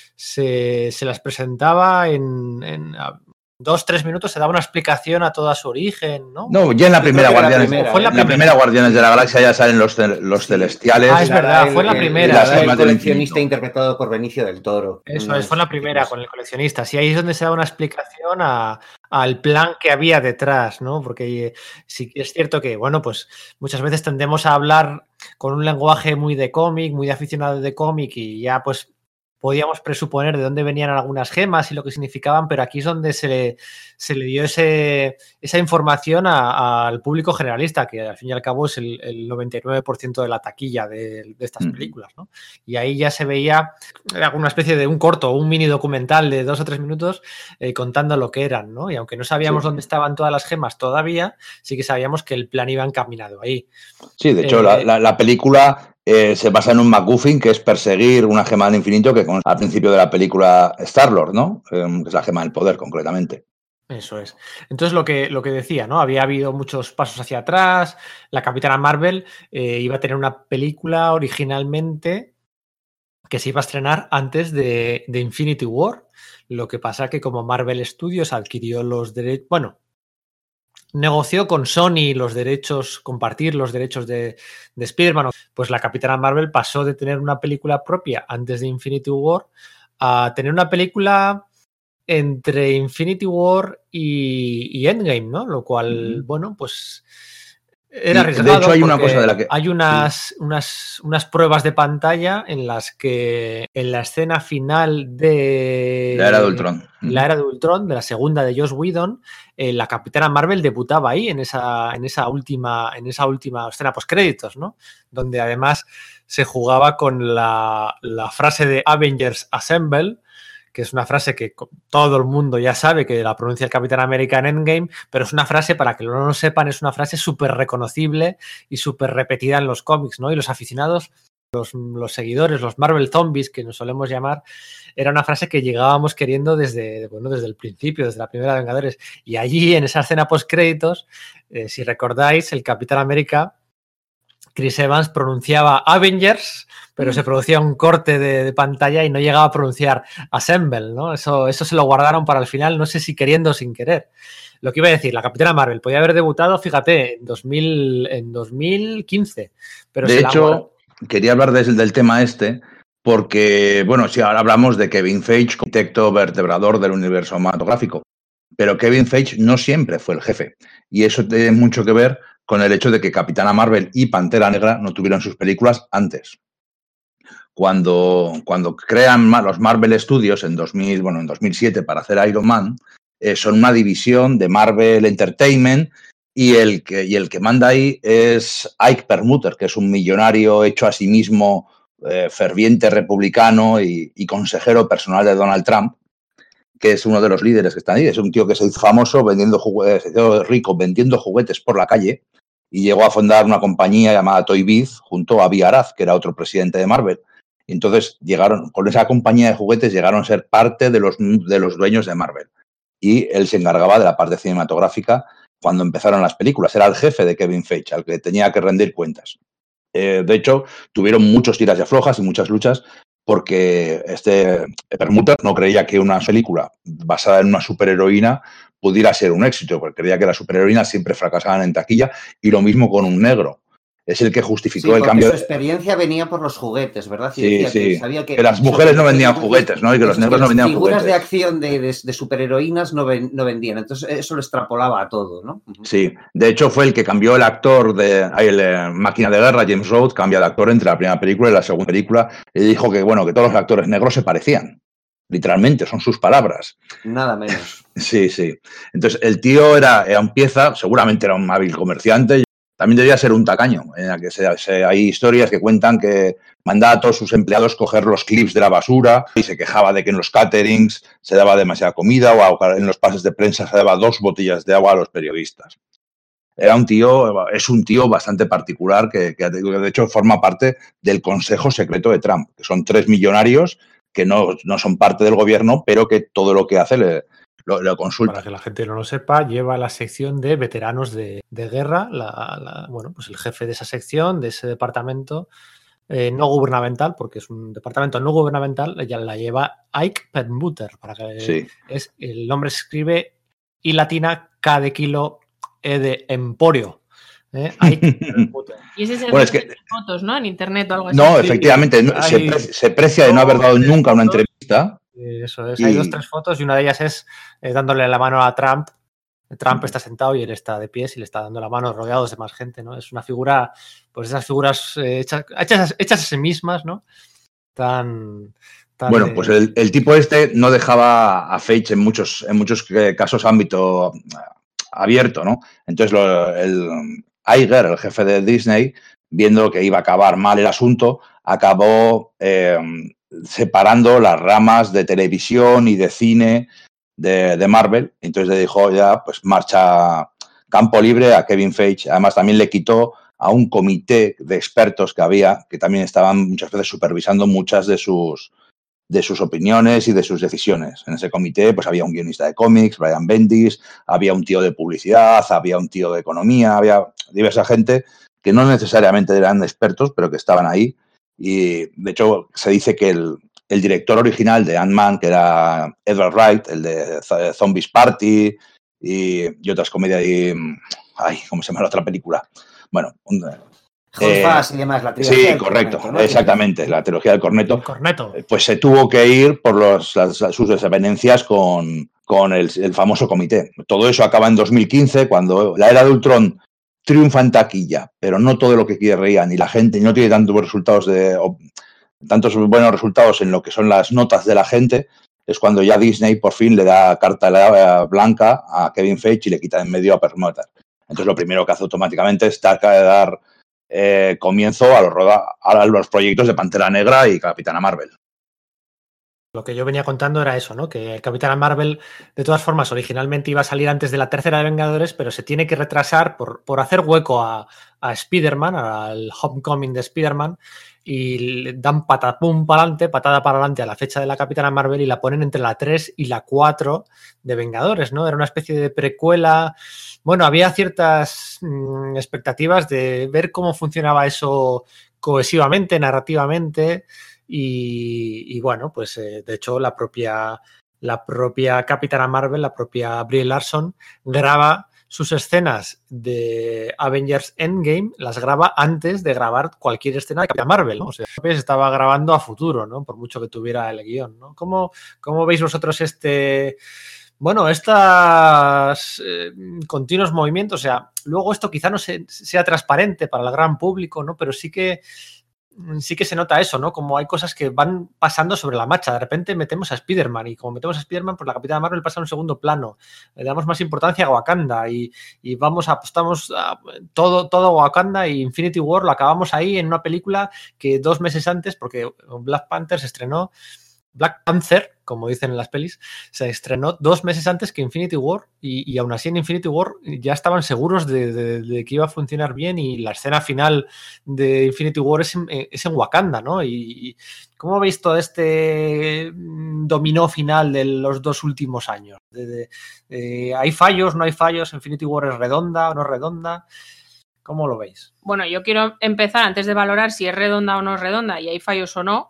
Se, se las presentaba en, en dos, tres minutos, se daba una explicación a toda su origen, ¿no? No, ya en la primera Guardianes, la primera, fue en la, ¿eh? la primera Guardianes de la Galaxia ya salen los, los sí. celestiales. Ah, es verdad, fue en la primera. El, el coleccionista interpretado por Benicio del Toro. Eso es, fue en la primera con el coleccionista. Sí, ahí es donde se da una explicación a, al plan que había detrás, ¿no? Porque sí es cierto que, bueno, pues muchas veces tendemos a hablar con un lenguaje muy de cómic, muy de aficionado de cómic y ya pues podíamos presuponer de dónde venían algunas gemas y lo que significaban, pero aquí es donde se le, se le dio ese, esa información a, a, al público generalista, que al fin y al cabo es el, el noventa y nueve por ciento de la taquilla de, de estas películas, ¿no? Y ahí ya se veía alguna especie de un corto, un mini documental de dos o tres minutos eh, contando lo que eran, ¿no? Y aunque no sabíamos sí. dónde estaban todas las gemas todavía, sí que sabíamos que el plan iba encaminado ahí. Sí, de hecho, eh, la, la, la película... Eh, se basa en un MacGuffin, que es perseguir una gema del infinito, que con, al principio de la película Star-Lord, ¿no? Eh, que es la gema del poder, concretamente. Eso es. Entonces, lo que, lo que decía, ¿no? Había habido muchos pasos hacia atrás. La Capitana Marvel eh, iba a tener una película originalmente que se iba a estrenar antes de, de Infinity War. Lo que pasa que como Marvel Studios adquirió los derechos... Bueno, negoció con Sony los derechos, compartir los derechos de, de Spider-Man, pues la Capitana Marvel pasó de tener una película propia antes de Infinity War a tener una película entre Infinity War y, y Endgame, ¿no? Lo cual, mm-hmm. bueno, pues era arriesgado. De hecho, hay una cosa de la que... Hay unas, sí. unas, unas pruebas de pantalla en las que en la escena final de... La era de Ultron. La era de Ultron, de la segunda de Joss Whedon, eh, la Capitana Marvel debutaba ahí en esa, en esa última, en esa última escena postcréditos, ¿no? Donde además se jugaba con la, la frase de Avengers Assemble, que es una frase que todo el mundo ya sabe que la pronuncia el Capitán América en Endgame, pero es una frase, para que no lo sepan, es una frase súper reconocible y súper repetida en los cómics, ¿no? Y los aficionados, los, los seguidores, los Marvel Zombies, que nos solemos llamar, era una frase que llegábamos queriendo desde, bueno, desde el principio, desde la primera Vengadores. Y allí, en esa escena post-créditos, eh, si recordáis, el Capitán América, Chris Evans, pronunciaba Avengers, pero mm. se producía un corte de, de pantalla y no llegaba a pronunciar Assemble, ¿no? Eso, eso se lo guardaron para el final, no sé si queriendo o sin querer. Lo que iba a decir, la Capitana Marvel podía haber debutado, fíjate, en, dos mil, en dos mil quince. Pero de hecho, la... quería hablar de, del tema este, porque, bueno, si ahora hablamos de Kevin Feige, arquitecto vertebrador del universo cinematográfico, pero Kevin Feige no siempre fue el jefe. Y eso tiene mucho que ver con el hecho de que Capitana Marvel y Pantera Negra no tuvieron sus películas antes. Cuando, cuando crean los Marvel Studios en, dos mil, bueno, en dos mil siete para hacer Iron Man, eh, son una división de Marvel Entertainment y el, que, y el que manda ahí es Ike Perlmutter, que es un millonario hecho a sí mismo, eh, ferviente republicano y, y consejero personal de Donald Trump, que es uno de los líderes que están ahí. Es un tío que se hizo famoso vendiendo juguetes, se hizo rico vendiendo juguetes por la calle y llegó a fundar una compañía llamada Toy Biz junto a Avi Arad, que era otro presidente de Marvel. Y entonces llegaron, con esa compañía de juguetes llegaron a ser parte de los, de los dueños de Marvel. Y él se encargaba de la parte cinematográfica cuando empezaron las películas. Era el jefe de Kevin Feige, al que tenía que rendir cuentas. Eh, de hecho, tuvieron muchos tiras y aflojas y muchas luchas porque este Perlmutter no creía que una película basada en una superheroína pudiera ser un éxito, porque creía que las superheroínas siempre fracasaban en taquilla, y lo mismo con un negro. Es el que justificó sí, el cambio. Su experiencia venía por los juguetes, ¿verdad? Y sí, decía sí. Que, sabía que, que las mujeres no vendían juguetes, ¿no? Y que los negros no vendían juguetes. Las figuras de acción de, de, de superheroínas no, ven, no vendían, entonces eso lo extrapolaba a todo, ¿no? Sí, de hecho fue el que cambió el actor de el, eh, Máquina de Guerra, James Rhodes, cambia de actor entre la primera película y la segunda película, y dijo que, bueno, que todos los actores negros se parecían. Literalmente, son sus palabras. Nada menos. Sí, sí. Entonces, el tío era, era un pieza, seguramente era un hábil comerciante. También debía ser un tacaño, en la que se, se, hay historias que cuentan que mandaba a todos sus empleados coger los clips de la basura y se quejaba de que en los caterings se daba demasiada comida o en los pases de prensa se daba dos botellas de agua a los periodistas. Era un tío, es un tío bastante particular que, que de hecho forma parte del Consejo Secreto de Trump, que son tres millonarios que no, no son parte del gobierno, pero que todo lo que hace le... Lo, lo consulta. Para que la gente no lo sepa, lleva la sección de veteranos de, de guerra, la, la, bueno, pues el jefe de esa sección, de ese departamento eh, no gubernamental, porque es un departamento no gubernamental, ya la lleva Ike Perlmutter, para que sí. es, el nombre se escribe I latina, K de kilo, E de emporio. ¿eh? Ike Perlmutter. Y ese es el bueno, de es que... fotos, ¿no? En internet o algo así. No, sí, efectivamente, hay... se, pre se precia de no haber dado nunca una entrevista. Eso es, y... hay dos, tres fotos y una de ellas es eh, dándole la mano a Trump. Trump está sentado y él está de pies y le está dando la mano rodeados de más gente, ¿no? Es una figura, pues esas figuras eh, hechas, hechas, hechas a sí mismas, ¿no? Tan... tan bueno, de... pues el, el tipo este no dejaba a Feige en muchos, en muchos casos ámbito abierto, ¿no? Entonces lo, el Iger, el jefe de Disney, viendo que iba a acabar mal el asunto, acabó... Eh, separando las ramas de televisión y de cine de, de Marvel. Entonces le dijo ya, pues marcha campo libre a Kevin Feige. Además también le quitó a un comité de expertos que había, que también estaban muchas veces supervisando muchas de sus, de sus opiniones y de sus decisiones. En ese comité pues había un guionista de cómics, Brian Bendis, había un tío de publicidad, había un tío de economía, había diversa gente que no necesariamente eran expertos, pero que estaban ahí. Y, de hecho, se dice que el, el director original de Ant-Man, que era Edward Wright, el de Zombies Party y, y otras comedias, y, ay, ¿cómo se llama la otra película? Bueno, un, eh, y demás, la trilogía sí, del correcto, corneto, ¿no? exactamente, la trilogía del corneto. El corneto. Pues se tuvo que ir por los, las, sus desavenencias con, con el, el famoso comité. Todo eso acaba en dos mil quince, cuando la era de Ultron triunfa en taquilla, pero no todo lo que querrían y la gente no tiene tantos resultados de o, tantos buenos resultados en lo que son las notas de la gente, es cuando ya Disney por fin le da carta blanca a Kevin Feige y le quita en medio a Perlmutter. Entonces lo primero que hace automáticamente es dar eh, comienzo a los, roda, a los proyectos de Pantera Negra y Capitana Marvel. Lo que yo venía contando era eso, ¿no? Que Capitana Marvel, de todas formas, originalmente iba a salir antes de la tercera de Vengadores, pero se tiene que retrasar por, por hacer hueco a, a Spider-Man, al Homecoming de Spider-Man, y le dan patapum para adelante, patada para adelante a la fecha de la Capitana Marvel y la ponen entre la tres y la cuatro de Vengadores, ¿no? Era una especie de precuela. Bueno, había ciertas mmm, expectativas de ver cómo funcionaba eso cohesivamente, narrativamente. Y, y bueno, pues eh, de hecho la propia, la propia Capitana Marvel, la propia Brie Larson, graba sus escenas de Avengers Endgame, las graba antes de grabar cualquier escena de Capitana Marvel, ¿no? O sea, se estaba grabando a futuro, ¿no? Por mucho que tuviera el guión, ¿no? ¿Cómo, cómo veis vosotros este... Bueno, estos eh, continuos movimientos? O sea, luego esto quizá no se, sea transparente para el gran público, ¿no? Pero sí que sí que se nota eso, ¿no? Como hay cosas que van pasando sobre la marcha. De repente metemos a Spider-Man y como metemos a Spider-Man, pues la Capitana Marvel pasa a un segundo plano. Le damos más importancia a Wakanda y, y vamos, apostamos a todo, todo Wakanda y Infinity War lo acabamos ahí en una película que dos meses antes, porque Black Panther se estrenó, Black Panther, como dicen en las pelis, se estrenó dos meses antes que Infinity War y, y aún así en Infinity War ya estaban seguros de, de, de que iba a funcionar bien y la escena final de Infinity War es en, es en Wakanda, ¿no? Y, y ¿cómo veis todo este dominó final de los dos últimos años? De, de, de, ¿hay fallos, no hay fallos? ¿Infinity War es redonda o no es redonda? ¿Cómo lo veis? Bueno, yo quiero empezar, antes de valorar si es redonda o no es redonda y hay fallos o no,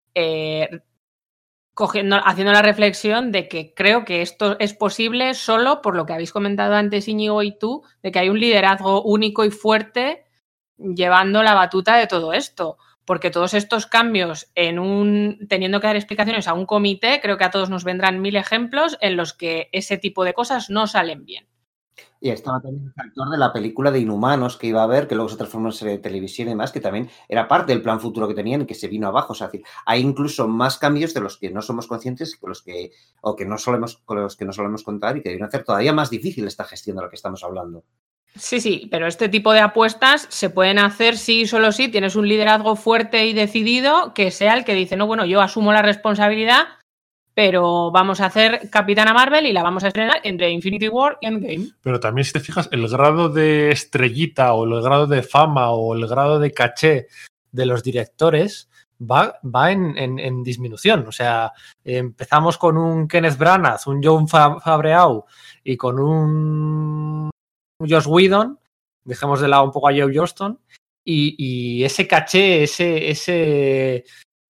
eh, Cogiendo, haciendo la reflexión de que creo que esto es posible solo por lo que habéis comentado antes, Íñigo y tú, de que hay un liderazgo único y fuerte llevando la batuta de todo esto. Porque todos estos cambios en un teniendo que dar explicaciones a un comité, creo que a todos nos vendrán mil ejemplos en los que ese tipo de cosas no salen bien. Y estaba también el factor de la película de Inhumanos que iba a haber, que luego se transformó en serie de televisión y demás, que también era parte del plan futuro que tenían y que se vino abajo. O sea, hay incluso más cambios de los que no somos conscientes con los que, o que no solemos, con los que no solemos contar y que deben hacer todavía más difícil esta gestión de la que estamos hablando. Sí, sí, pero este tipo de apuestas se pueden hacer sí, solo sí, tienes un liderazgo fuerte y decidido que sea el que dice, no, bueno, yo asumo la responsabilidad, pero vamos a hacer Capitana Marvel y la vamos a estrenar entre Infinity War y Endgame. Pero también, si te fijas, el grado de estrellita o el grado de fama o el grado de caché de los directores va, va en, en, en disminución. O sea, empezamos con un Kenneth Branagh, un Jon Favreau y con un Joss Whedon, dejemos de lado un poco a Joe Johnston, y, y ese caché, ese, ese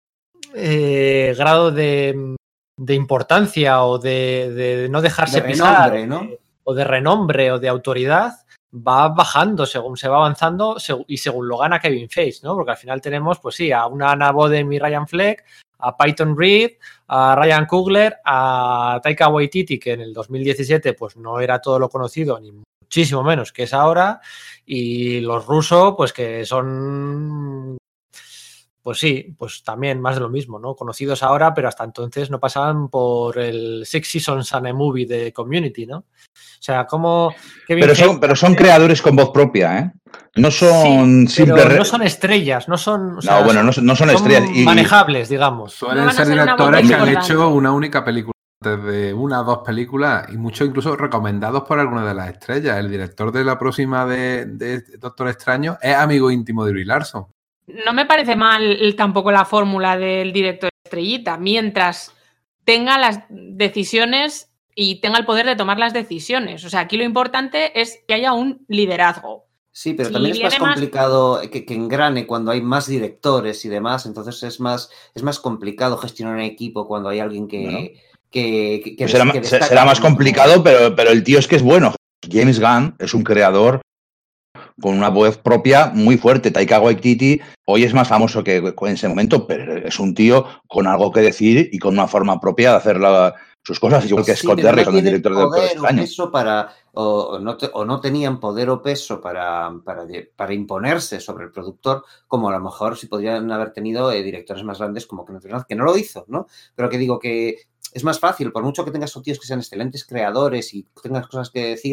eh, grado de... de importancia o de, de no dejarse de pisar renombre, ¿no? de, o de renombre o de autoridad va bajando según se va avanzando y según lo gana Kevin Feige, ¿no? Porque al final tenemos, pues sí, a una Anna Boden y Ryan Fleck, a Peyton Reed, a Ryan Coogler, a Taika Waititi, que en el dos mil diecisiete pues no era todo lo conocido, ni muchísimo menos que es ahora, y los rusos, pues que son... Pues sí, pues también más de lo mismo, ¿no? Conocidos ahora, pero hasta entonces no pasaban por el Six Seasons and a Movie de Community, ¿no? O sea, como... Pero son, pero son creadores con voz propia, ¿eh? No son sí, simples... Pero no son estrellas, no son... O no, sea, bueno, no, no son estrellas. Son manejables, digamos. Suelen no ser ser directores que han importante. hecho una única película, desde una o dos películas, y muchos incluso recomendados por alguna de las estrellas. El director de la próxima de, de Doctor Extraño es amigo íntimo de Brie Larson. No me parece mal tampoco la fórmula del director estrellita, mientras tenga las decisiones y tenga el poder de tomar las decisiones. O sea, aquí lo importante es que haya un liderazgo. Sí, pero Si también es más viene más- complicado que, que engrane cuando hay más directores y demás, entonces es más, es más complicado gestionar un equipo cuando hay alguien que... Bueno. que, que- que Pues será, que se- destaca será más como- complicado, pero, pero el tío es que es bueno. James Gunn es un creador con una voz propia muy fuerte. Taika Waititi hoy es más famoso que en ese momento, pero es un tío con algo que decir y con una forma propia de hacer la, sus cosas, igual que Sí, Scott pero no Derrickson, el tienen director de Doctor poder o Extraño. peso para, o, o no te- o no tenían poder o peso para, para, para imponerse sobre el productor, como a lo mejor si podrían haber tenido eh, directores más grandes como Kenneth Branagh, que no lo hizo, ¿no? Pero que digo que es más fácil, por mucho que tengas tíos que sean excelentes creadores y tengas cosas que decir,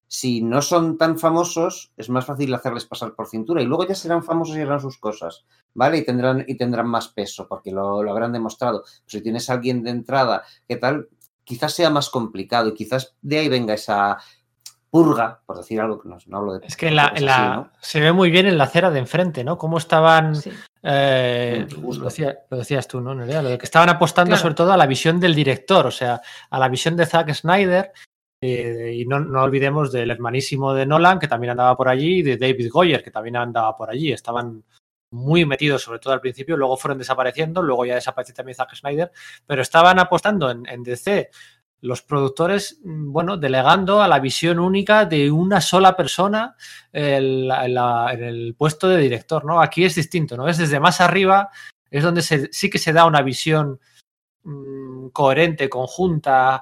si no son tan famosos, es más fácil hacerles pasar por cintura y luego ya serán famosos y harán sus cosas, ¿vale? Y tendrán, y tendrán más peso porque lo, lo habrán demostrado. Si tienes a alguien de entrada, ¿qué tal? Quizás sea más complicado y quizás de ahí venga esa purga, por decir algo que no, no hablo de... Es que en la, en la, así, ¿no? Se ve muy bien en la acera de enfrente, ¿no? Cómo estaban... Sí. Eh, lo, decía, lo decías tú, ¿no, Nerea? Lo de que estaban apostando claro. sobre todo a la visión del director, o sea, a la visión de Zack Snyder. Eh, y no, no olvidemos del hermanísimo de Nolan, que también andaba por allí, y de David Goyer, que también andaba por allí. Estaban muy metidos, sobre todo al principio, luego fueron desapareciendo, luego ya desapareció también Zack Snyder, pero estaban apostando en, en D C, los productores, bueno, delegando a la visión única de una sola persona en, la, en, la, en el puesto de director, ¿no? Aquí es distinto, ¿no? Es desde más arriba, es donde se, sí que se da una visión mmm, coherente, conjunta,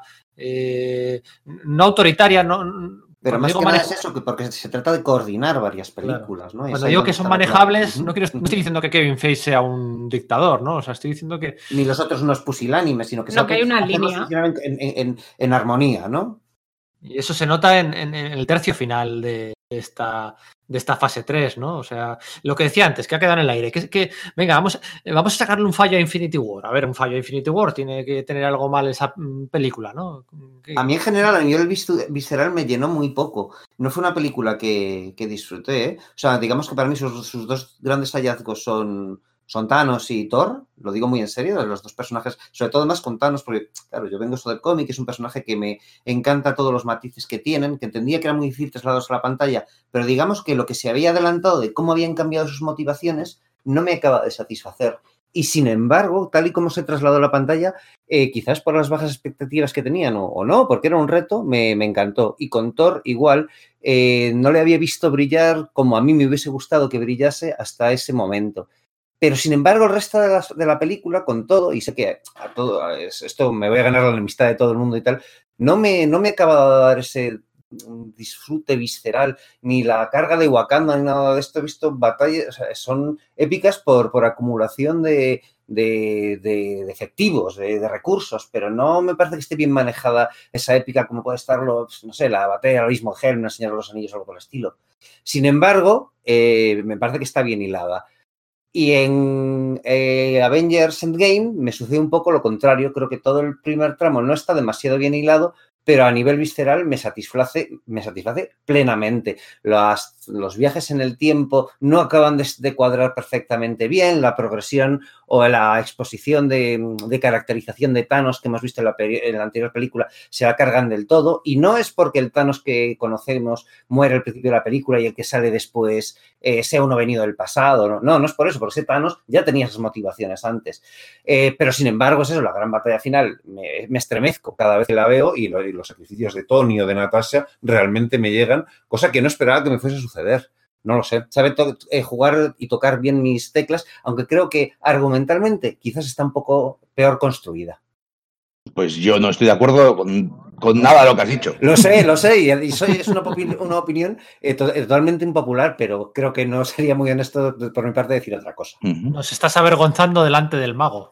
Eh, no autoritaria, no, pero más que nada es eso, porque se trata de coordinar varias películas, claro. ¿no? Cuando digo que son manejables, claro. no, quiero, no estoy diciendo que Kevin Feige sea un dictador, ¿no? O sea, estoy diciendo que... Ni los otros unos pusilánimes, sino que, no, que hay una línea en, en, en, en armonía, ¿no? Y eso se nota en, en, en el tercio final de esta, de esta fase tres, ¿no? O sea, lo que decía antes, que ha quedado en el aire, que, que venga, vamos, vamos a sacarle un fallo a Infinity War. A ver, un fallo a Infinity War, tiene que tener algo mal esa película, ¿no? ¿Qué? A mí en general, a nivel visceral, me llenó muy poco. No fue una película que, que disfruté, ¿eh? O sea, digamos que para mí sus, sus dos grandes hallazgos son... son Thanos y Thor, lo digo muy en serio, de los dos personajes, sobre todo más con Thanos, porque, claro, yo vengo esto del cómic, es un personaje que me encanta todos los matices que tienen, que entendía que eran muy difíciles trasladados a la pantalla, pero digamos que lo que se había adelantado de cómo habían cambiado sus motivaciones no me acaba de satisfacer. Y sin embargo, tal y como se trasladó a la pantalla, eh, quizás por las bajas expectativas que tenían o, o no, porque era un reto, me, me encantó. Y con Thor igual, eh, no le había visto brillar como a mí me hubiese gustado que brillase hasta ese momento. Pero, sin embargo, el resto de la, de la película, con todo, y sé que a todo esto me voy a ganar la enemistad de todo el mundo y tal, no me, no me acaba de dar ese disfrute visceral, ni la carga de Wakanda, ni nada de esto. He visto batallas, o sea, son épicas por, por acumulación de, de, de, de efectivos, de, de recursos, pero no me parece que esté bien manejada esa épica como puede estarlo, no sé, la batalla del abismo de Helm, El Señor de los Anillos o algo por el estilo. Sin embargo, eh, me parece que está bien hilada. Y en eh, Avengers Endgame me sucede un poco lo contrario. Creo que todo el primer tramo no está demasiado bien hilado, pero a nivel visceral me satisface, me satisface plenamente. Las, los viajes en el tiempo no acaban de, de cuadrar perfectamente bien. La progresión o la exposición de, de caracterización de Thanos que hemos visto en la, en la anterior película se la cargan del todo. Y no es porque el Thanos que conocemos muere al principio de la película y el que sale después eh, sea uno venido del pasado. No, no, no es por eso, porque ese Thanos ya tenía esas motivaciones antes. Eh, pero sin embargo, es eso, la gran batalla final. Me, me estremezco cada vez que la veo y lo y los sacrificios de Tony o de Natasha realmente me llegan, cosa que no esperaba que me fuese a suceder. No lo sé. Sabe to- eh, jugar y tocar bien mis teclas, aunque creo que argumentalmente quizás está un poco peor construida. Pues yo no estoy de acuerdo con, con nada de lo que has dicho. Lo sé, lo sé, y, y soy, es una, opini- una opinión eh, to- totalmente impopular, pero creo que no sería muy honesto por mi parte decir otra cosa. Uh-huh. Nos estás avergonzando delante del mago.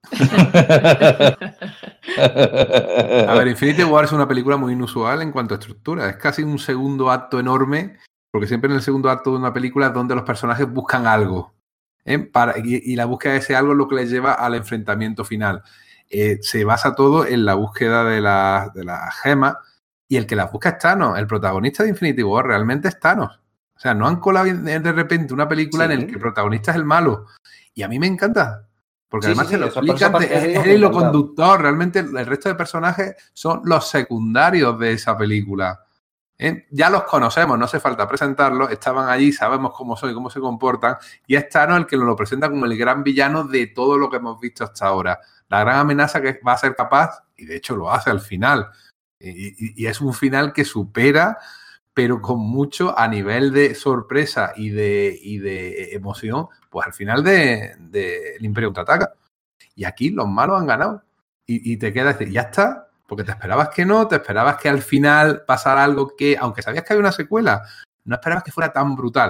A ver, Infinity War es una película muy inusual en cuanto a estructura. Es casi un segundo acto enorme, porque siempre en el segundo acto de una película es donde los personajes buscan algo, ¿eh? Para, y, y la búsqueda de ese algo es lo que les lleva al enfrentamiento final. Eh, se basa todo en la búsqueda de la, de la gema, y el que la busca es Thanos. El protagonista de Infinity War realmente es Thanos. O sea, no han colado de repente una película sí. en la que el protagonista es el malo. Y a mí me encanta. Porque sí, además sí, te sí, lo explican, es, es el hilo conductor. Realmente el resto de personajes son los secundarios de esa película. ¿Eh? Ya los conocemos, no hace falta presentarlos. Estaban allí, sabemos cómo son y cómo se comportan. Y es Thanos el que nos lo presenta como el gran villano de todo lo que hemos visto hasta ahora. La gran amenaza que va a ser capaz, y de hecho lo hace al final. Y, y, y es un final que supera, pero con mucho a nivel de sorpresa y de, y de emoción, pues al final de, de El Imperio Contraataca. Y aquí los malos han ganado. Y, y te queda decir, ya está, porque te esperabas que no, te esperabas que al final pasara algo que, aunque sabías que había una secuela, no esperabas que fuera tan brutal.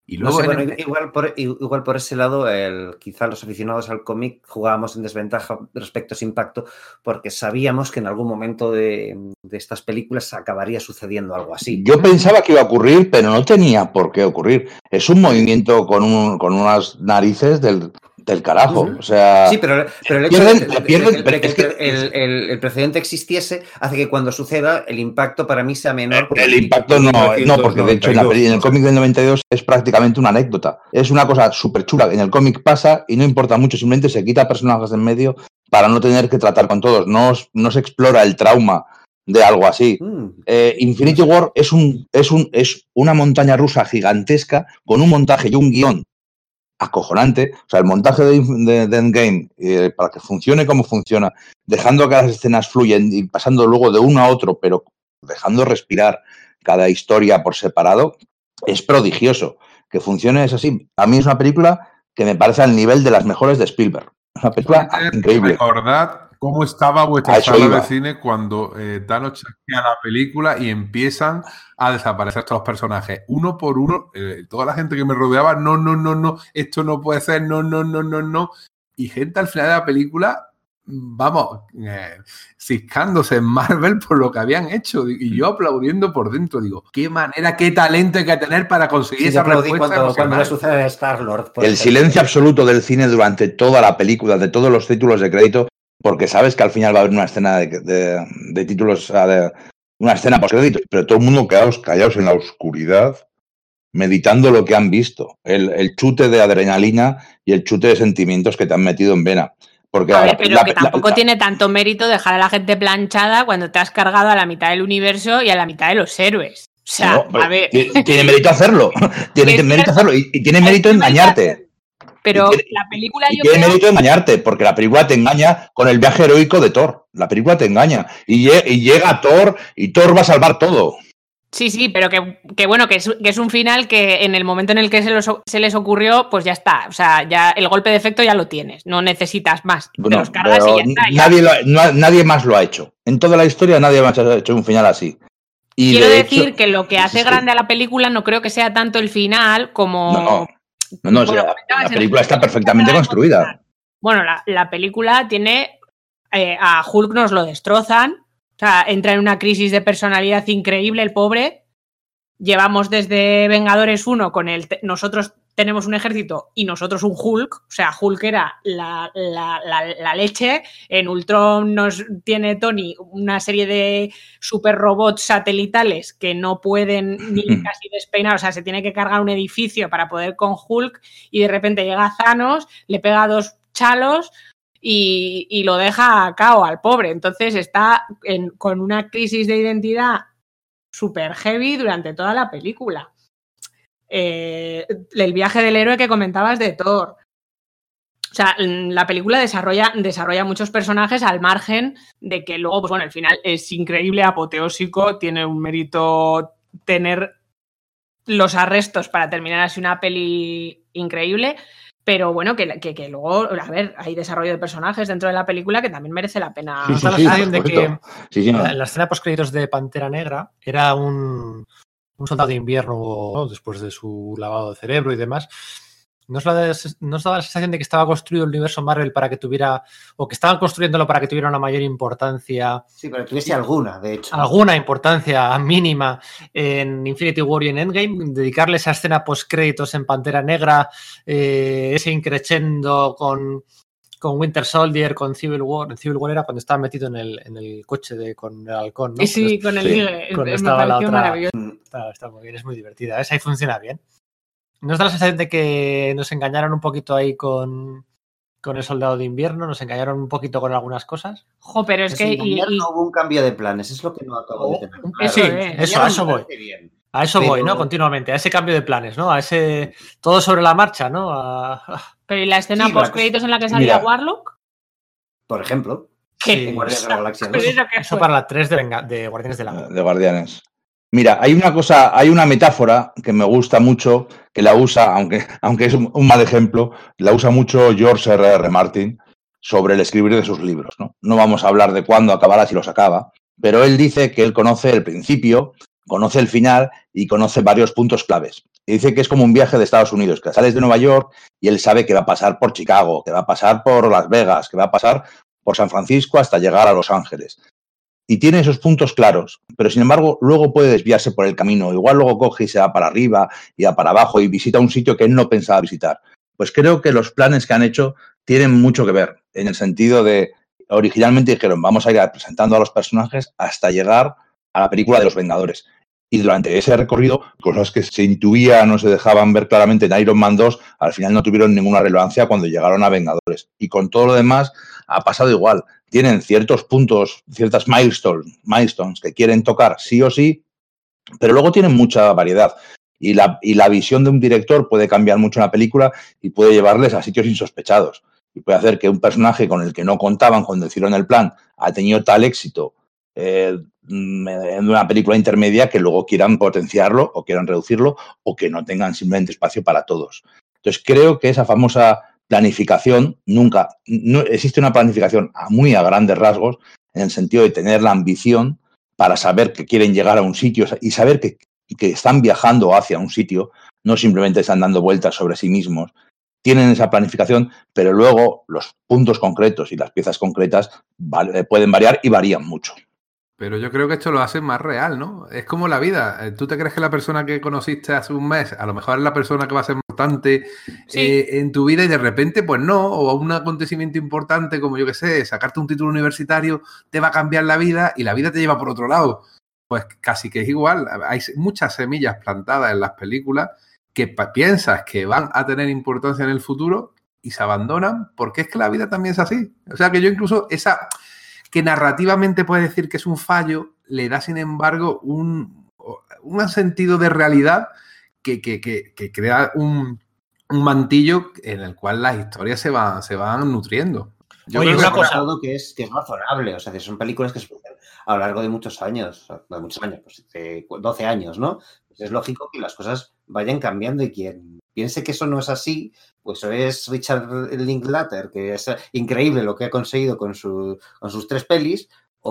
Y No luego sé, en bueno, el- igual, por, igual por ese lado, el, quizá los aficionados al cómic jugábamos en desventaja respecto a ese impacto porque sabíamos que en algún momento de, de estas películas acabaría sucediendo algo así. Yo pensaba que iba a ocurrir, pero no tenía por qué ocurrir. Es un movimiento con, un, con unas narices del, del carajo. Ujú. O sea, Sí, pero, pero el hecho pierden- de, de- de- pierden- de- de que es que- el, el- el precedente existiese hace que cuando suceda el impacto para mí sea menor. porque el impacto no, no, porque de hecho en, la peli- en el cómic del noventa y dos es prácticamente una anécdota. Es una cosa súper chula. En el cómic pasa y no importa mucho, simplemente se quita personajes en medio para no tener que tratar con todos. No, no se explora el trauma de algo así. Mm. Eh, Infinity War es, un, es, un, es una montaña rusa gigantesca con un montaje y un guión acojonante. O sea, el montaje de, de, de Endgame, eh, para que funcione como funciona, dejando que las escenas fluyen y pasando luego de uno a otro, pero dejando respirar cada historia por separado, es prodigioso. Que funcione es así. A mí es una película que me parece al nivel de las mejores de Spielberg. Es una película Solamente increíble. recordad cómo estaba A vuestra eso sala iba. de cine cuando eh, Thanos chasquea la película y empiezan a desaparecer todos los personajes. Uno por uno, eh, toda la gente que me rodeaba, no, no, no, no, esto no puede ser, no, no, no, no, no. Y gente al final de la película, vamos, eh, ciscándose en Marvel por lo que habían hecho. Y yo aplaudiendo por dentro, digo, qué manera, qué talento hay que tener para conseguir Sí, esa yo aplaudí respuesta cuando, cuando le emocional. sucede a Star-Lord. por El ejemplo. silencio absoluto del cine durante toda la película, de todos los títulos de crédito, porque sabes que al final va a haber una escena de, de, de títulos, o sea, de, una escena post crédito, pero todo el mundo quedados callados en la oscuridad, meditando lo que han visto, el, el chute de adrenalina y el chute de sentimientos que te han metido en vena. Porque A la- ver, pero la- que la- tampoco la- tiene tanto mérito dejar a la gente planchada cuando te has cargado a la mitad del universo y a la mitad de los héroes. O sea, no, pero a ver. tiene, tiene mérito hacerlo, tiene Es mérito cierto. hacerlo y, y tiene Hay mérito que engañarte. Pero Y tiene- la película Y yo tiene creo... mérito engañarte, porque la película te engaña con el viaje heroico de Thor. La película te engaña. Y, lle- y llega Thor y Thor va a salvar todo. Sí, sí, pero que, que bueno, que es, que es un final que en el momento en el que se, los- se les ocurrió, pues ya está. O sea, ya el golpe de efecto ya lo tienes. No necesitas más. Te Bueno, los cargas y pero ya está. ya. nadie, lo ha- no- nadie más lo ha hecho. En toda la historia nadie más ha hecho un final así. Y Quiero de decir hecho- que lo que hace sí, sí. grande a la película no creo que sea tanto el final como... No, no. No, no, o sea, Bueno, la, comentabas la el- película está perfectamente construida. Bueno, la, la película tiene... eh, a Hulk nos lo destrozan. O sea, entra en una crisis de personalidad increíble el pobre. Llevamos desde Vengadores uno con el... te- nosotros tenemos un ejército y nosotros un Hulk. O sea, Hulk era la, la, la, la leche. En Ultron nos tiene Tony una serie de super robots satelitales que no pueden ni casi despeinar. O sea, se tiene que cargar un edificio para poder con Hulk y de repente llega Thanos, le pega dos chalos y, y lo deja a cao al pobre. Entonces está en, con una crisis de identidad super heavy durante toda la película. Eh, el viaje del héroe que comentabas de Thor. O sea, la película desarrolla, desarrolla muchos personajes al margen de que luego, pues bueno, el final es increíble, apoteósico, tiene un mérito tener los arrestos para terminar así una peli increíble, pero bueno, que, que, que luego, a ver, hay desarrollo de personajes dentro de la película que también merece la pena. Sí, ¿No sí, está la sí, sensación por de que supuesto. Sí, sí, no. la, la escena post créditos de Pantera Negra era un, un soldado de invierno, ¿no? Después de su lavado de cerebro y demás? ¿No os, la, ¿No os daba la sensación de que estaba construido el universo Marvel para que tuviera, o que estaban construyéndolo para que tuviera una mayor importancia, Sí, pero tuviese alguna, de hecho. alguna importancia mínima en Infinity War y en Endgame? Dedicarle esa escena post créditos en Pantera Negra, eh, ese increchendo con, con Winter Soldier, con Civil War. En Civil War era cuando estaba metido en el, en el coche de, con el halcón, ¿no? Sí, sí, con el Sí, ligue. cuando Me estaba la pareció otra- maravilloso. Está, está muy bien, es muy divertida. Esa ahí funciona bien. ¿No os da la sensación de que nos engañaron un poquito ahí con, con el Soldado de Invierno? ¿Nos engañaron un poquito con algunas cosas? Jo, pero es Pues que... en y- invierno y- hubo un cambio de planes, es lo que no acabo de tener. Un- claro. sí, Eso es. eso, a eso Me voy. parece bien. A eso Pero- voy, ¿no? Continuamente, a ese cambio de planes, ¿no? A ese todo sobre la marcha, ¿no? A- pero ¿y la escena Sí, post créditos en la que Mira. salía Warlock? Por ejemplo, Sí, en Guardianes de la Galaxia. ¿no? Pero eso que eso fue. para la tres de, Venga- de Guardianes de la Galaxia. de Guardianes. Mira, hay una cosa, hay una metáfora que me gusta mucho, que la usa, aunque, aunque es un, un mal ejemplo, la usa mucho George R R. Martin sobre el escribir de sus libros, ¿no? No vamos a hablar de cuándo acabará si los acaba, pero él dice que él conoce el principio conoce el final y conoce varios puntos claves. Y dice que es como un viaje de Estados Unidos, que sales de Nueva York y él sabe que va a pasar por Chicago, que va a pasar por Las Vegas, que va a pasar por San Francisco hasta llegar a Los Ángeles. Y tiene esos puntos claros, pero sin embargo luego puede desviarse por el camino. Igual luego coge y se va para arriba y va para abajo y visita un sitio que él no pensaba visitar. Pues creo que los planes que han hecho tienen mucho que ver, en el sentido de, originalmente dijeron, vamos a ir presentando a los personajes hasta llegar a la película de los Vengadores. Y durante ese recorrido, cosas que se intuían o se dejaban ver claramente en Iron Man dos, al final no tuvieron ninguna relevancia cuando llegaron a Vengadores. Y con todo lo demás ha pasado igual. Tienen ciertos puntos, ciertas milestones, milestones que quieren tocar sí o sí, pero luego tienen mucha variedad. Y la, y la visión de un director puede cambiar mucho en la película y puede llevarles a sitios insospechados. Y puede hacer que un personaje con el que no contaban cuando hicieron el plan ha tenido tal éxito eh, en una película intermedia que luego quieran potenciarlo o quieran reducirlo o que no tengan simplemente espacio para todos. Entonces creo que esa famosa planificación nunca, no existe una planificación a muy a grandes rasgos en el sentido de tener la ambición para saber que quieren llegar a un sitio y saber que, que están viajando hacia un sitio, no simplemente están dando vueltas sobre sí mismos. Tienen esa planificación, pero luego los puntos concretos y las piezas concretas vale, pueden variar y varían mucho. Pero yo creo que esto lo hace más real, ¿no? Es como la vida. ¿Tú te crees que la persona que conociste hace un mes a lo mejor es la persona que va a ser importante sí. eh, en tu vida y de repente, pues no? O un acontecimiento importante como, yo qué sé, sacarte un título universitario te va a cambiar la vida y la vida te lleva por otro lado. Pues casi que es igual. Hay muchas semillas plantadas en las películas que piensas que van a tener importancia en el futuro y se abandonan porque es que la vida también es así. O sea que yo incluso esa... que narrativamente puede decir que es un fallo, le da, sin embargo, un, un sentido de realidad que, que, que, que crea un, un mantillo en el cual las historias se van, se van nutriendo. Yo Oye, creo una que cosa todo que es, que es razonable, o sea, que son películas que se producen a lo largo de muchos años, de muchos años, pues de doce años, ¿no? Pues es lógico que las cosas vayan cambiando y quien piense que eso no es así, pues o es Richard Linklater, que es increíble lo que ha conseguido con, su, con sus tres pelis,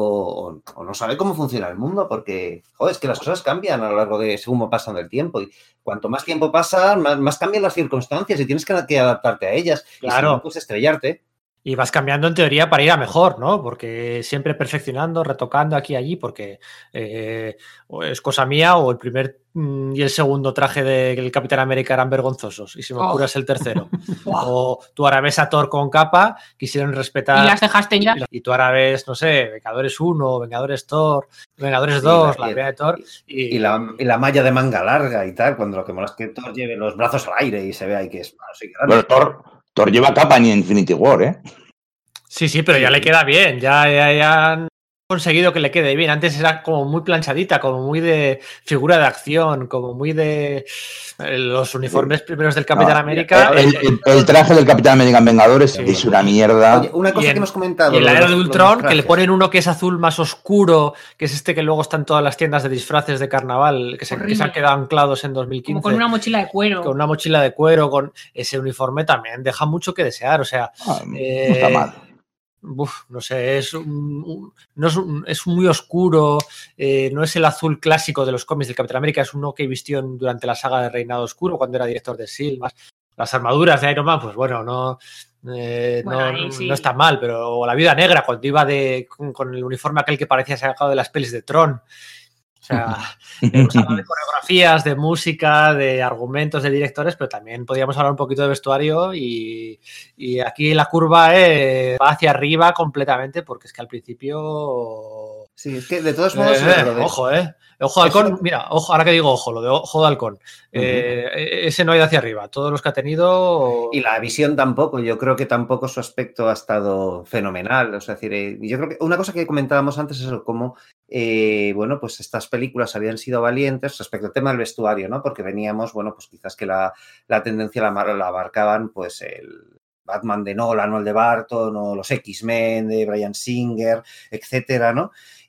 o, o, o no sabe cómo funciona el mundo, porque, joder, es que las cosas cambian a lo largo de según va pasando el tiempo, y cuanto más tiempo pasa, más, más cambian las circunstancias y tienes que, que adaptarte a ellas, claro. Y si no, pues estrellarte. Y vas cambiando en teoría para ir a mejor, ¿no? Porque siempre perfeccionando, retocando aquí y allí, porque eh, o es cosa mía o el primer mm, y el segundo traje del Capitán América eran vergonzosos y si me apuras oh. el tercero. O tú ahora ves a Thor con capa, quisieron respetar... Y las dejaste ya. Y tú ahora ves, no sé, Vengadores uno, Vengadores Thor, Vengadores sí, dos, la, la primera de Thor... Y, y, la, y la malla de manga larga y tal, cuando lo que mola es que Thor lleve los brazos al aire y se vea ahí que es... Bueno, sí, bueno, Thor... Thor lleva capa en Infinity War, ¿eh? Sí, sí, pero ya le queda bien. Ya, ya, ya han conseguido que le quede bien. Antes era como muy planchadita, como muy de figura de acción, como muy de los uniformes primeros del Capitán no, América. El, el, el traje del Capitán América en Vengadores sí. es una mierda. Oye, una cosa en, que hemos comentado. Y en la era de Ultron, que le ponen uno que es azul más oscuro, que es este que luego está en todas las tiendas de disfraces de carnaval, que se, que se han quedado anclados en dos mil quince. Como con una mochila de cuero. Con una mochila de cuero, con ese uniforme también deja mucho que desear. O sea, ah, eh, no está mal. Uf, no sé, es, un, un, no es, un, es muy oscuro, eh, no es el azul clásico de los cómics del Capitán América, es uno que vistió durante la saga de Reinado Oscuro cuando era director de S H I E L D. Más. Las armaduras de Iron Man, pues bueno, no, eh, bueno, no, sí. no está mal, pero la Viuda Negra cuando iba de, con, con el uniforme aquel que parecía sacado de las pelis de Tron. O sea, hemos hablado de coreografías, de música, de argumentos de directores, pero también podríamos hablar un poquito de vestuario y, y aquí la curva eh, va hacia arriba completamente porque es que al principio... Sí, es que de todos modos... Eh, eh, ojo, eh. Ojo de halcón, mira, ojo, ahora que digo ojo, lo de ojo de halcón. Eh, uh-huh. Ese no ha ido hacia arriba, todos los que ha tenido... Y la visión tampoco, yo creo que tampoco su aspecto ha estado fenomenal. O sea, es decir, yo creo que una cosa que comentábamos antes es cómo, eh, bueno, pues estas películas habían sido valientes respecto al tema del vestuario, ¿no? Porque veníamos, bueno, pues quizás que la, la tendencia la, la abarcaban, pues el... Batman de Nolan o el de Barton o los X-Men de Bryan Singer, etcétera, ¿no?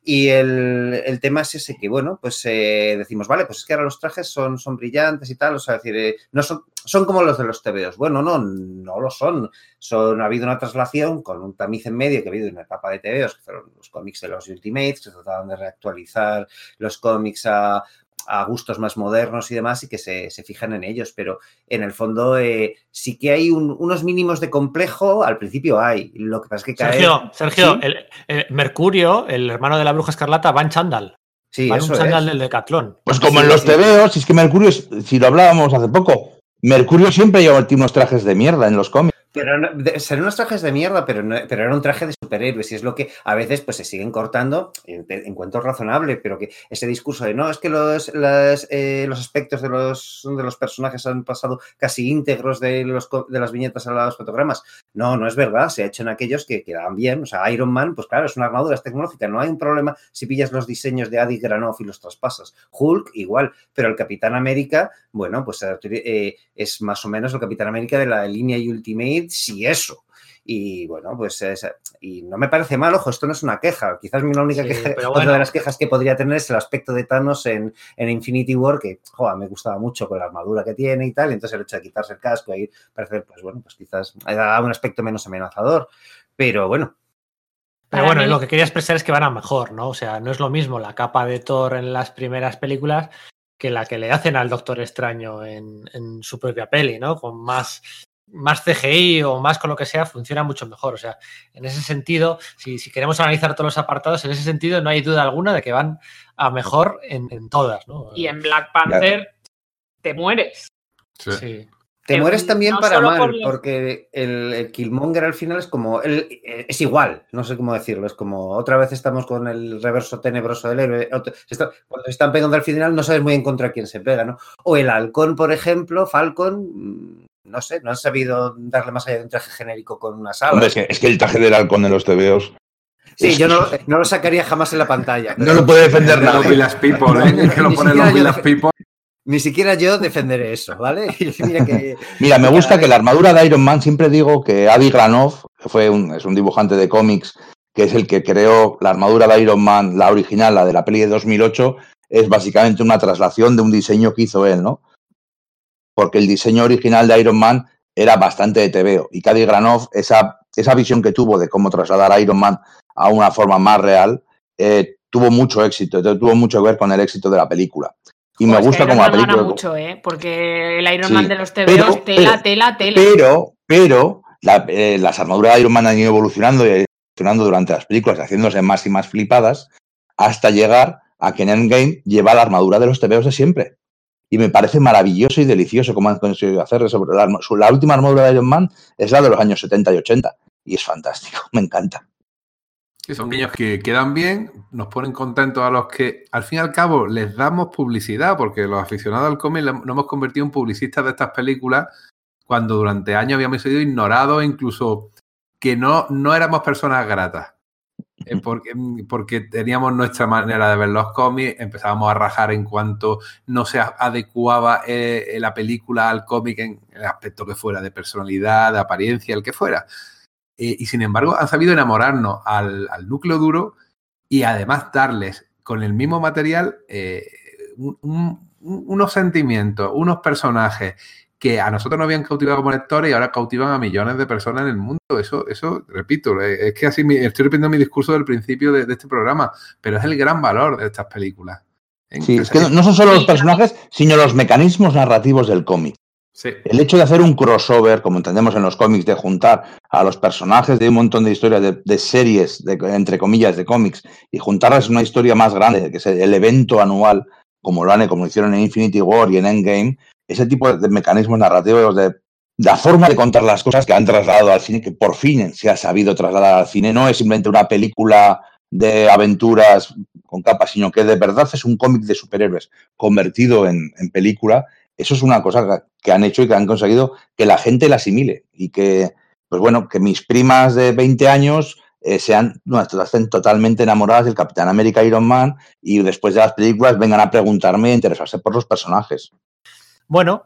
Y el, el tema es ese que, bueno, pues eh, decimos, vale, pues es que ahora los trajes son, son brillantes y tal, o sea, es decir, eh, no son, son como los de los tebeos. Bueno, no, no lo son. son. Ha habido una traslación con un tamiz en medio que ha habido una etapa de tebeos, que fueron los cómics de los Ultimates, que trataban de reactualizar los cómics a... a gustos más modernos y demás y que se, se fijan en ellos, pero en el fondo eh, sí que hay un, unos mínimos de complejo, al principio hay, lo que pasa es que cae... Sergio, Sergio, ¿sí? el, el Mercurio, el hermano de la Bruja Escarlata, va en chándal. Sí, va en eso un chándal es. del Decatlón. Pues como Sí, en los sí. tebeos, si es que Mercurio, es- si lo hablábamos hace poco, Mercurio siempre lleva unos trajes de mierda en los cómics. Pero no, de, serán unos trajes de mierda, pero, no, pero era un traje de superhéroes y es lo que a veces pues se siguen cortando, en, encuentro razonable, pero que ese discurso de no, es que los, las, eh, los aspectos de los, de los personajes han pasado casi íntegros de, los, de las viñetas a los fotogramas. No, no es verdad, se ha hecho en aquellos que quedaban bien. O sea, Iron Man, pues claro, es una armadura, es tecnológica, no hay un problema si pillas los diseños de Adi Granoff y los traspasas. Hulk, igual, pero el Capitán América, bueno, pues eh, es más o menos el Capitán América de la línea Ultimate, si eso. Y bueno, pues es, y no me parece mal, ojo, esto no es una queja. Quizás la única Sí, queja, pero otra bueno. de las quejas que podría tener es el aspecto de Thanos en, en Infinity War, que joder, me gustaba mucho con la armadura que tiene y tal. Y entonces el hecho de quitarse el casco y parece, pues bueno, pues quizás da un aspecto menos amenazador. Pero bueno. Pero Para bueno, mí- lo que quería expresar es que van a mejor, ¿no? O sea, no es lo mismo la capa de Thor en las primeras películas que la que le hacen al Doctor Extraño en, en su propia peli, ¿no? Con más, más C G I o más con lo que sea, funciona mucho mejor. O sea, en ese sentido, si, si queremos analizar todos los apartados, en ese sentido no hay duda alguna de que van a mejor en, en todas, ¿no? Y en Black Panther te mueres. Sí. Sí. Te Eh, mueres también no para solo mal, por los- porque el, el Killmonger al final es como, el, es igual, no sé cómo decirlo, es como otra vez estamos con el reverso tenebroso del héroe, otro- se está- cuando se están pegando al final no sabes muy bien contra quién se pega, ¿no? O el Halcón, por ejemplo, Falcon, no sé, no han sabido darle más allá de un traje genérico con unas alas. Hombre, es que, es que el traje del halcón de los tebeos. Sí, es- yo no, no lo sacaría jamás en la pantalla. No lo puede defender De los nadie. Village People, ¿eh? Es que lo Ni ponen siquiera los yo Village defe- People. Ni siquiera yo defenderé eso, ¿vale? Mira, que, Mira, me que gusta cada que vez- la armadura de Iron Man, siempre digo que Adi Granoff, que fue un, es un dibujante de cómics, que es el que creó la armadura de Iron Man, la original, la de la peli de dos mil ocho, es básicamente una traslación de un diseño que hizo él, ¿no? Porque el diseño original de Iron Man era bastante de tebeo, y que Adi Granoff, esa, esa visión que tuvo de cómo trasladar a Iron Man a una forma más real, eh, tuvo mucho éxito, tuvo mucho que ver con el éxito de la película. Y Jo, me es gusta que Iron como la Man gana película... mucho, ¿eh? Porque el Iron Sí, Man de los tebeos, pero- tela, pero- tela, tela. Pero, pero la- eh, las armaduras de Iron Man han ido evolucionando y evolucionando durante las películas, haciéndose más y más flipadas, hasta llegar a que en Endgame lleva la armadura de los tebeos de siempre. Y me parece maravilloso y delicioso cómo han conseguido hacer eso. La, arma- su- la última armadura de Iron Man es la de los años setenta y ochenta. Y es fantástico, me encanta. Que son niños que quedan bien, nos ponen contentos a los que, al fin y al cabo, les damos publicidad, porque los aficionados al cómic nos hemos convertido en publicistas de estas películas cuando durante años habíamos sido ignorados, incluso que no, no éramos personas gratas. Eh, porque, porque teníamos nuestra manera de ver los cómics, empezábamos a rajar en cuanto no se adecuaba eh, la película al cómic en el aspecto que fuera, de personalidad, de apariencia, el que fuera. Eh, y sin embargo han sabido enamorarnos al, al núcleo duro y además darles con el mismo material eh, un, un, unos sentimientos, unos personajes que a nosotros nos habían cautivado como lectores y ahora cautivan a millones de personas en el mundo. Eso, eso repito, es que así me, estoy repitiendo mi discurso del principio de, de este programa, pero es el gran valor de estas películas. Sí, es que no, no son solo los personajes, sino los mecanismos narrativos del cómic. Sí. El hecho de hacer un crossover, como entendemos en los cómics, de juntar a los personajes de un montón de historias, de, de series, de, entre comillas, de cómics, y juntarlas en una historia más grande, que es el evento anual, como lo han, como hicieron en Infinity War y en Endgame, ese tipo de mecanismos narrativos, de, de la forma de contar las cosas que han trasladado al cine, que por fin se ha sabido trasladar al cine, no es simplemente una película de aventuras con capas, sino que de verdad es un cómic de superhéroes convertido en, en película. Eso es una cosa que han hecho y que han conseguido que la gente la asimile y que, pues bueno, que mis primas de veinte años eh, sean, no, estén totalmente enamoradas del Capitán América, Iron Man, y después de las películas vengan a preguntarme e interesarse por los personajes. Bueno,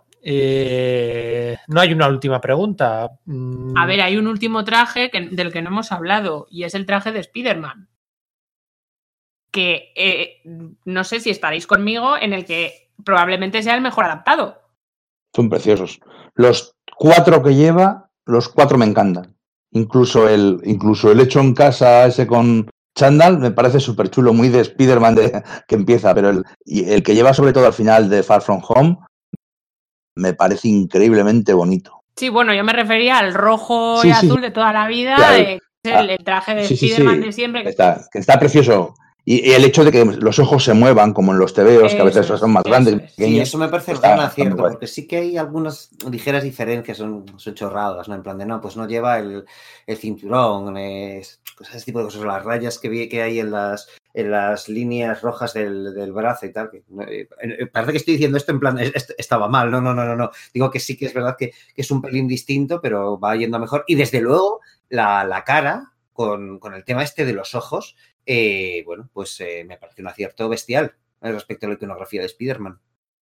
eh, no hay una última pregunta. A ver, hay un último traje que, del que no hemos hablado y es el traje de Spider-Man. que eh, no sé si estaréis conmigo, en el que probablemente sea el mejor adaptado. Son preciosos. Los cuatro que lleva, los cuatro me encantan. Incluso el, incluso el hecho en casa ese con Chandal me parece súper chulo, muy de Spider-Man de, que empieza, pero el, y el que lleva sobre todo al final de Far From Home me parece increíblemente bonito. Sí, bueno, yo me refería al rojo Sí, y sí, azul de toda la vida, claro. de, el, el traje de Sí, sí, Spider-Man sí. de siempre. Que... Está, que está precioso. Y, y el hecho de que los ojos se muevan, como en los tebeos, que a veces Eso son más es, grandes. eso es. Pequeños, Sí, eso me parece el está, gran está muy acierto, guay. porque sí que hay algunas ligeras diferencias, son, son chorradas, ¿no? En plan de, no, pues no lleva el, el cinturón, es, pues ese tipo de cosas, las rayas que, vi, que hay en las, en las líneas rojas del, del brazo y tal. Que, eh, parece que estoy diciendo esto en plan, esto estaba mal, no, no, no, no, no. Digo que sí que es verdad que, que es un pelín distinto, pero va yendo mejor. Y desde luego, la, la cara, con, con el tema este de los ojos, eh, bueno, pues eh, me parece un acierto bestial respecto a la iconografía de Spider-Man.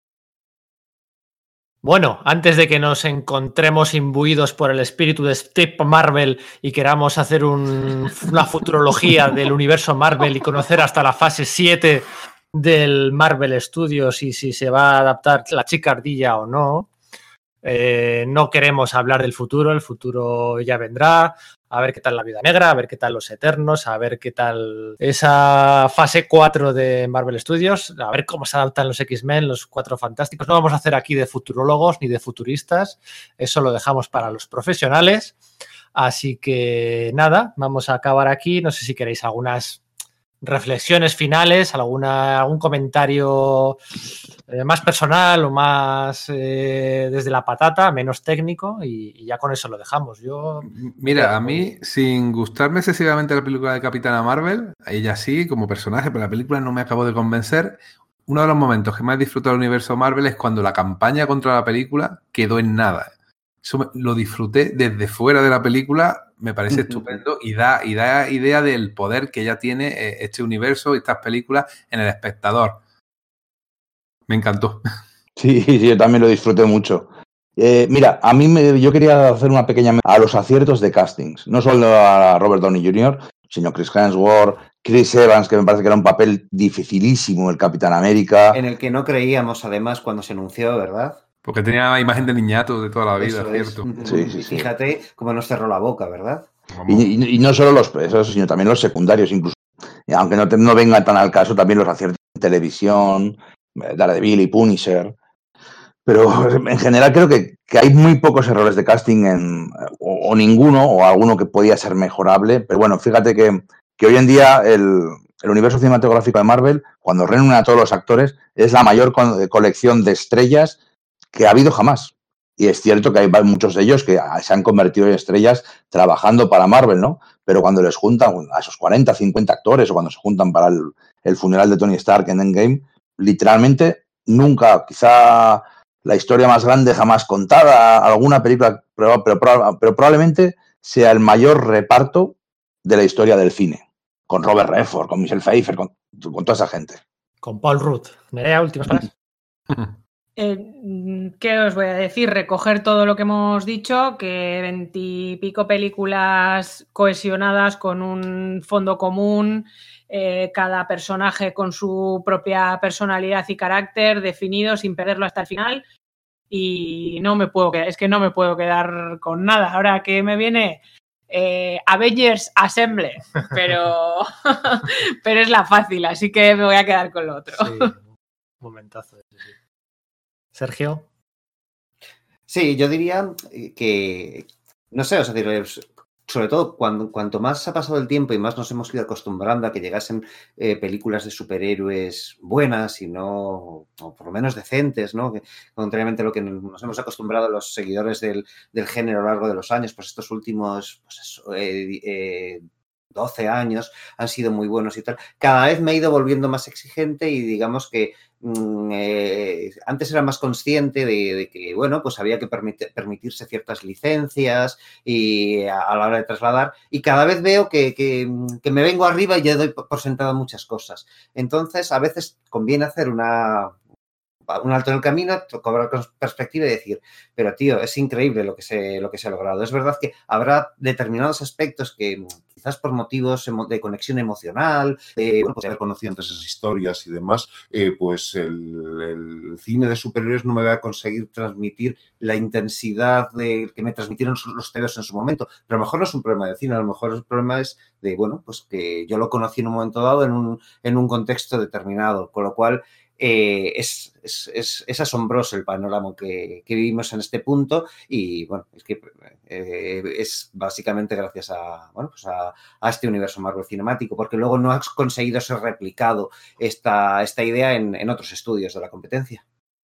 Bueno, antes de que nos encontremos imbuidos por el espíritu de Steve Marvel y queramos hacer un, una futurología del universo Marvel y conocer hasta la fase siete del Marvel Studios y si se va a adaptar la chica ardilla o no, eh, no queremos hablar del futuro, el futuro ya vendrá, a ver qué tal la Viuda Negra, a ver qué tal los Eternos, a ver qué tal esa fase cuatro de Marvel Studios, a ver cómo se adaptan los X-Men, los Cuatro Fantásticos. No vamos a hacer aquí de futurólogos ni de futuristas, eso lo dejamos para los profesionales. Así que nada, vamos a acabar aquí. No sé si queréis algunas reflexiones finales, alguna, algún comentario eh, más personal o más eh, desde la patata, menos técnico, y, y ya con eso lo dejamos. Yo Mira, a mí, sin gustarme excesivamente la película de Capitana Marvel, ella sí, como personaje, pero la película no me acabó de convencer. Uno de los momentos que más he disfrutado del universo Marvel es cuando la campaña contra la película quedó en nada. Eso me, lo disfruté desde fuera de la película, me parece estupendo y da, y da idea del poder que ya tiene eh, este universo y estas películas en el espectador. Me encantó. Sí, sí, yo también lo disfruté mucho. Eh, mira, a mí me, yo quería hacer una pequeña a los aciertos de castings, no solo a Robert Downey junior, sino Chris Hemsworth, Chris Evans, que me parece que era un papel dificilísimo, el Capitán América. En el que no creíamos, además, cuando se anunció, ¿verdad? Porque tenía la imagen de niñato de toda la vida, Eso ¿cierto? Es. Sí, sí, sí. Fíjate cómo nos cerró la boca, ¿verdad? Y, y, y no solo los esos, sino también los secundarios, incluso. Aunque no, te, no vengan tan al caso, también los aciertos en televisión, Daredevil y Punisher. Pero en general creo que, que hay muy pocos errores de casting en, o, o ninguno, o alguno que podía ser mejorable. Pero bueno, fíjate que, que hoy en día el, el universo cinematográfico de Marvel, cuando reúne a todos los actores, es la mayor co colección de estrellas que ha habido jamás. Y es cierto que hay muchos de ellos que se han convertido en estrellas trabajando para Marvel, ¿no? Pero cuando les juntan a esos cuarenta, cincuenta actores o cuando se juntan para el, el funeral de Tony Stark en Endgame, literalmente nunca, quizá la historia más grande jamás contada, alguna película, pero, pero, pero probablemente sea el mayor reparto de la historia del cine. Con Robert Redford, con Michelle Pfeiffer, con, con toda esa gente. Con Paul Rudd. Nerea, últimas palabras. Eh, ¿Qué os voy a decir? Recoger todo lo que hemos dicho, que veintipico películas cohesionadas con un fondo común, eh, cada personaje con su propia personalidad y carácter definido sin perderlo hasta el final. Y no me puedo quedar, es que no me puedo quedar con nada. Ahora que me viene eh, Avengers Assemble, pero, pero es la fácil, así que me voy a quedar con lo otro. Sí, un momentazo. Sí. Sergio. Sí, yo diría que, no sé, o sea, sobre todo cuando, cuanto más ha pasado el tiempo y más nos hemos ido acostumbrando a que llegasen eh, películas de superhéroes buenas y no, o por lo menos decentes, ¿no? Que, contrariamente a lo que nos hemos acostumbrado los seguidores del, del género a lo largo de los años, pues estos últimos pues eso, eh, eh, doce años han sido muy buenos y tal. Cada vez me he ido volviendo más exigente y digamos que mm, eh, antes era más consciente de, de que, bueno, pues había que permitir, permitirse ciertas licencias y a, a la hora de trasladar y cada vez veo que, que, que me vengo arriba y ya doy por sentado muchas cosas. Entonces, a veces conviene hacer una... un alto en el camino, cobrar perspectiva y decir, pero tío, es increíble lo que se, lo que se ha logrado. Es verdad que habrá determinados aspectos que quizás por motivos de conexión emocional, eh, bueno, pues haber conocido antes esas historias y demás, eh, pues el, el cine de superhéroes no me va a conseguir transmitir la intensidad de, que me transmitieron los T Vs en su momento. Pero a lo mejor no es un problema de cine, a lo mejor el problema es de, bueno, pues que yo lo conocí en un momento dado en un, en un contexto determinado, con lo cual eh, es, es, es, es asombroso el panorama que, que vivimos en este punto y, bueno, es que eh, es básicamente gracias a, bueno, pues a, a este universo Marvel cinemático, porque luego no has conseguido ser replicado esta, esta idea en, en otros estudios de la competencia.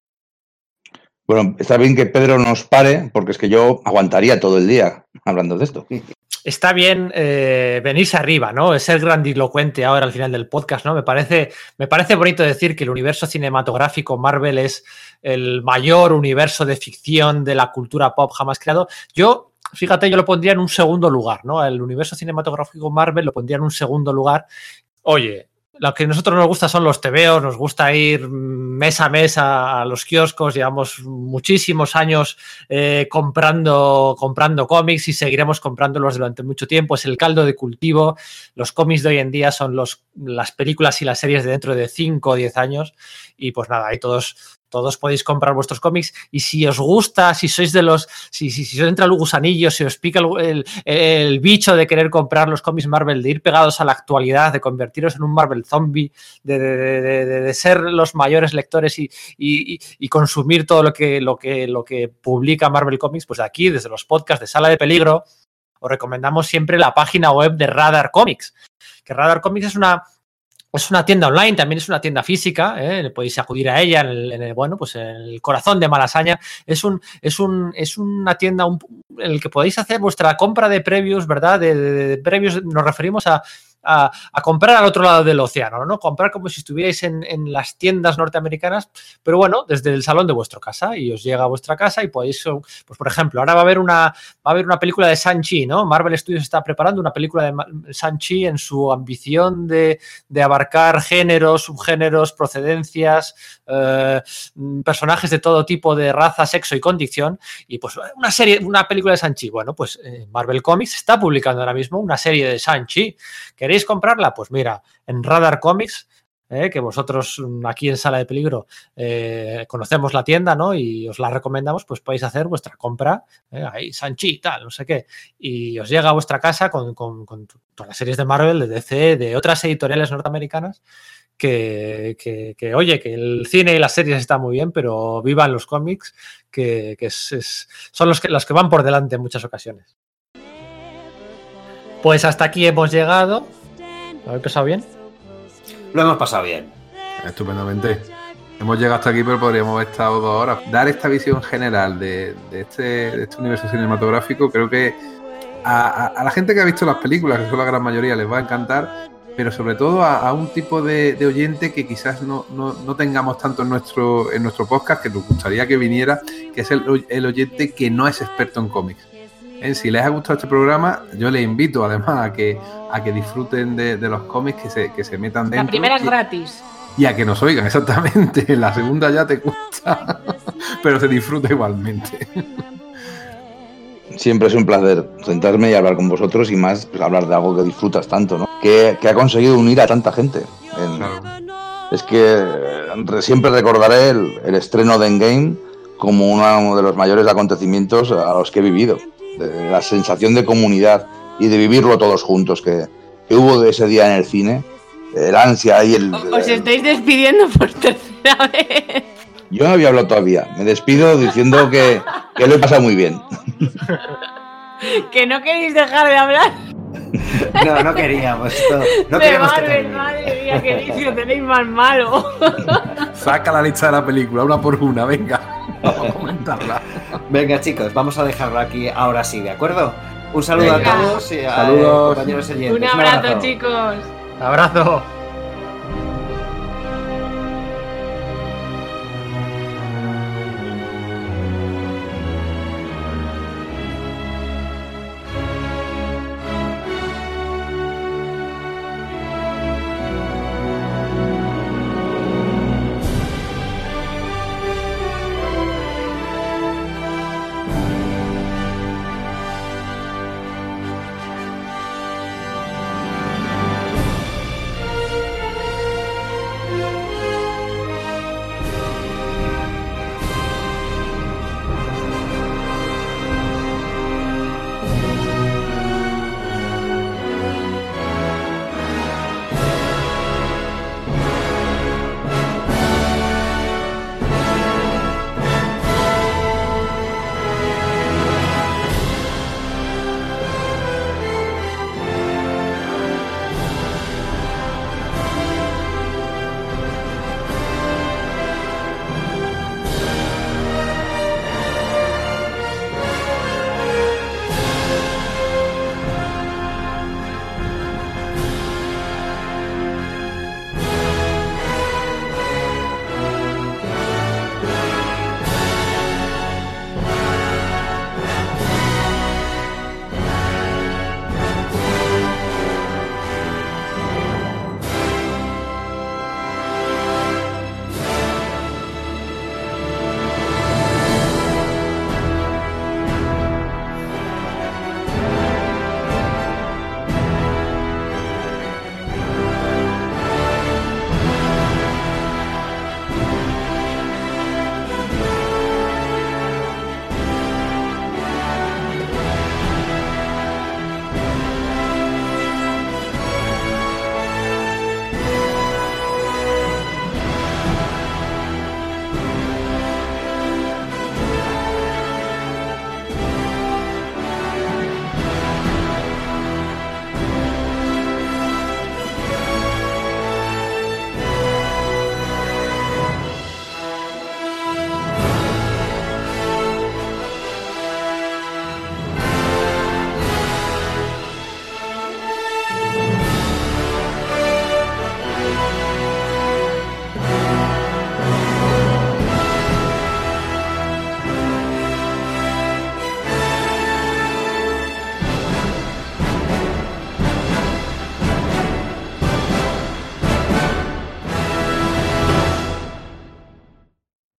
Bueno, está bien que Pedro nos pare, porque es que yo aguantaría todo el día hablando de esto. Está bien eh, venirse arriba, ¿no? Es ser grandilocuente ahora al final del podcast, ¿no? Me parece, me parece bonito decir que el universo cinematográfico Marvel es el mayor universo de ficción de la cultura pop jamás creado. Yo, fíjate, yo lo pondría en un segundo lugar, ¿no? El universo cinematográfico Marvel lo pondría en un segundo lugar. Oye, lo que a nosotros nos gusta son los tebeos, nos gusta ir mes a mes a, a los kioscos, llevamos muchísimos años eh, comprando, comprando cómics y seguiremos comprándolos durante mucho tiempo, es el caldo de cultivo, los cómics de hoy en día son los, las películas y las series de dentro de cinco o diez años y pues nada, ahí todos... Todos podéis comprar vuestros cómics y si os gusta, si sois de los... Si, si, si os entra el gusanillo, si os pica el, el, el bicho de querer comprar los cómics Marvel, de ir pegados a la actualidad, de convertiros en un Marvel zombie, de, de, de, de, de ser los mayores lectores y, y, y consumir todo lo que, lo, que, lo que publica Marvel Comics, pues aquí, desde los podcasts de Sala de Peligro, os recomendamos siempre la página web de Radar Comics. Que Radar Comics es una... Es una tienda online, también es una tienda física, ¿eh? Podéis acudir a ella en el, en el, bueno, pues en el corazón de Malasaña. Es un, es un, es una tienda un, en el que podéis hacer vuestra compra de previews, ¿verdad? De, de, de previews nos referimos a, a, a comprar al otro lado del océano, ¿no? Comprar como si estuvierais en, en las tiendas norteamericanas, pero bueno, desde el salón de vuestra casa y os llega a vuestra casa y podéis, pues por ejemplo, ahora va a haber una, va a haber una película de Shang-Chi, ¿no? Marvel Studios está preparando una película de Shang-Chi en su ambición de, de abarcar géneros, subgéneros, procedencias, eh, personajes de todo tipo de raza, sexo y condición y pues una serie, una película de Shang-Chi. Bueno, pues eh, Marvel Comics está publicando ahora mismo una serie de Shang-Chi. ¿Queréis comprarla? Pues mira, en Radar Comics, eh, que vosotros aquí en Sala de Peligro eh, conocemos la tienda, ¿no? Y os la recomendamos, pues podéis hacer vuestra compra, eh, ahí, Shang-Chi, tal, no sé qué, y os llega a vuestra casa con, con, con todas las series de Marvel, de D C, de otras editoriales norteamericanas, que, que, que oye, que el cine y las series están muy bien, pero vivan los cómics, que, que es, es, son los que, los que van por delante en muchas ocasiones. Pues hasta aquí hemos llegado. ¿Lo habéis pasado bien? Lo hemos pasado bien. Estupendamente. Hemos llegado hasta aquí, pero podríamos haber estado dos horas. Dar esta visión general de, de, este, de este universo cinematográfico, creo que a, a, a la gente que ha visto las películas, que son la gran mayoría, les va a encantar, pero sobre todo a, a un tipo de, de oyente que quizás no, no, no tengamos tanto en nuestro, en nuestro podcast, que nos gustaría que viniera, que es el, el oyente que no es experto en cómics. Si les ha gustado este programa, yo les invito además a que, a que disfruten de, de los cómics, que se, que se metan dentro. La primera es y, gratis. Y a que nos oigan, exactamente. La segunda ya te cuesta, pero se disfruta igualmente. Siempre es un placer sentarme y hablar con vosotros y más pues, hablar de algo que disfrutas tanto, ¿no? Que, que ha conseguido unir a tanta gente. En, claro. Es que siempre recordaré el, el estreno de Endgame como uno de los mayores acontecimientos a los que he vivido. De la sensación de comunidad y de vivirlo todos juntos que, que hubo de ese día en el cine, el ansia y el... Os estáis despidiendo por tercera vez. Yo no había hablado todavía, me despido diciendo que, que lo he pasado muy bien. ¿Que no queréis dejar de hablar? No, no queríamos. No, no de queríamos madre, que madre mía, qué vicio tenéis más malo. Saca la lista de la película, una por una, venga. Vamos a comentarla. Venga, chicos, vamos a dejarlo aquí ahora sí, ¿de acuerdo? Un saludo venga. a todos y a Saludos. compañeros oyentes. Un abrazo, Un abrazo. chicos. Un abrazo.